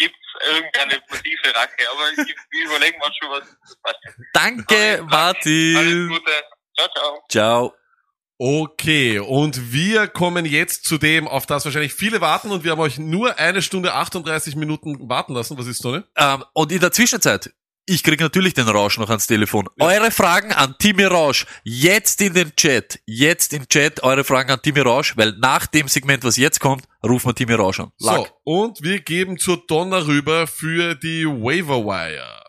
irgendeine massive Rache, aber ich, ich überlege mal schon was. was. Danke, Martin. Alles Gute. Ciao, ciao. Ciao. Okay, und wir kommen jetzt zu dem, auf das wahrscheinlich viele warten, und wir haben euch nur eine Stunde achtunddreißig Minuten warten lassen. Was ist, Toni? Ähm, und in der Zwischenzeit, ich kriege natürlich den Rausch noch ans Telefon. Ja. Eure Fragen an Timmy Rausch, jetzt in den Chat, jetzt im Chat, eure Fragen an Timmy Rausch, weil nach dem Segment, was jetzt kommt, rufen wir Timmy Rausch an. Lack. So, und wir geben zur Donna rüber für die Waiver Wire.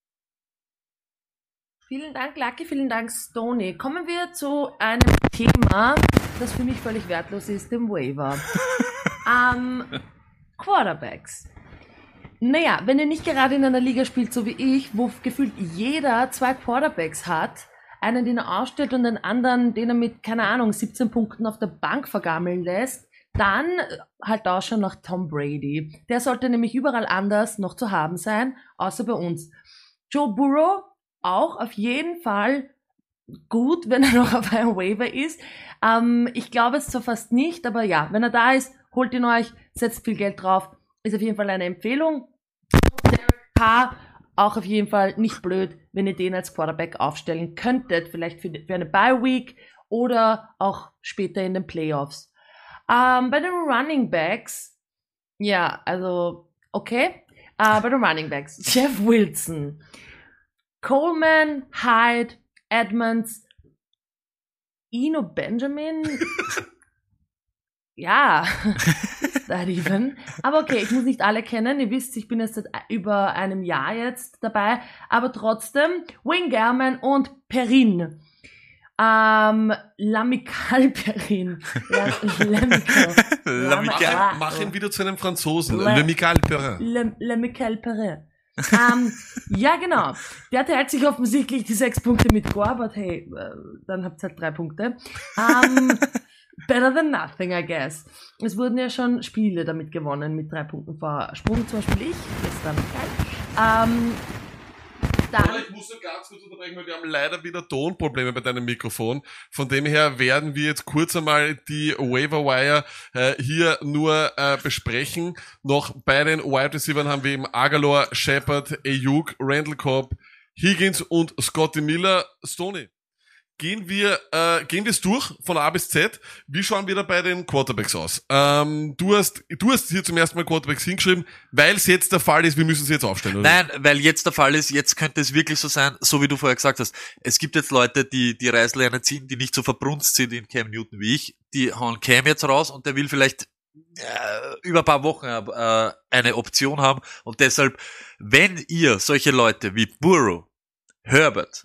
Vielen Dank, Lucky, vielen Dank, Stoney. Kommen wir zu einem Thema, das für mich völlig wertlos ist, dem Waiver. ähm, Quarterbacks. Naja, wenn ihr nicht gerade in einer Liga spielt, so wie ich, wo gefühlt jeder zwei Quarterbacks hat, einen, den er aufstellt und den anderen, den er mit, keine Ahnung, siebzehn Punkten auf der Bank vergammeln lässt, dann halt auch schon nach Tom Brady. Der sollte nämlich überall anders noch zu haben sein, außer bei uns. Joe Burrow, auch auf jeden Fall gut, wenn er noch auf einem Waiver ist. Ähm, ich glaube es zwar fast nicht, aber ja, wenn er da ist, holt ihn euch, setzt viel Geld drauf. Ist auf jeden Fall eine Empfehlung. Derek Carr, auch auf jeden Fall nicht blöd, wenn ihr den als Quarterback aufstellen könntet. Vielleicht für, für eine Bye-Week oder auch später in den Playoffs. Ähm, bei den Running Backs, ja, also, okay. Äh, bei den Running Backs, Jeff Wilson, Coleman, Hyde, Edmonds, Eno Benjamin, ja, not even. Aber okay, ich muss nicht alle kennen. Ihr wisst, ich bin jetzt seit über einem Jahr jetzt dabei. Aber trotzdem, Wayne Gallman und Perrin. Ähm, Lamical Perrin. Ja, Lamical. Lamical. Mach ihn wieder zu einem Franzosen. Le, Lamical Perrin. Le, Lamical Perrin. ähm, ja, genau. Der teilt sich offensichtlich die sechs Punkte mit Gore, aber hey, äh, dann habt ihr halt drei Punkte. Ähm, better than nothing, I guess. Es wurden ja schon Spiele damit gewonnen, mit drei Punkten Vorsprung, zum Beispiel ich, gestern. Ähm, dann, ich muss nur ganz kurz unterbrechen, weil wir haben leider wieder Tonprobleme bei deinem Mikrofon. Von dem her werden wir jetzt kurz einmal die Waiver Wire äh, hier nur äh, besprechen. Noch bei den Wide Receivers haben wir eben Aguilar, Shepard, Ayuk, Randall Cobb, Higgins und Scotty Miller. Stoney, gehen wir äh, gehen wir es durch von A bis Z. Wie schauen wir da bei den Quarterbacks aus? Ähm, du hast du hast hier zum ersten Mal Quarterbacks hingeschrieben, weil es jetzt der Fall ist, wir müssen sie jetzt aufstellen, oder? Nein, weil jetzt der Fall ist, jetzt könnte es wirklich so sein, so wie du vorher gesagt hast. Es gibt jetzt Leute, die die Reißleine ziehen, die nicht so verbrunst sind in Cam Newton wie ich. Die hauen Cam jetzt raus und der will vielleicht äh, über ein paar Wochen äh, eine Option haben. Und deshalb, wenn ihr solche Leute wie Burrow, Herbert,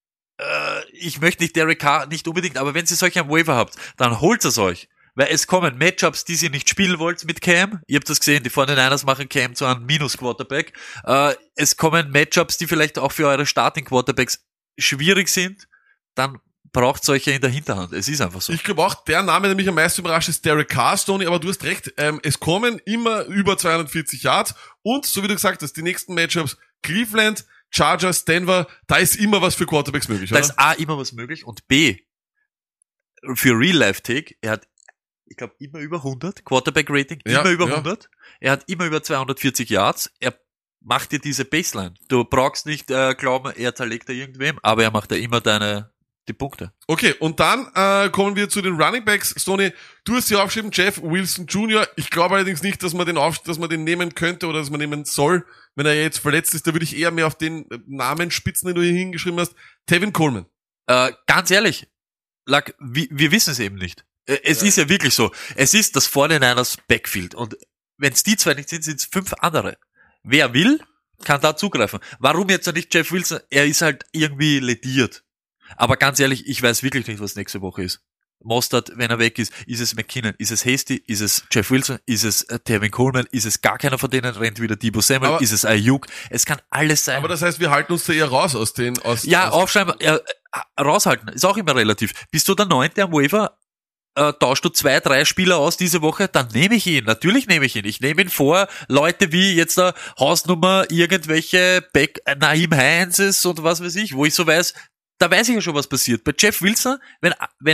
ich möchte nicht Derek Carr, nicht unbedingt, aber wenn ihr solche am Waiver habt, dann holt es euch. Weil es kommen Matchups, die ihr nicht spielen wollt mit Cam. Ihr habt das gesehen, die forty-niners machen Cam zu einem Minus-Quarterback. Äh, es kommen Matchups, die vielleicht auch für eure Starting-Quarterbacks schwierig sind. Dann braucht solche in der Hinterhand. Es ist einfach so. Ich glaube auch, der Name, der mich am meisten überrascht, ist Derek Carr, Stoney, aber du hast recht, ähm, es kommen immer über zweihundertvierzig Yards und, so wie du gesagt hast, die nächsten Matchups Cleveland, Chargers, Denver, da ist immer was für Quarterbacks möglich, oder? Da ist A, immer was möglich und B, für Real-Life-Take, er hat, ich glaube, immer über hundert Quarterback-Rating, ja, immer über ja. hundert. Er hat immer über zweihundertvierzig Yards. Er macht dir diese Baseline. Du brauchst nicht äh, glauben, er zerlegt da irgendwem, aber er macht ja immer deine die Punkte. Okay, und dann äh, kommen wir zu den Running Backs. Stoney, du hast hier aufgeschrieben, Jeff Wilson Junior Ich glaube allerdings nicht, dass man den auf, dass man den nehmen könnte oder dass man nehmen soll, wenn er jetzt verletzt ist. Da würde ich eher mehr auf den Namen spitzen, den du hier hingeschrieben hast. Tevin Coleman. Äh, ganz ehrlich, Lack, wir, wir wissen es eben nicht. Äh, es ja. ist ja wirklich so. Es ist das forty-niners Backfield und wenn es die zwei nicht sind, sind es fünf andere. Wer will, kann da zugreifen. Warum jetzt noch nicht Jeff Wilson? Er ist halt irgendwie lediert. Aber ganz ehrlich, ich weiß wirklich nicht, was nächste Woche ist. Mostert, wenn er weg ist, ist es McKinnon, ist es Hasty, ist es Jeff Wilson, ist es äh, Tevin Coleman, ist es gar keiner von denen, rennt wieder Deebo Samuel, aber, ist es Ayuk, es kann alles sein. Aber das heißt, wir halten uns da eher raus aus den... Aus, ja, aus aufschreiben, äh, raushalten, ist auch immer relativ. Bist du der Neunte am Waiver, äh, tauschst du zwei, drei Spieler aus diese Woche, dann nehme ich ihn, natürlich nehme ich ihn. Ich nehme ihn vor, Leute wie jetzt der Hausnummer, irgendwelche Back, äh, Naheem Heinzes und was weiß ich, wo ich so weiß, da weiß ich ja schon, was passiert. Bei Jeff Wilson, wenn, wenn er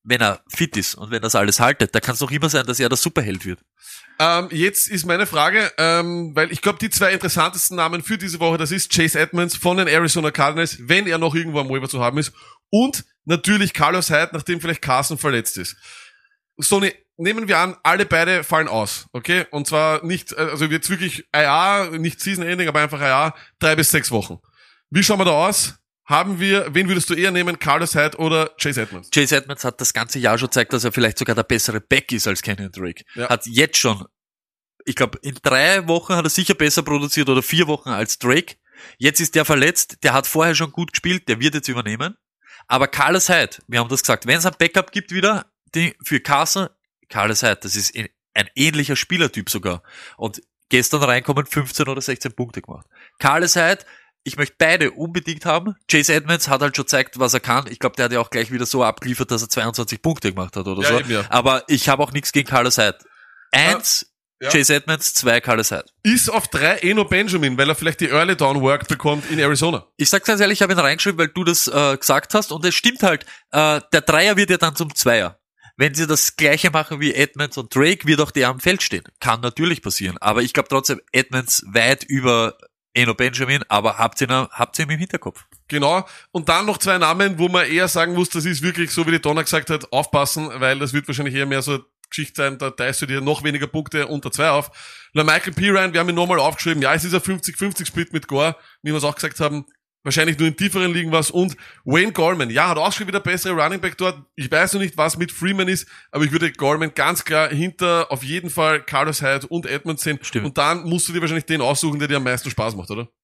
wenn er fit ist und wenn das alles haltet, da kann es doch immer sein, dass er der Superheld wird. Ähm, jetzt ist meine Frage, ähm, weil ich glaube, die zwei interessantesten Namen für diese Woche, das ist Chase Edmonds von den Arizona Cardinals, wenn er noch irgendwo am Waiver zu haben ist, und natürlich Carlos Hyde, nachdem vielleicht Carson verletzt ist. Sony, nehmen wir an, alle beide fallen aus, okay? Und zwar nicht, also jetzt wirklich I R, nicht Season Ending, aber einfach I R, drei bis sechs Wochen. Wie schauen wir da aus? Haben wir, wen würdest du eher nehmen, Carlos Hyde oder Chase Edmonds? Chase Edmonds hat das ganze Jahr schon gezeigt, dass er vielleicht sogar der bessere Back ist als Kenyon Drake. Ja. Hat jetzt schon, ich glaube, in drei Wochen hat er sicher besser produziert oder vier Wochen als Drake. Jetzt ist der verletzt, der hat vorher schon gut gespielt, der wird jetzt übernehmen. Aber Carlos Hyde, wir haben das gesagt, wenn es ein Backup gibt wieder, die, für Carson, Carlos Hyde, das ist ein ähnlicher Spielertyp sogar. Und gestern reinkommen fünfzehn oder sechzehn Punkte gemacht. Carlos Hyde, ich möchte beide unbedingt haben. Chase Edmonds hat halt schon gezeigt, was er kann. Ich glaube, der hat ja auch gleich wieder so abgeliefert, dass er zweiundzwanzig Punkte gemacht hat oder Ja, so. eben, ja. Aber ich habe auch nichts gegen Carlos Hyde. Eins, Ja. Chase Edmonds, zwei, Carlos Hyde. Ist auf drei Eno Benjamin, weil er vielleicht die Early Down Work bekommt in Arizona. Ich sag's ganz ehrlich, ich habe ihn reingeschrieben, weil du das äh, gesagt hast. Und es stimmt halt, äh, der Dreier wird ja dann zum Zweier. Wenn sie das Gleiche machen wie Edmonds und Drake, wird auch der am Feld stehen. Kann natürlich passieren. Aber ich glaube trotzdem, Edmonds weit über Eno Benjamin, aber habt ihr ihn, habt ihr ihn im Hinterkopf? Genau. Und dann noch zwei Namen, wo man eher sagen muss, das ist wirklich, so wie die Donna gesagt hat, aufpassen, weil das wird wahrscheinlich eher mehr so Geschichte sein, da teilst du dir noch weniger Punkte unter zwei auf. Na, Michael Pirine, wir haben ihn nochmal aufgeschrieben, ja, es ist ein fünfzig fünfzig Split mit Gore, wie wir es auch gesagt haben, wahrscheinlich nur in tieferen Ligen was. Und Wayne Gallman, ja, hat auch schon wieder bessere Running Back dort. Ich weiß noch nicht, was mit Freeman ist, aber ich würde Gallman ganz klar hinter auf jeden Fall Carlos Hyde und Edmonds sehen. Stimmt. Und dann musst du dir wahrscheinlich den aussuchen, der dir am meisten Spaß macht, oder?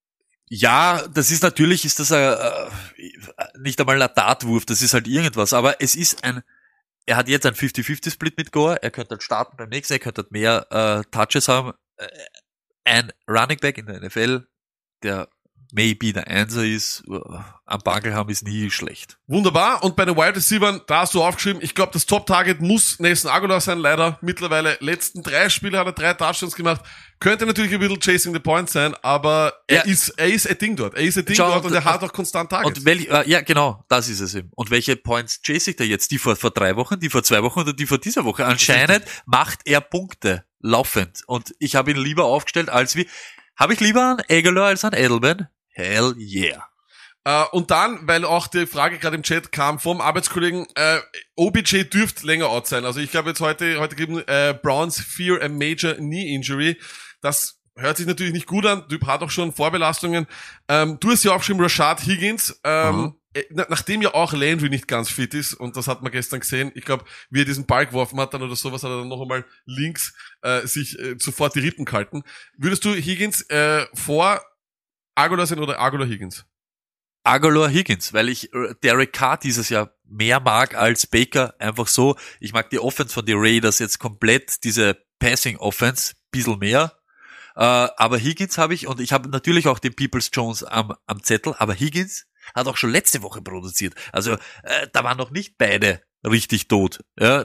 Ja, das ist natürlich, ist das ein, äh, nicht einmal ein Dartwurf, das ist halt irgendwas, aber es ist ein, er hat jetzt einen fünfzig fünfzig Split mit Gore, er könnte halt starten beim nächsten, er könnte halt mehr äh, Touches haben. Äh, ein Running Back in der N F L, der maybe der Einser ist, uh, am Bankel haben ist nie schlecht. Wunderbar. Und bei den Wide Receivers, da hast du aufgeschrieben, ich glaube, das Top-Target muss Nelson Aguilar sein, leider. Mittlerweile, letzten drei Spiele hat er drei Touchdowns gemacht. Könnte natürlich ein bisschen chasing the point sein, aber er Ja. ist, er ist ein Ding dort. Er ist ein Ding Schau, dort und und- er hat auch konstant Targets. Und welch, äh, ja, genau, das ist es eben. Und welche Points chase ich da jetzt? Die vor, vor drei Wochen, die vor zwei Wochen oder die vor dieser Woche? Anscheinend macht er Punkte laufend. Und ich habe ihn lieber aufgestellt als wie, habe ich lieber an Aguilar als an Edelman? Hell yeah. Äh, und dann, weil auch die Frage gerade im Chat kam vom Arbeitskollegen, äh, O B J dürfte länger out sein. Also ich habe jetzt heute, heute gegeben, äh, Browns fear a major knee injury. Das hört sich natürlich nicht gut an. Typ hat auch schon Vorbelastungen. Ähm, du hast ja aufgeschrieben, Rashad Higgins. Ähm, Mhm. äh, na- nachdem ja auch Landry nicht ganz fit ist, und das hat man gestern gesehen, ich glaube, wie er diesen Ball geworfen hat dann oder sowas, hat er dann noch einmal links äh, sich äh, sofort die Rippen gehalten. Würdest du Higgins äh, vor Aguilar sein oder Aguilar Higgins? Aguilar Higgins, weil ich äh, Derek Carr dieses Jahr mehr mag als Baker. Einfach so, ich mag die Offense von den Raiders jetzt komplett, diese Passing Offense, bisschen mehr. Äh, aber Higgins habe ich, und ich habe natürlich auch den Peoples Jones am, am Zettel, aber Higgins hat auch schon letzte Woche produziert. Also äh, da waren noch nicht beide richtig tot. Ja.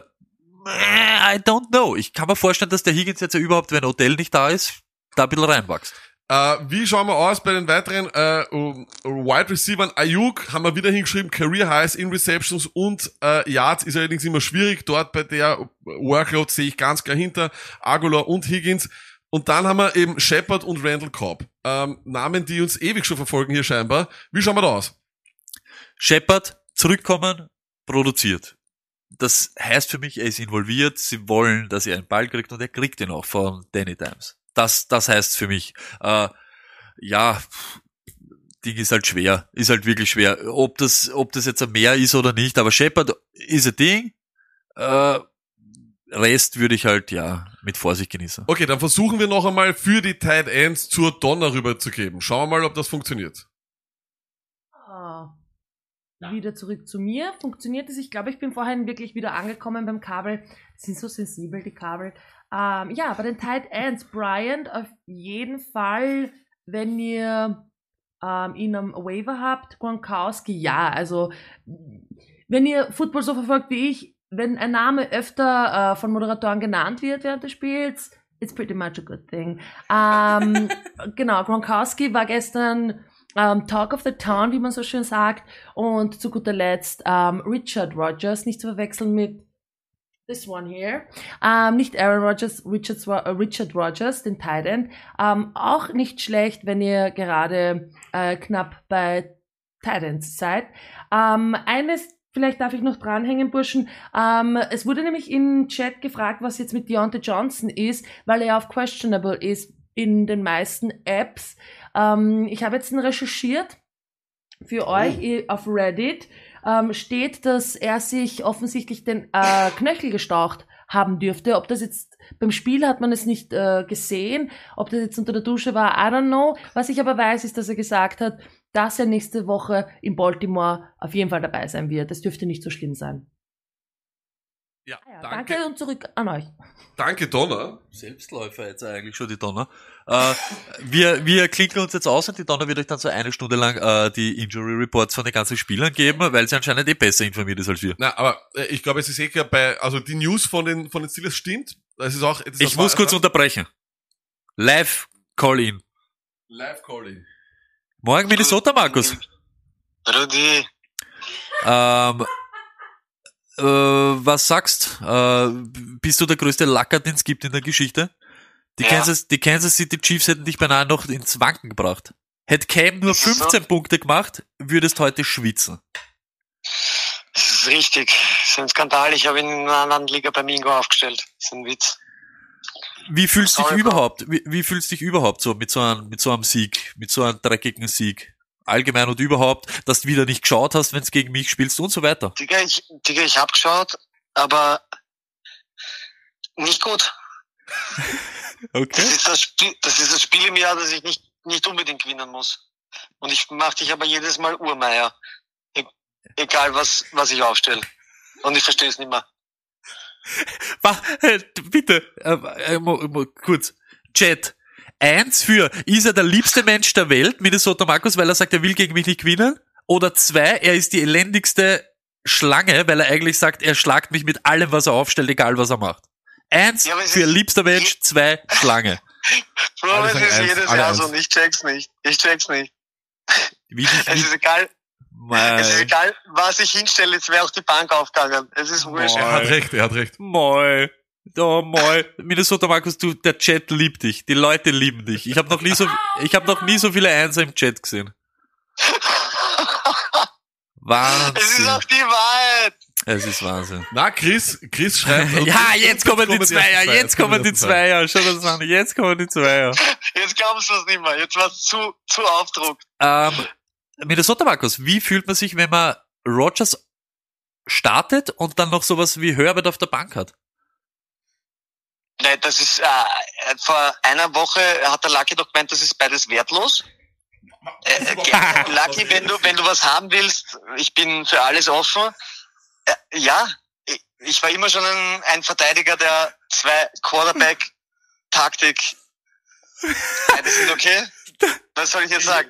I don't know. Ich kann mir vorstellen, dass der Higgins jetzt ja überhaupt, wenn Odell nicht da ist, da ein bisschen reinwächst. Äh, wie schauen wir aus bei den weiteren äh, um, Wide Receivers? Ayuk haben wir wieder hingeschrieben, Career Highs in Receptions und äh, Yards ist allerdings immer schwierig. Dort bei der Workload sehe ich ganz klar hinter Aguilar und Higgins. Und dann haben wir eben Shepard und Randall Cobb. Ähm, Namen, die uns ewig schon verfolgen hier scheinbar. Wie schauen wir da aus? Shepard, zurückkommen, produziert. Das heißt für mich, er ist involviert, sie wollen, dass er einen Ball kriegt und er kriegt ihn auch von Danny Dimes. Das, das heißt für mich, äh, ja, Ding ist halt schwer, ist halt wirklich schwer. Ob das, ob das jetzt ein Mehr ist oder nicht, aber Shepard ist ein Ding, äh, Rest würde ich halt, ja, mit Vorsicht genießen. Okay, dann versuchen wir noch einmal für die Tight Ends zur Donner rüberzugeben. Schauen wir mal, ob das funktioniert. Ah, wieder zurück zu mir. Funktioniert es? Ich glaube, ich bin vorhin wirklich wieder angekommen beim Kabel. Die sind so sensibel, die Kabel. Ähm, ja, bei den Tight Ends, Bryant auf jeden Fall, wenn ihr ähm, ihn am Waiver habt, Gronkowski, ja, also wenn ihr Football so verfolgt wie ich, wenn ein Name öfter äh, von Moderatoren genannt wird während des Spiels, it's pretty much a good thing. Ähm, genau, Gronkowski war gestern ähm, Talk of the Town, wie man so schön sagt. Und zu guter Letzt ähm, Richard Rodgers, nicht zu verwechseln mit this one here. Ähm, nicht Aaron Rodgers, Richard, Richard Rodgers, den Tight End. Ähm, auch nicht schlecht, wenn ihr gerade äh, knapp bei Tight Ends seid. Ähm, eines, vielleicht darf ich noch dranhängen, Burschen. Ähm, es wurde nämlich im Chat gefragt, was jetzt mit Deontay Johnson ist, weil er auf questionable ist in den meisten Apps. Ähm, ich habe jetzt recherchiert für euch auf Reddit. Ähm, steht, dass er sich offensichtlich den äh, Knöchel gestaucht haben dürfte. Ob das jetzt beim Spiel hat man es nicht äh, gesehen, ob das jetzt unter der Dusche war, I don't know. Was ich aber weiß, ist, dass er gesagt hat, dass er nächste Woche in Baltimore auf jeden Fall dabei sein wird. Das dürfte nicht so schlimm sein. Ja, Ah ja, danke. danke und zurück an euch. Danke, Donna. Selbstläufer jetzt eigentlich schon die Donner. Äh, wir, wir klinken uns jetzt aus und die Donner wird euch dann so eine Stunde lang äh, die Injury Reports von den ganzen Spielern geben, weil sie anscheinend eh besser informiert ist als wir. Na, aber äh, ich glaube, es ist eh klar bei, also die News von den von den Steelers stimmt. Das ist auch. Das Ich ist muss auch, kurz unterbrechen. Live Call-in. Live Calling. Morgen Minnesota, Markus. Rudi. Ähm, äh, was sagst? Äh, bist du der größte Lacker, den es gibt in der Geschichte? Die, Ja. Kansas, die Kansas City Chiefs hätten dich beinahe noch ins Wanken gebracht. Hätte Cam nur Ist es so? fünfzehn Punkte gemacht, würdest heute schwitzen. Das ist richtig. Das ist ein Skandal. Ich habe ihn in einer anderen Liga bei Mingo aufgestellt. Das ist ein Witz. Wie fühlst du dich Sorry, Bro. überhaupt? Wie, wie fühlst du dich überhaupt so mit so einem, mit so einem Sieg, mit so einem dreckigen Sieg? Allgemein und überhaupt, dass du wieder nicht geschaut hast, wenn es gegen mich spielst und so weiter. Digga, ich, Digga, ich hab geschaut, aber nicht gut. Okay. Das ist das Spiel, das ist das Spiel im Jahr, das ich nicht, nicht unbedingt gewinnen muss. Und ich mach dich aber jedes Mal Urmeier. E egal was, was ich aufstelle. Und ich verstehe es nicht mehr. Wa- äh, bitte, äh, äh, mo, mo, kurz. Chat. Eins für, ist er der liebste Mensch der Welt, Minnesota Markus, weil er sagt, er will gegen mich nicht gewinnen? Oder zwei, er ist die elendigste Schlange, weil er eigentlich sagt, er schlagt mich mit allem, was er aufstellt, egal was er macht. Eins Ja, aber es für ist- liebster Mensch, zwei Schlange. Bro, Alle es sagen ist eins, jedes alle Jahr eins. so und ich check's nicht. Ich check's nicht. Wie dich, Es ist wie, egal, es ist Mei, egal, was ich hinstelle, jetzt wäre auch die Bank aufgegangen. Es ist wurscht. Er hat recht, er hat recht. moi, da, moi. Minnesota Markus, du, der Chat liebt dich, die Leute lieben dich. Ich habe noch nie so, ich habe noch nie so viele Einser im Chat gesehen. Wahnsinn. Es ist auch die Wahrheit. Es ist Wahnsinn. Na, Chris, Chris schreibt. Ja, jetzt kommen die Zweier, ersten jetzt kommen die ersten Zweier, schau das an, jetzt kommen die Zweier. Jetzt glaubst du es nicht mehr. Jetzt war's zu, zu Aufdruck. Ähm, Minnesota Markus, wie fühlt man sich, wenn man Rodgers startet und dann noch sowas wie Herbert auf der Bank hat? Nein, das ist, äh, vor einer Woche hat der Lucky doch gemeint, das ist beides wertlos. Äh, äh, ge- Lucky, wenn du, wenn du was haben willst, ich bin für alles offen. Äh, ja, ich, ich war immer schon ein, ein Verteidiger der zwei Quarterback-Taktik. Beides sind okay. Was soll ich jetzt sagen?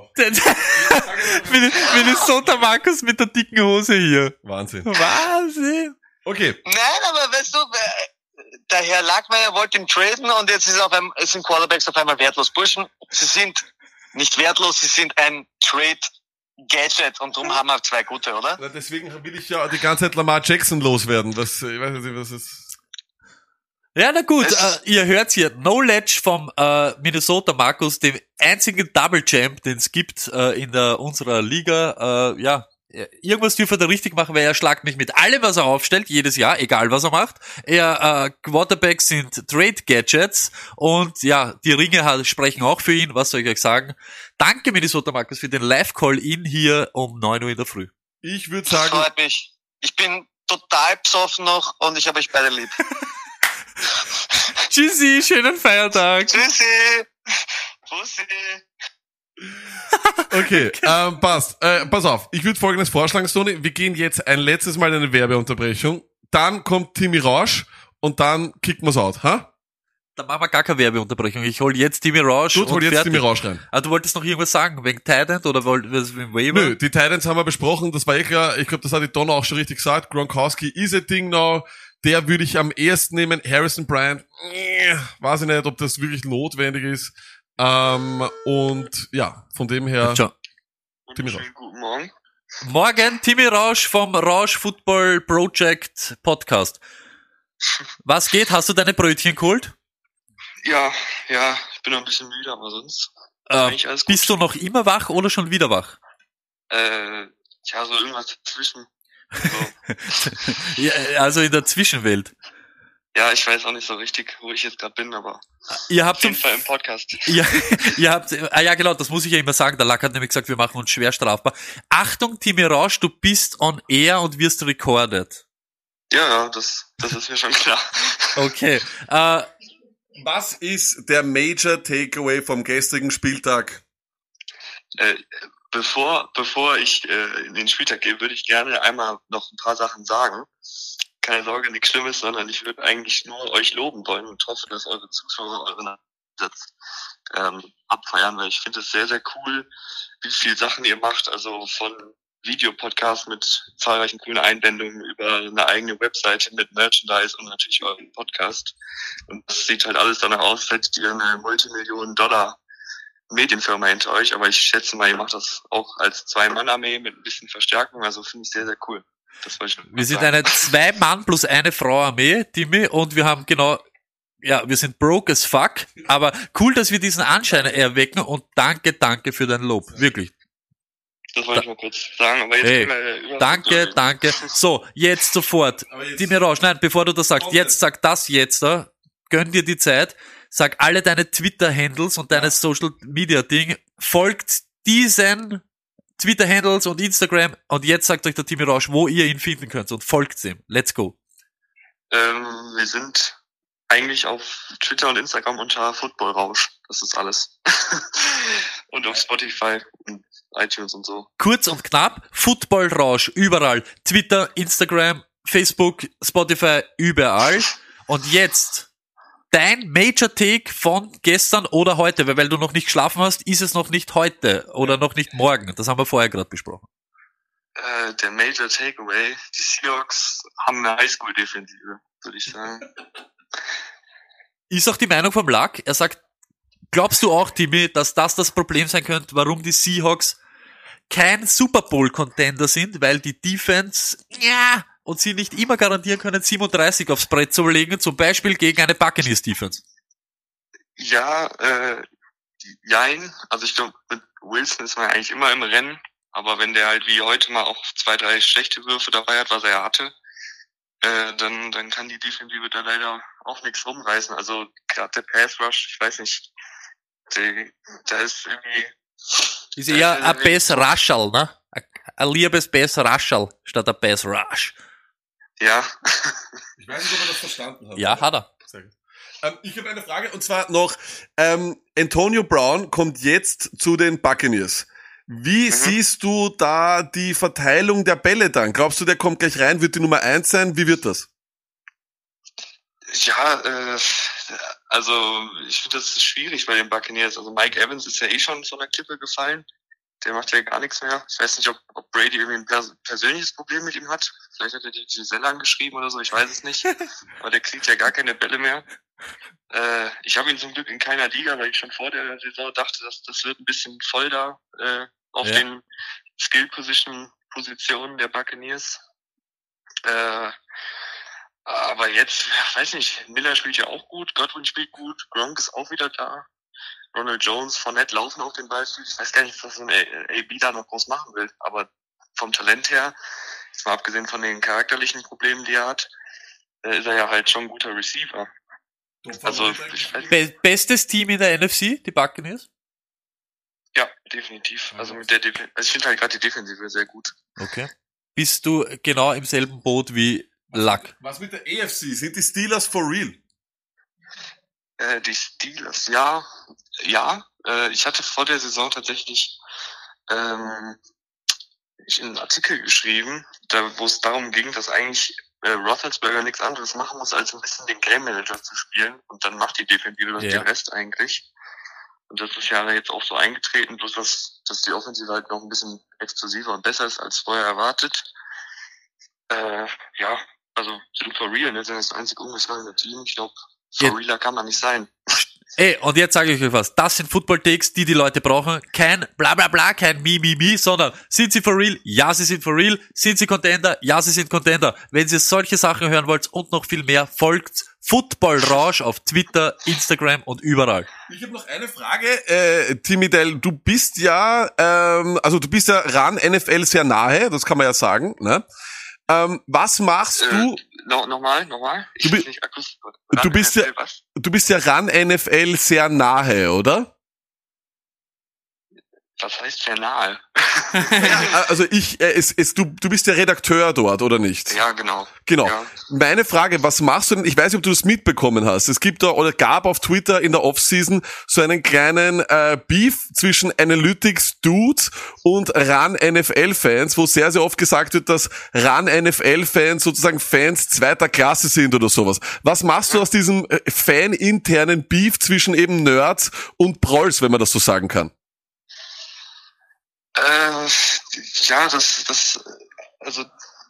Minnesota Markus mit der dicken Hose hier. Wahnsinn. Wahnsinn. Okay. Nein, aber weißt du, äh, der Herr Lackmeier wollte ihn traden und jetzt ist auf einmal, sind Quarterbacks auf einmal wertlos. Burschen, sie sind nicht wertlos, sie sind ein Trade-Gadget und darum haben wir zwei gute, oder? Na, deswegen will ich ja die ganze Zeit Lamar Jackson loswerden. Was, ich weiß nicht, was ist. Ja, na gut, Es- äh, ihr hört hier, Knowledge vom äh, Minnesota Markus, dem einzigen Double Champ, den es gibt äh, in der unserer Liga. Äh, ja, irgendwas dürfen wir da richtig machen, weil er schlagt mich mit allem, was er aufstellt, jedes Jahr, egal was er macht. Er, äh, Quarterbacks sind Trade-Gadgets und ja, die Ringe hat, sprechen auch für ihn, was soll ich euch sagen. Danke Minnesota Markus für den Live-Call-In hier um neun Uhr in der Früh. Ich würde Das sagen, freut mich. Ich bin total besoffen noch und ich habe euch beide lieb. Tschüssi, schönen Feiertag. Tschüssi! Pussy! okay, ähm, passt. Äh, pass auf, ich würde Folgendes vorschlagen, Sony. Wir gehen jetzt ein letztes Mal in eine Werbeunterbrechung. Dann kommt Timmy Rausch und dann kicken wir's out, ha? Dann machen wir gar keine Werbeunterbrechung. Ich hol jetzt Timmy Rausch Gut, hol und jetzt fertig. Timmy Rausch rein. Ah, du wolltest noch irgendwas sagen, wegen Tident oder wolltest wegen Waiver? Nö, die Titans haben wir besprochen, das war eh klar. Ich glaube, das hat die Donna auch schon richtig gesagt. Gronkowski is a thing now. Der würde ich am ehesten nehmen. Harrison Bryant, äh, weiß ich nicht, ob das wirklich notwendig ist. Ähm, und ja, von dem her. Ciao. Timmy Rausch. Guten Morgen. Morgen, Timmy Rausch vom Rausch Football Project Podcast. Was geht? Hast du deine Brötchen geholt? Ja, ja, ich bin noch ein bisschen müde, aber sonst Äh, eigentlich alles gut. bist du noch immer wach oder schon wieder wach? Äh, ja, so irgendwas dazwischen. So. Ja, also in der Zwischenwelt. Ja, ich weiß auch nicht so richtig, wo ich jetzt gerade bin, aber Ihr habt auf jeden zum Fall im Podcast. Ja, ihr habt, ah ja genau, das muss ich ja immer sagen, der Lack hat nämlich gesagt, wir machen uns schwer strafbar. Achtung, Timmy Rausch, du bist on air und wirst recorded. Ja, ja, das, das ist mir schon klar. Okay, äh, Was ist der Major Takeaway vom gestrigen Spieltag? Äh, bevor, bevor ich äh, in den Spieltag gehe, würde ich gerne einmal noch ein paar Sachen sagen. Keine Sorge, nichts Schlimmes, sondern ich würde eigentlich nur euch loben wollen und hoffe, dass eure Zuschauer euren Einsatz ähm, abfeiern, weil ich finde es sehr, sehr cool, wie viele Sachen ihr macht, also von Videopodcast mit zahlreichen coolen Einblendungen über eine eigene Webseite mit Merchandise und natürlich euren Podcast. Und das sieht halt alles danach aus, als hättet ihr eine Multimillionen-Dollar Medienfirma hinter euch, aber ich schätze mal, ihr macht das auch als Zwei-Mann-Armee mit ein bisschen Verstärkung, also finde ich sehr, sehr cool. Das wollte ich wir sind sagen. eine zwei Mann plus eine Frau Armee, Timmy, und wir haben genau, ja, wir sind broke as fuck, aber cool, dass wir diesen Anschein erwecken und danke, danke für dein Lob, wirklich. Das wollte ich mal kurz sagen, aber jetzt Hey, können wir über Danke, danke. So, jetzt sofort. jetzt- Timmy Rausch, nein, bevor du das sagst, Kommt jetzt es. sag das jetzt da. Gönn dir die Zeit. Sag alle deine Twitter-Handles und deine Social-Media-Ding. Folgt diesen Twitter-Handles und Instagram und jetzt sagt euch der Timmy Rausch, wo ihr ihn finden könnt und folgt ihm. Let's go. Ähm, wir sind eigentlich auf Twitter und Instagram unter Football Rausch. Das ist alles. Und auf Spotify und iTunes und so. Kurz und knapp, Football Rausch überall. Twitter, Instagram, Facebook, Spotify, überall. Und jetzt dein Major Take von gestern oder heute, weil, weil du noch nicht geschlafen hast, ist es noch nicht heute oder noch nicht morgen. Das haben wir vorher gerade besprochen. Äh, der Major Takeaway, die Seahawks haben eine Highschool-Defensive, würde ich sagen. Ist auch die Meinung vom Luck. Er sagt, glaubst du auch, Timmy, dass das das Problem sein könnte, warum die Seahawks kein Super Bowl-Contender sind, weil die Defense, ja, und sie nicht immer garantieren können, siebenunddreißig aufs Brett zu legen, zum Beispiel gegen eine Buccaneers-Defense? Ja, äh, jein. Also ich glaube, mit Wilson ist man eigentlich immer im Rennen. Aber wenn der halt wie heute mal auch zwei, drei schlechte Würfe dabei hat, was er ja hatte, äh, dann, dann kann die Defensive da leider auch nichts rumreißen. Also gerade der Pass Rush, ich weiß nicht, die, da ist irgendwie... Ist eher ein Pass Rushal, ne? Ein liebes Pass Rushal statt ein Pass Rush. Ja. Ich weiß nicht, ob er das verstanden hat. Ja, hat er. Sehr gut. Ähm, ich habe eine Frage, und zwar noch, ähm, Antonio Brown kommt jetzt zu den Buccaneers. Wie Mhm. siehst du da die Verteilung der Bälle dann? Glaubst du, der kommt gleich rein, wird die Nummer eins sein? Wie wird das? Ja, äh, also ich finde das ist schwierig bei den Buccaneers. Also Mike Evans ist ja eh schon von der Klippe gefallen. Der macht ja gar nichts mehr. Ich weiß nicht, ob, ob Brady irgendwie ein pers- persönliches Problem mit ihm hat. Vielleicht hat er die Giselle angeschrieben oder so, ich weiß es nicht. Aber der kriegt ja gar keine Bälle mehr. Äh, ich habe ihn zum Glück in keiner Liga, weil ich schon vor der Saison dachte, dass das wird ein bisschen voll da äh, auf Ja. den Skill-Position-Positionen der Buccaneers. Äh, aber jetzt, ja, weiß nicht, Miller spielt ja auch gut, Godwin spielt gut, Gronk ist auch wieder da. Ronald Jones, Fournette laufen auf den Ball. Ich weiß gar nicht, was so ein A B da noch groß machen will. Aber vom Talent her, jetzt mal abgesehen von den charakterlichen Problemen, die er hat, äh, ist er ja halt schon ein guter Receiver. Also, ich weiß, Be- bestes Team in der N F C, die Buccaneers? ja, definitiv. Also mit der Def- also ich finde halt gerade die Defensive sehr gut. Okay. Bist du genau im selben Boot wie Luck? Was mit der A F C? Sind die Steelers for real? Äh, die Steelers, ja, ja. Äh, ich hatte vor der Saison tatsächlich ähm, ich einen Artikel geschrieben, da, wo es darum ging, dass eigentlich äh, Roethlisberger nichts anderes machen muss, als ein bisschen den Game Manager zu spielen. Und dann macht die Defensive Ja. den Rest eigentlich. Und das ist ja jetzt auch so eingetreten, bloß dass, dass die Offensive halt noch ein bisschen explosiver und besser ist als vorher erwartet. Äh, ja, also sind for real, ne? Sind das einzig ungeschlagene Team. Ich glaube, for Ja. realer kann man nicht sein. Ey, und jetzt sage ich euch was. Das sind Football-Takes, die die Leute brauchen. Kein bla bla bla, kein mi, mi, mi, sondern sind sie for real? Ja, sie sind for real. Sind sie Contender? Ja, sie sind Contender. Wenn ihr solche Sachen hören wollt und noch viel mehr, folgt Football Rausch auf Twitter, Instagram und überall. Ich habe noch eine Frage, äh, Timmy Dell, du bist ja, ähm, also du bist ja ran N F L sehr nahe, das kann man ja sagen, ne? Ähm, was machst Äh, du? no, nochmal, nochmal. Ich Du bi- weiß nicht akustisch. Du bist ja, Was? du bist ja ran N F L sehr nahe, oder? Was heißt sehr nahe? Ja, also ich, äh, es, es, du, du bist ja Redakteur dort, oder nicht? Ja, genau. Genau. Ja. Meine Frage, was machst du denn? Ich weiß nicht, ob du das mitbekommen hast. Es gibt da oder gab auf Twitter in der Offseason so einen kleinen äh, Beef zwischen Analytics Dudes und Run N F L Fans, wo sehr, sehr oft gesagt wird, dass Run N F L Fans sozusagen Fans zweiter Klasse sind oder sowas. Was machst du aus diesem äh, faninternen Beef zwischen eben Nerds und Prolls, wenn man das so sagen kann? Äh, ja, das, das, also,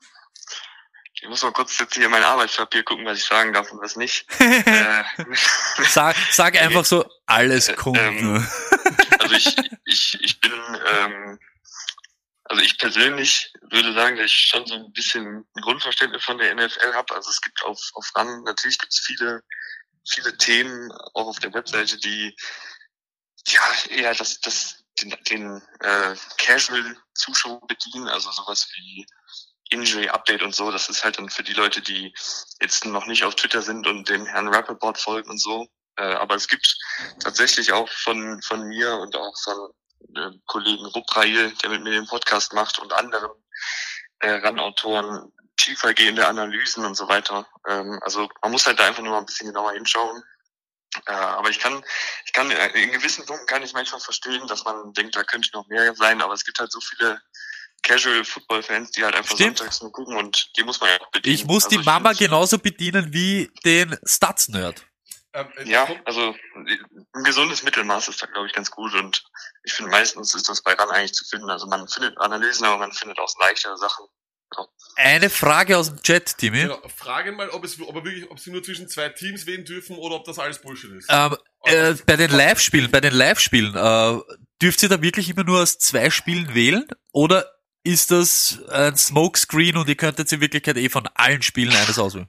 ich muss mal kurz jetzt hier mein Arbeitspapier gucken, was ich sagen darf und was nicht. äh, Sag, sag einfach so, alles kommt. ähm, also ich, ich, ich bin, ähm, also ich persönlich würde sagen, dass ich schon so ein bisschen ein Grundverständnis von der N F L habe. Also es gibt auf, auf RAN, natürlich gibt es viele, viele Themen, auch auf der Webseite, die, ja, eher das, das, den, den äh, Casual-Zuschauer bedienen, also sowas wie Injury Update und so. Das ist halt dann für die Leute, die jetzt noch nicht auf Twitter sind und dem Herrn Rappaport folgen und so. Äh, aber es gibt tatsächlich auch von von mir und auch von äh, Kollegen Ruprail, der mit mir den Podcast macht, und anderen äh, RAN-Autoren tiefergehende Analysen und so weiter. Ähm, also man muss halt da einfach nur mal ein bisschen genauer hinschauen. Äh, aber ich kann, ich kann, in gewissen Punkten kann ich manchmal verstehen, dass man denkt, da könnte noch mehr sein, aber es gibt halt so viele Casual-Football-Fans, die halt einfach Stimmt. sonntags nur gucken, und die muss man ja auch bedienen. Ich muss also die Mama find's- genauso bedienen wie den Stats-Nerd. Ähm, äh, Ja, also ein gesundes Mittelmaß ist da, glaube ich, ganz gut, und ich finde, meistens ist das bei RAN eigentlich zu finden. Also man findet Analysen, aber man findet auch leichtere Sachen. Ja. Eine Frage aus dem Chat, Timmy. Genau, frage mal, ob es, ob er wirklich, ob sie nur zwischen zwei Teams wählen dürfen oder ob das alles Bullshit ist. Ähm, äh, bei den Live-Spielen, bei den Live-Spielen, äh, dürft ihr da wirklich immer nur aus zwei Spielen wählen? Oder ist das ein Smokescreen und ihr könntet in Wirklichkeit eh von allen Spielen eines auswählen?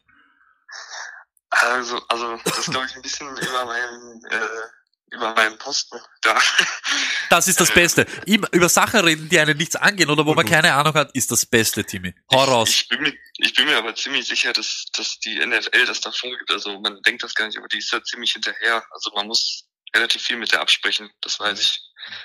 Also, also das ist, glaube ich, ein bisschen über meinem, äh, über meinem Posten da. Das ist das Beste. Immer über Sachen reden, die einen nichts angehen oder wo man keine Ahnung hat, ist das Beste, Timmy. Hau raus. Ich bin mir, ich bin mir aber ziemlich sicher, dass, dass die N F L das da folgt. Also man denkt das gar nicht, aber die ist da ziemlich hinterher. Also man muss relativ viel mit der absprechen, das weiß ich.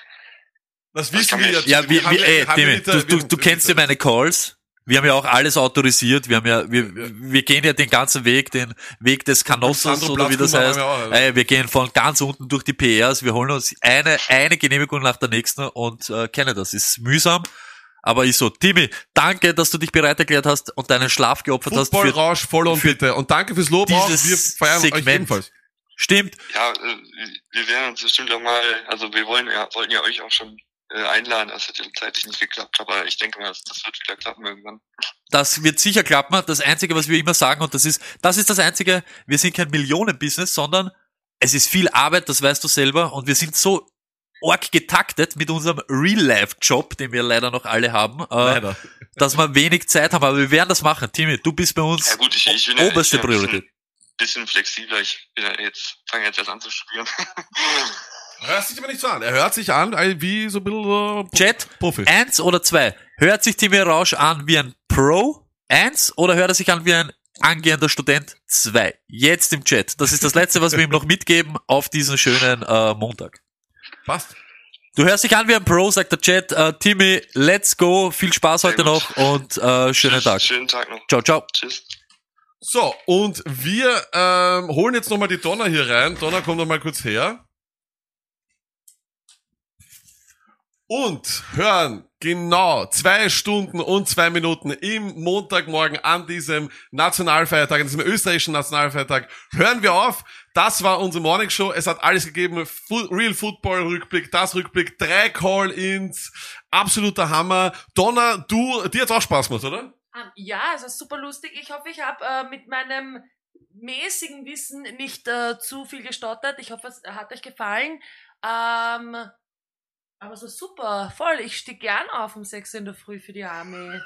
Das Das wissen kann wir man- ja. Ja, wie, haben wie, wir- ey, haben wir Timmy, mit der- du, du, du kennst ja meine Calls. Wir haben ja auch alles autorisiert. Wir haben ja, wir, wir gehen ja den ganzen Weg, den Weg des Kanossos Sandro oder wie das Platzkummer heißt. haben wir auch, also. Ey, wir gehen von ganz unten durch die P Rs. Wir holen uns eine, eine Genehmigung nach der nächsten und äh, kennen das. Ist mühsam. Aber ich so, Timmy, danke, dass du dich bereit erklärt hast und deinen Schlaf geopfert hast für Football-Rausch voll und für bitte. Und danke fürs Lob auch. dieses Wir feiern euch Segment. ebenfalls. Stimmt. Ja, äh, wir werden uns bestimmt auch mal, also wir wollen ja, wollten ja euch auch schon äh, einladen, das hat ja zeitlich nicht geklappt, aber ich denke mal, das, das wird wieder klappen irgendwann. Das wird sicher klappen. Das Einzige, was wir immer sagen, und das ist, das ist das Einzige, wir sind kein Millionen-Business, sondern es ist viel Arbeit, das weißt du selber, und wir sind so arg getaktet mit unserem Real-Life-Job, den wir leider noch alle haben, äh, Leider. dass wir wenig Zeit haben, aber wir werden das machen. Timmy, du bist bei uns Ja gut, ich, ich bin ja, oberste ich bin ja ein Priorität. bisschen, bisschen flexibler, ich bin ja jetzt, fange jetzt erst an zu studieren. Hört sich aber nicht so an. Er hört sich an äh, wie so ein bisschen äh, Chat, Profi. eins oder zwei. Hört sich Timmy Rausch an wie ein Pro? Eins oder hört er sich an wie ein angehender Student? Zwei. Jetzt im Chat. Das ist das Letzte, was wir ihm noch mitgeben auf diesen schönen äh, Montag. Passt. Du hörst dich an wie ein Pro, sagt der Chat. Äh, Timmy, let's go. Viel Spaß heute Sehr gut. noch und äh, schönen Tag. Schönen Tag noch. Ciao, ciao. Tschüss. So, und wir ähm, holen jetzt nochmal die Donna hier rein. Donna, komm doch mal kurz her. Und hören genau zwei Stunden und zwei Minuten im Montagmorgen an diesem Nationalfeiertag, an diesem österreichischen Nationalfeiertag, hören wir auf. Das war unsere Morning Show. Es hat alles gegeben. Fu- Real Football Rückblick, das Rückblick, drei Call-ins, absoluter Hammer. Donna, du, dir hat's auch Spaß gemacht, oder? Ähm, ja, also super lustig. Ich hoffe, ich habe äh, mit meinem mäßigen Wissen nicht äh, zu viel gestottert. Ich hoffe, es hat euch gefallen. Ähm, aber so super, voll. Ich stehe gern auf um sechs Uhr in der Früh für die Armee.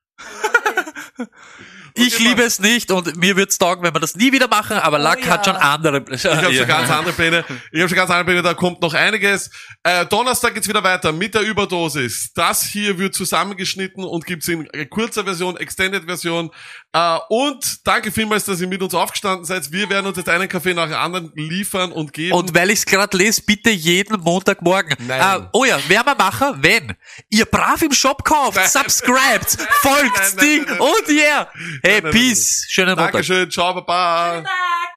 Ich liebe es nicht und mir wird's taugen, wenn wir das nie wieder machen, aber Oh Lack ja. hat schon andere. Ich habe schon ganz andere Pläne. Ich habe schon ganz andere Pläne, da kommt noch einiges. Äh, Donnerstag geht's wieder weiter mit der Überdosis. Das hier wird zusammengeschnitten und gibt's in kurzer Version, Extended-Version. Äh, und danke vielmals, dass ihr mit uns aufgestanden seid. Wir werden uns jetzt einen Kaffee nach dem anderen liefern und geben. Und weil ich's gerade lese, bitte jeden Montagmorgen. Nein. Äh, oh ja, werden wir machen, wenn ihr brav im Shop kauft, Nein. subscribt, folgt Nein, nein, Ding nein, nein. und yeah. Hey, Nein, nein, Peace. Schönen Montag. Dankeschön, ciao, baba. Guten Tag!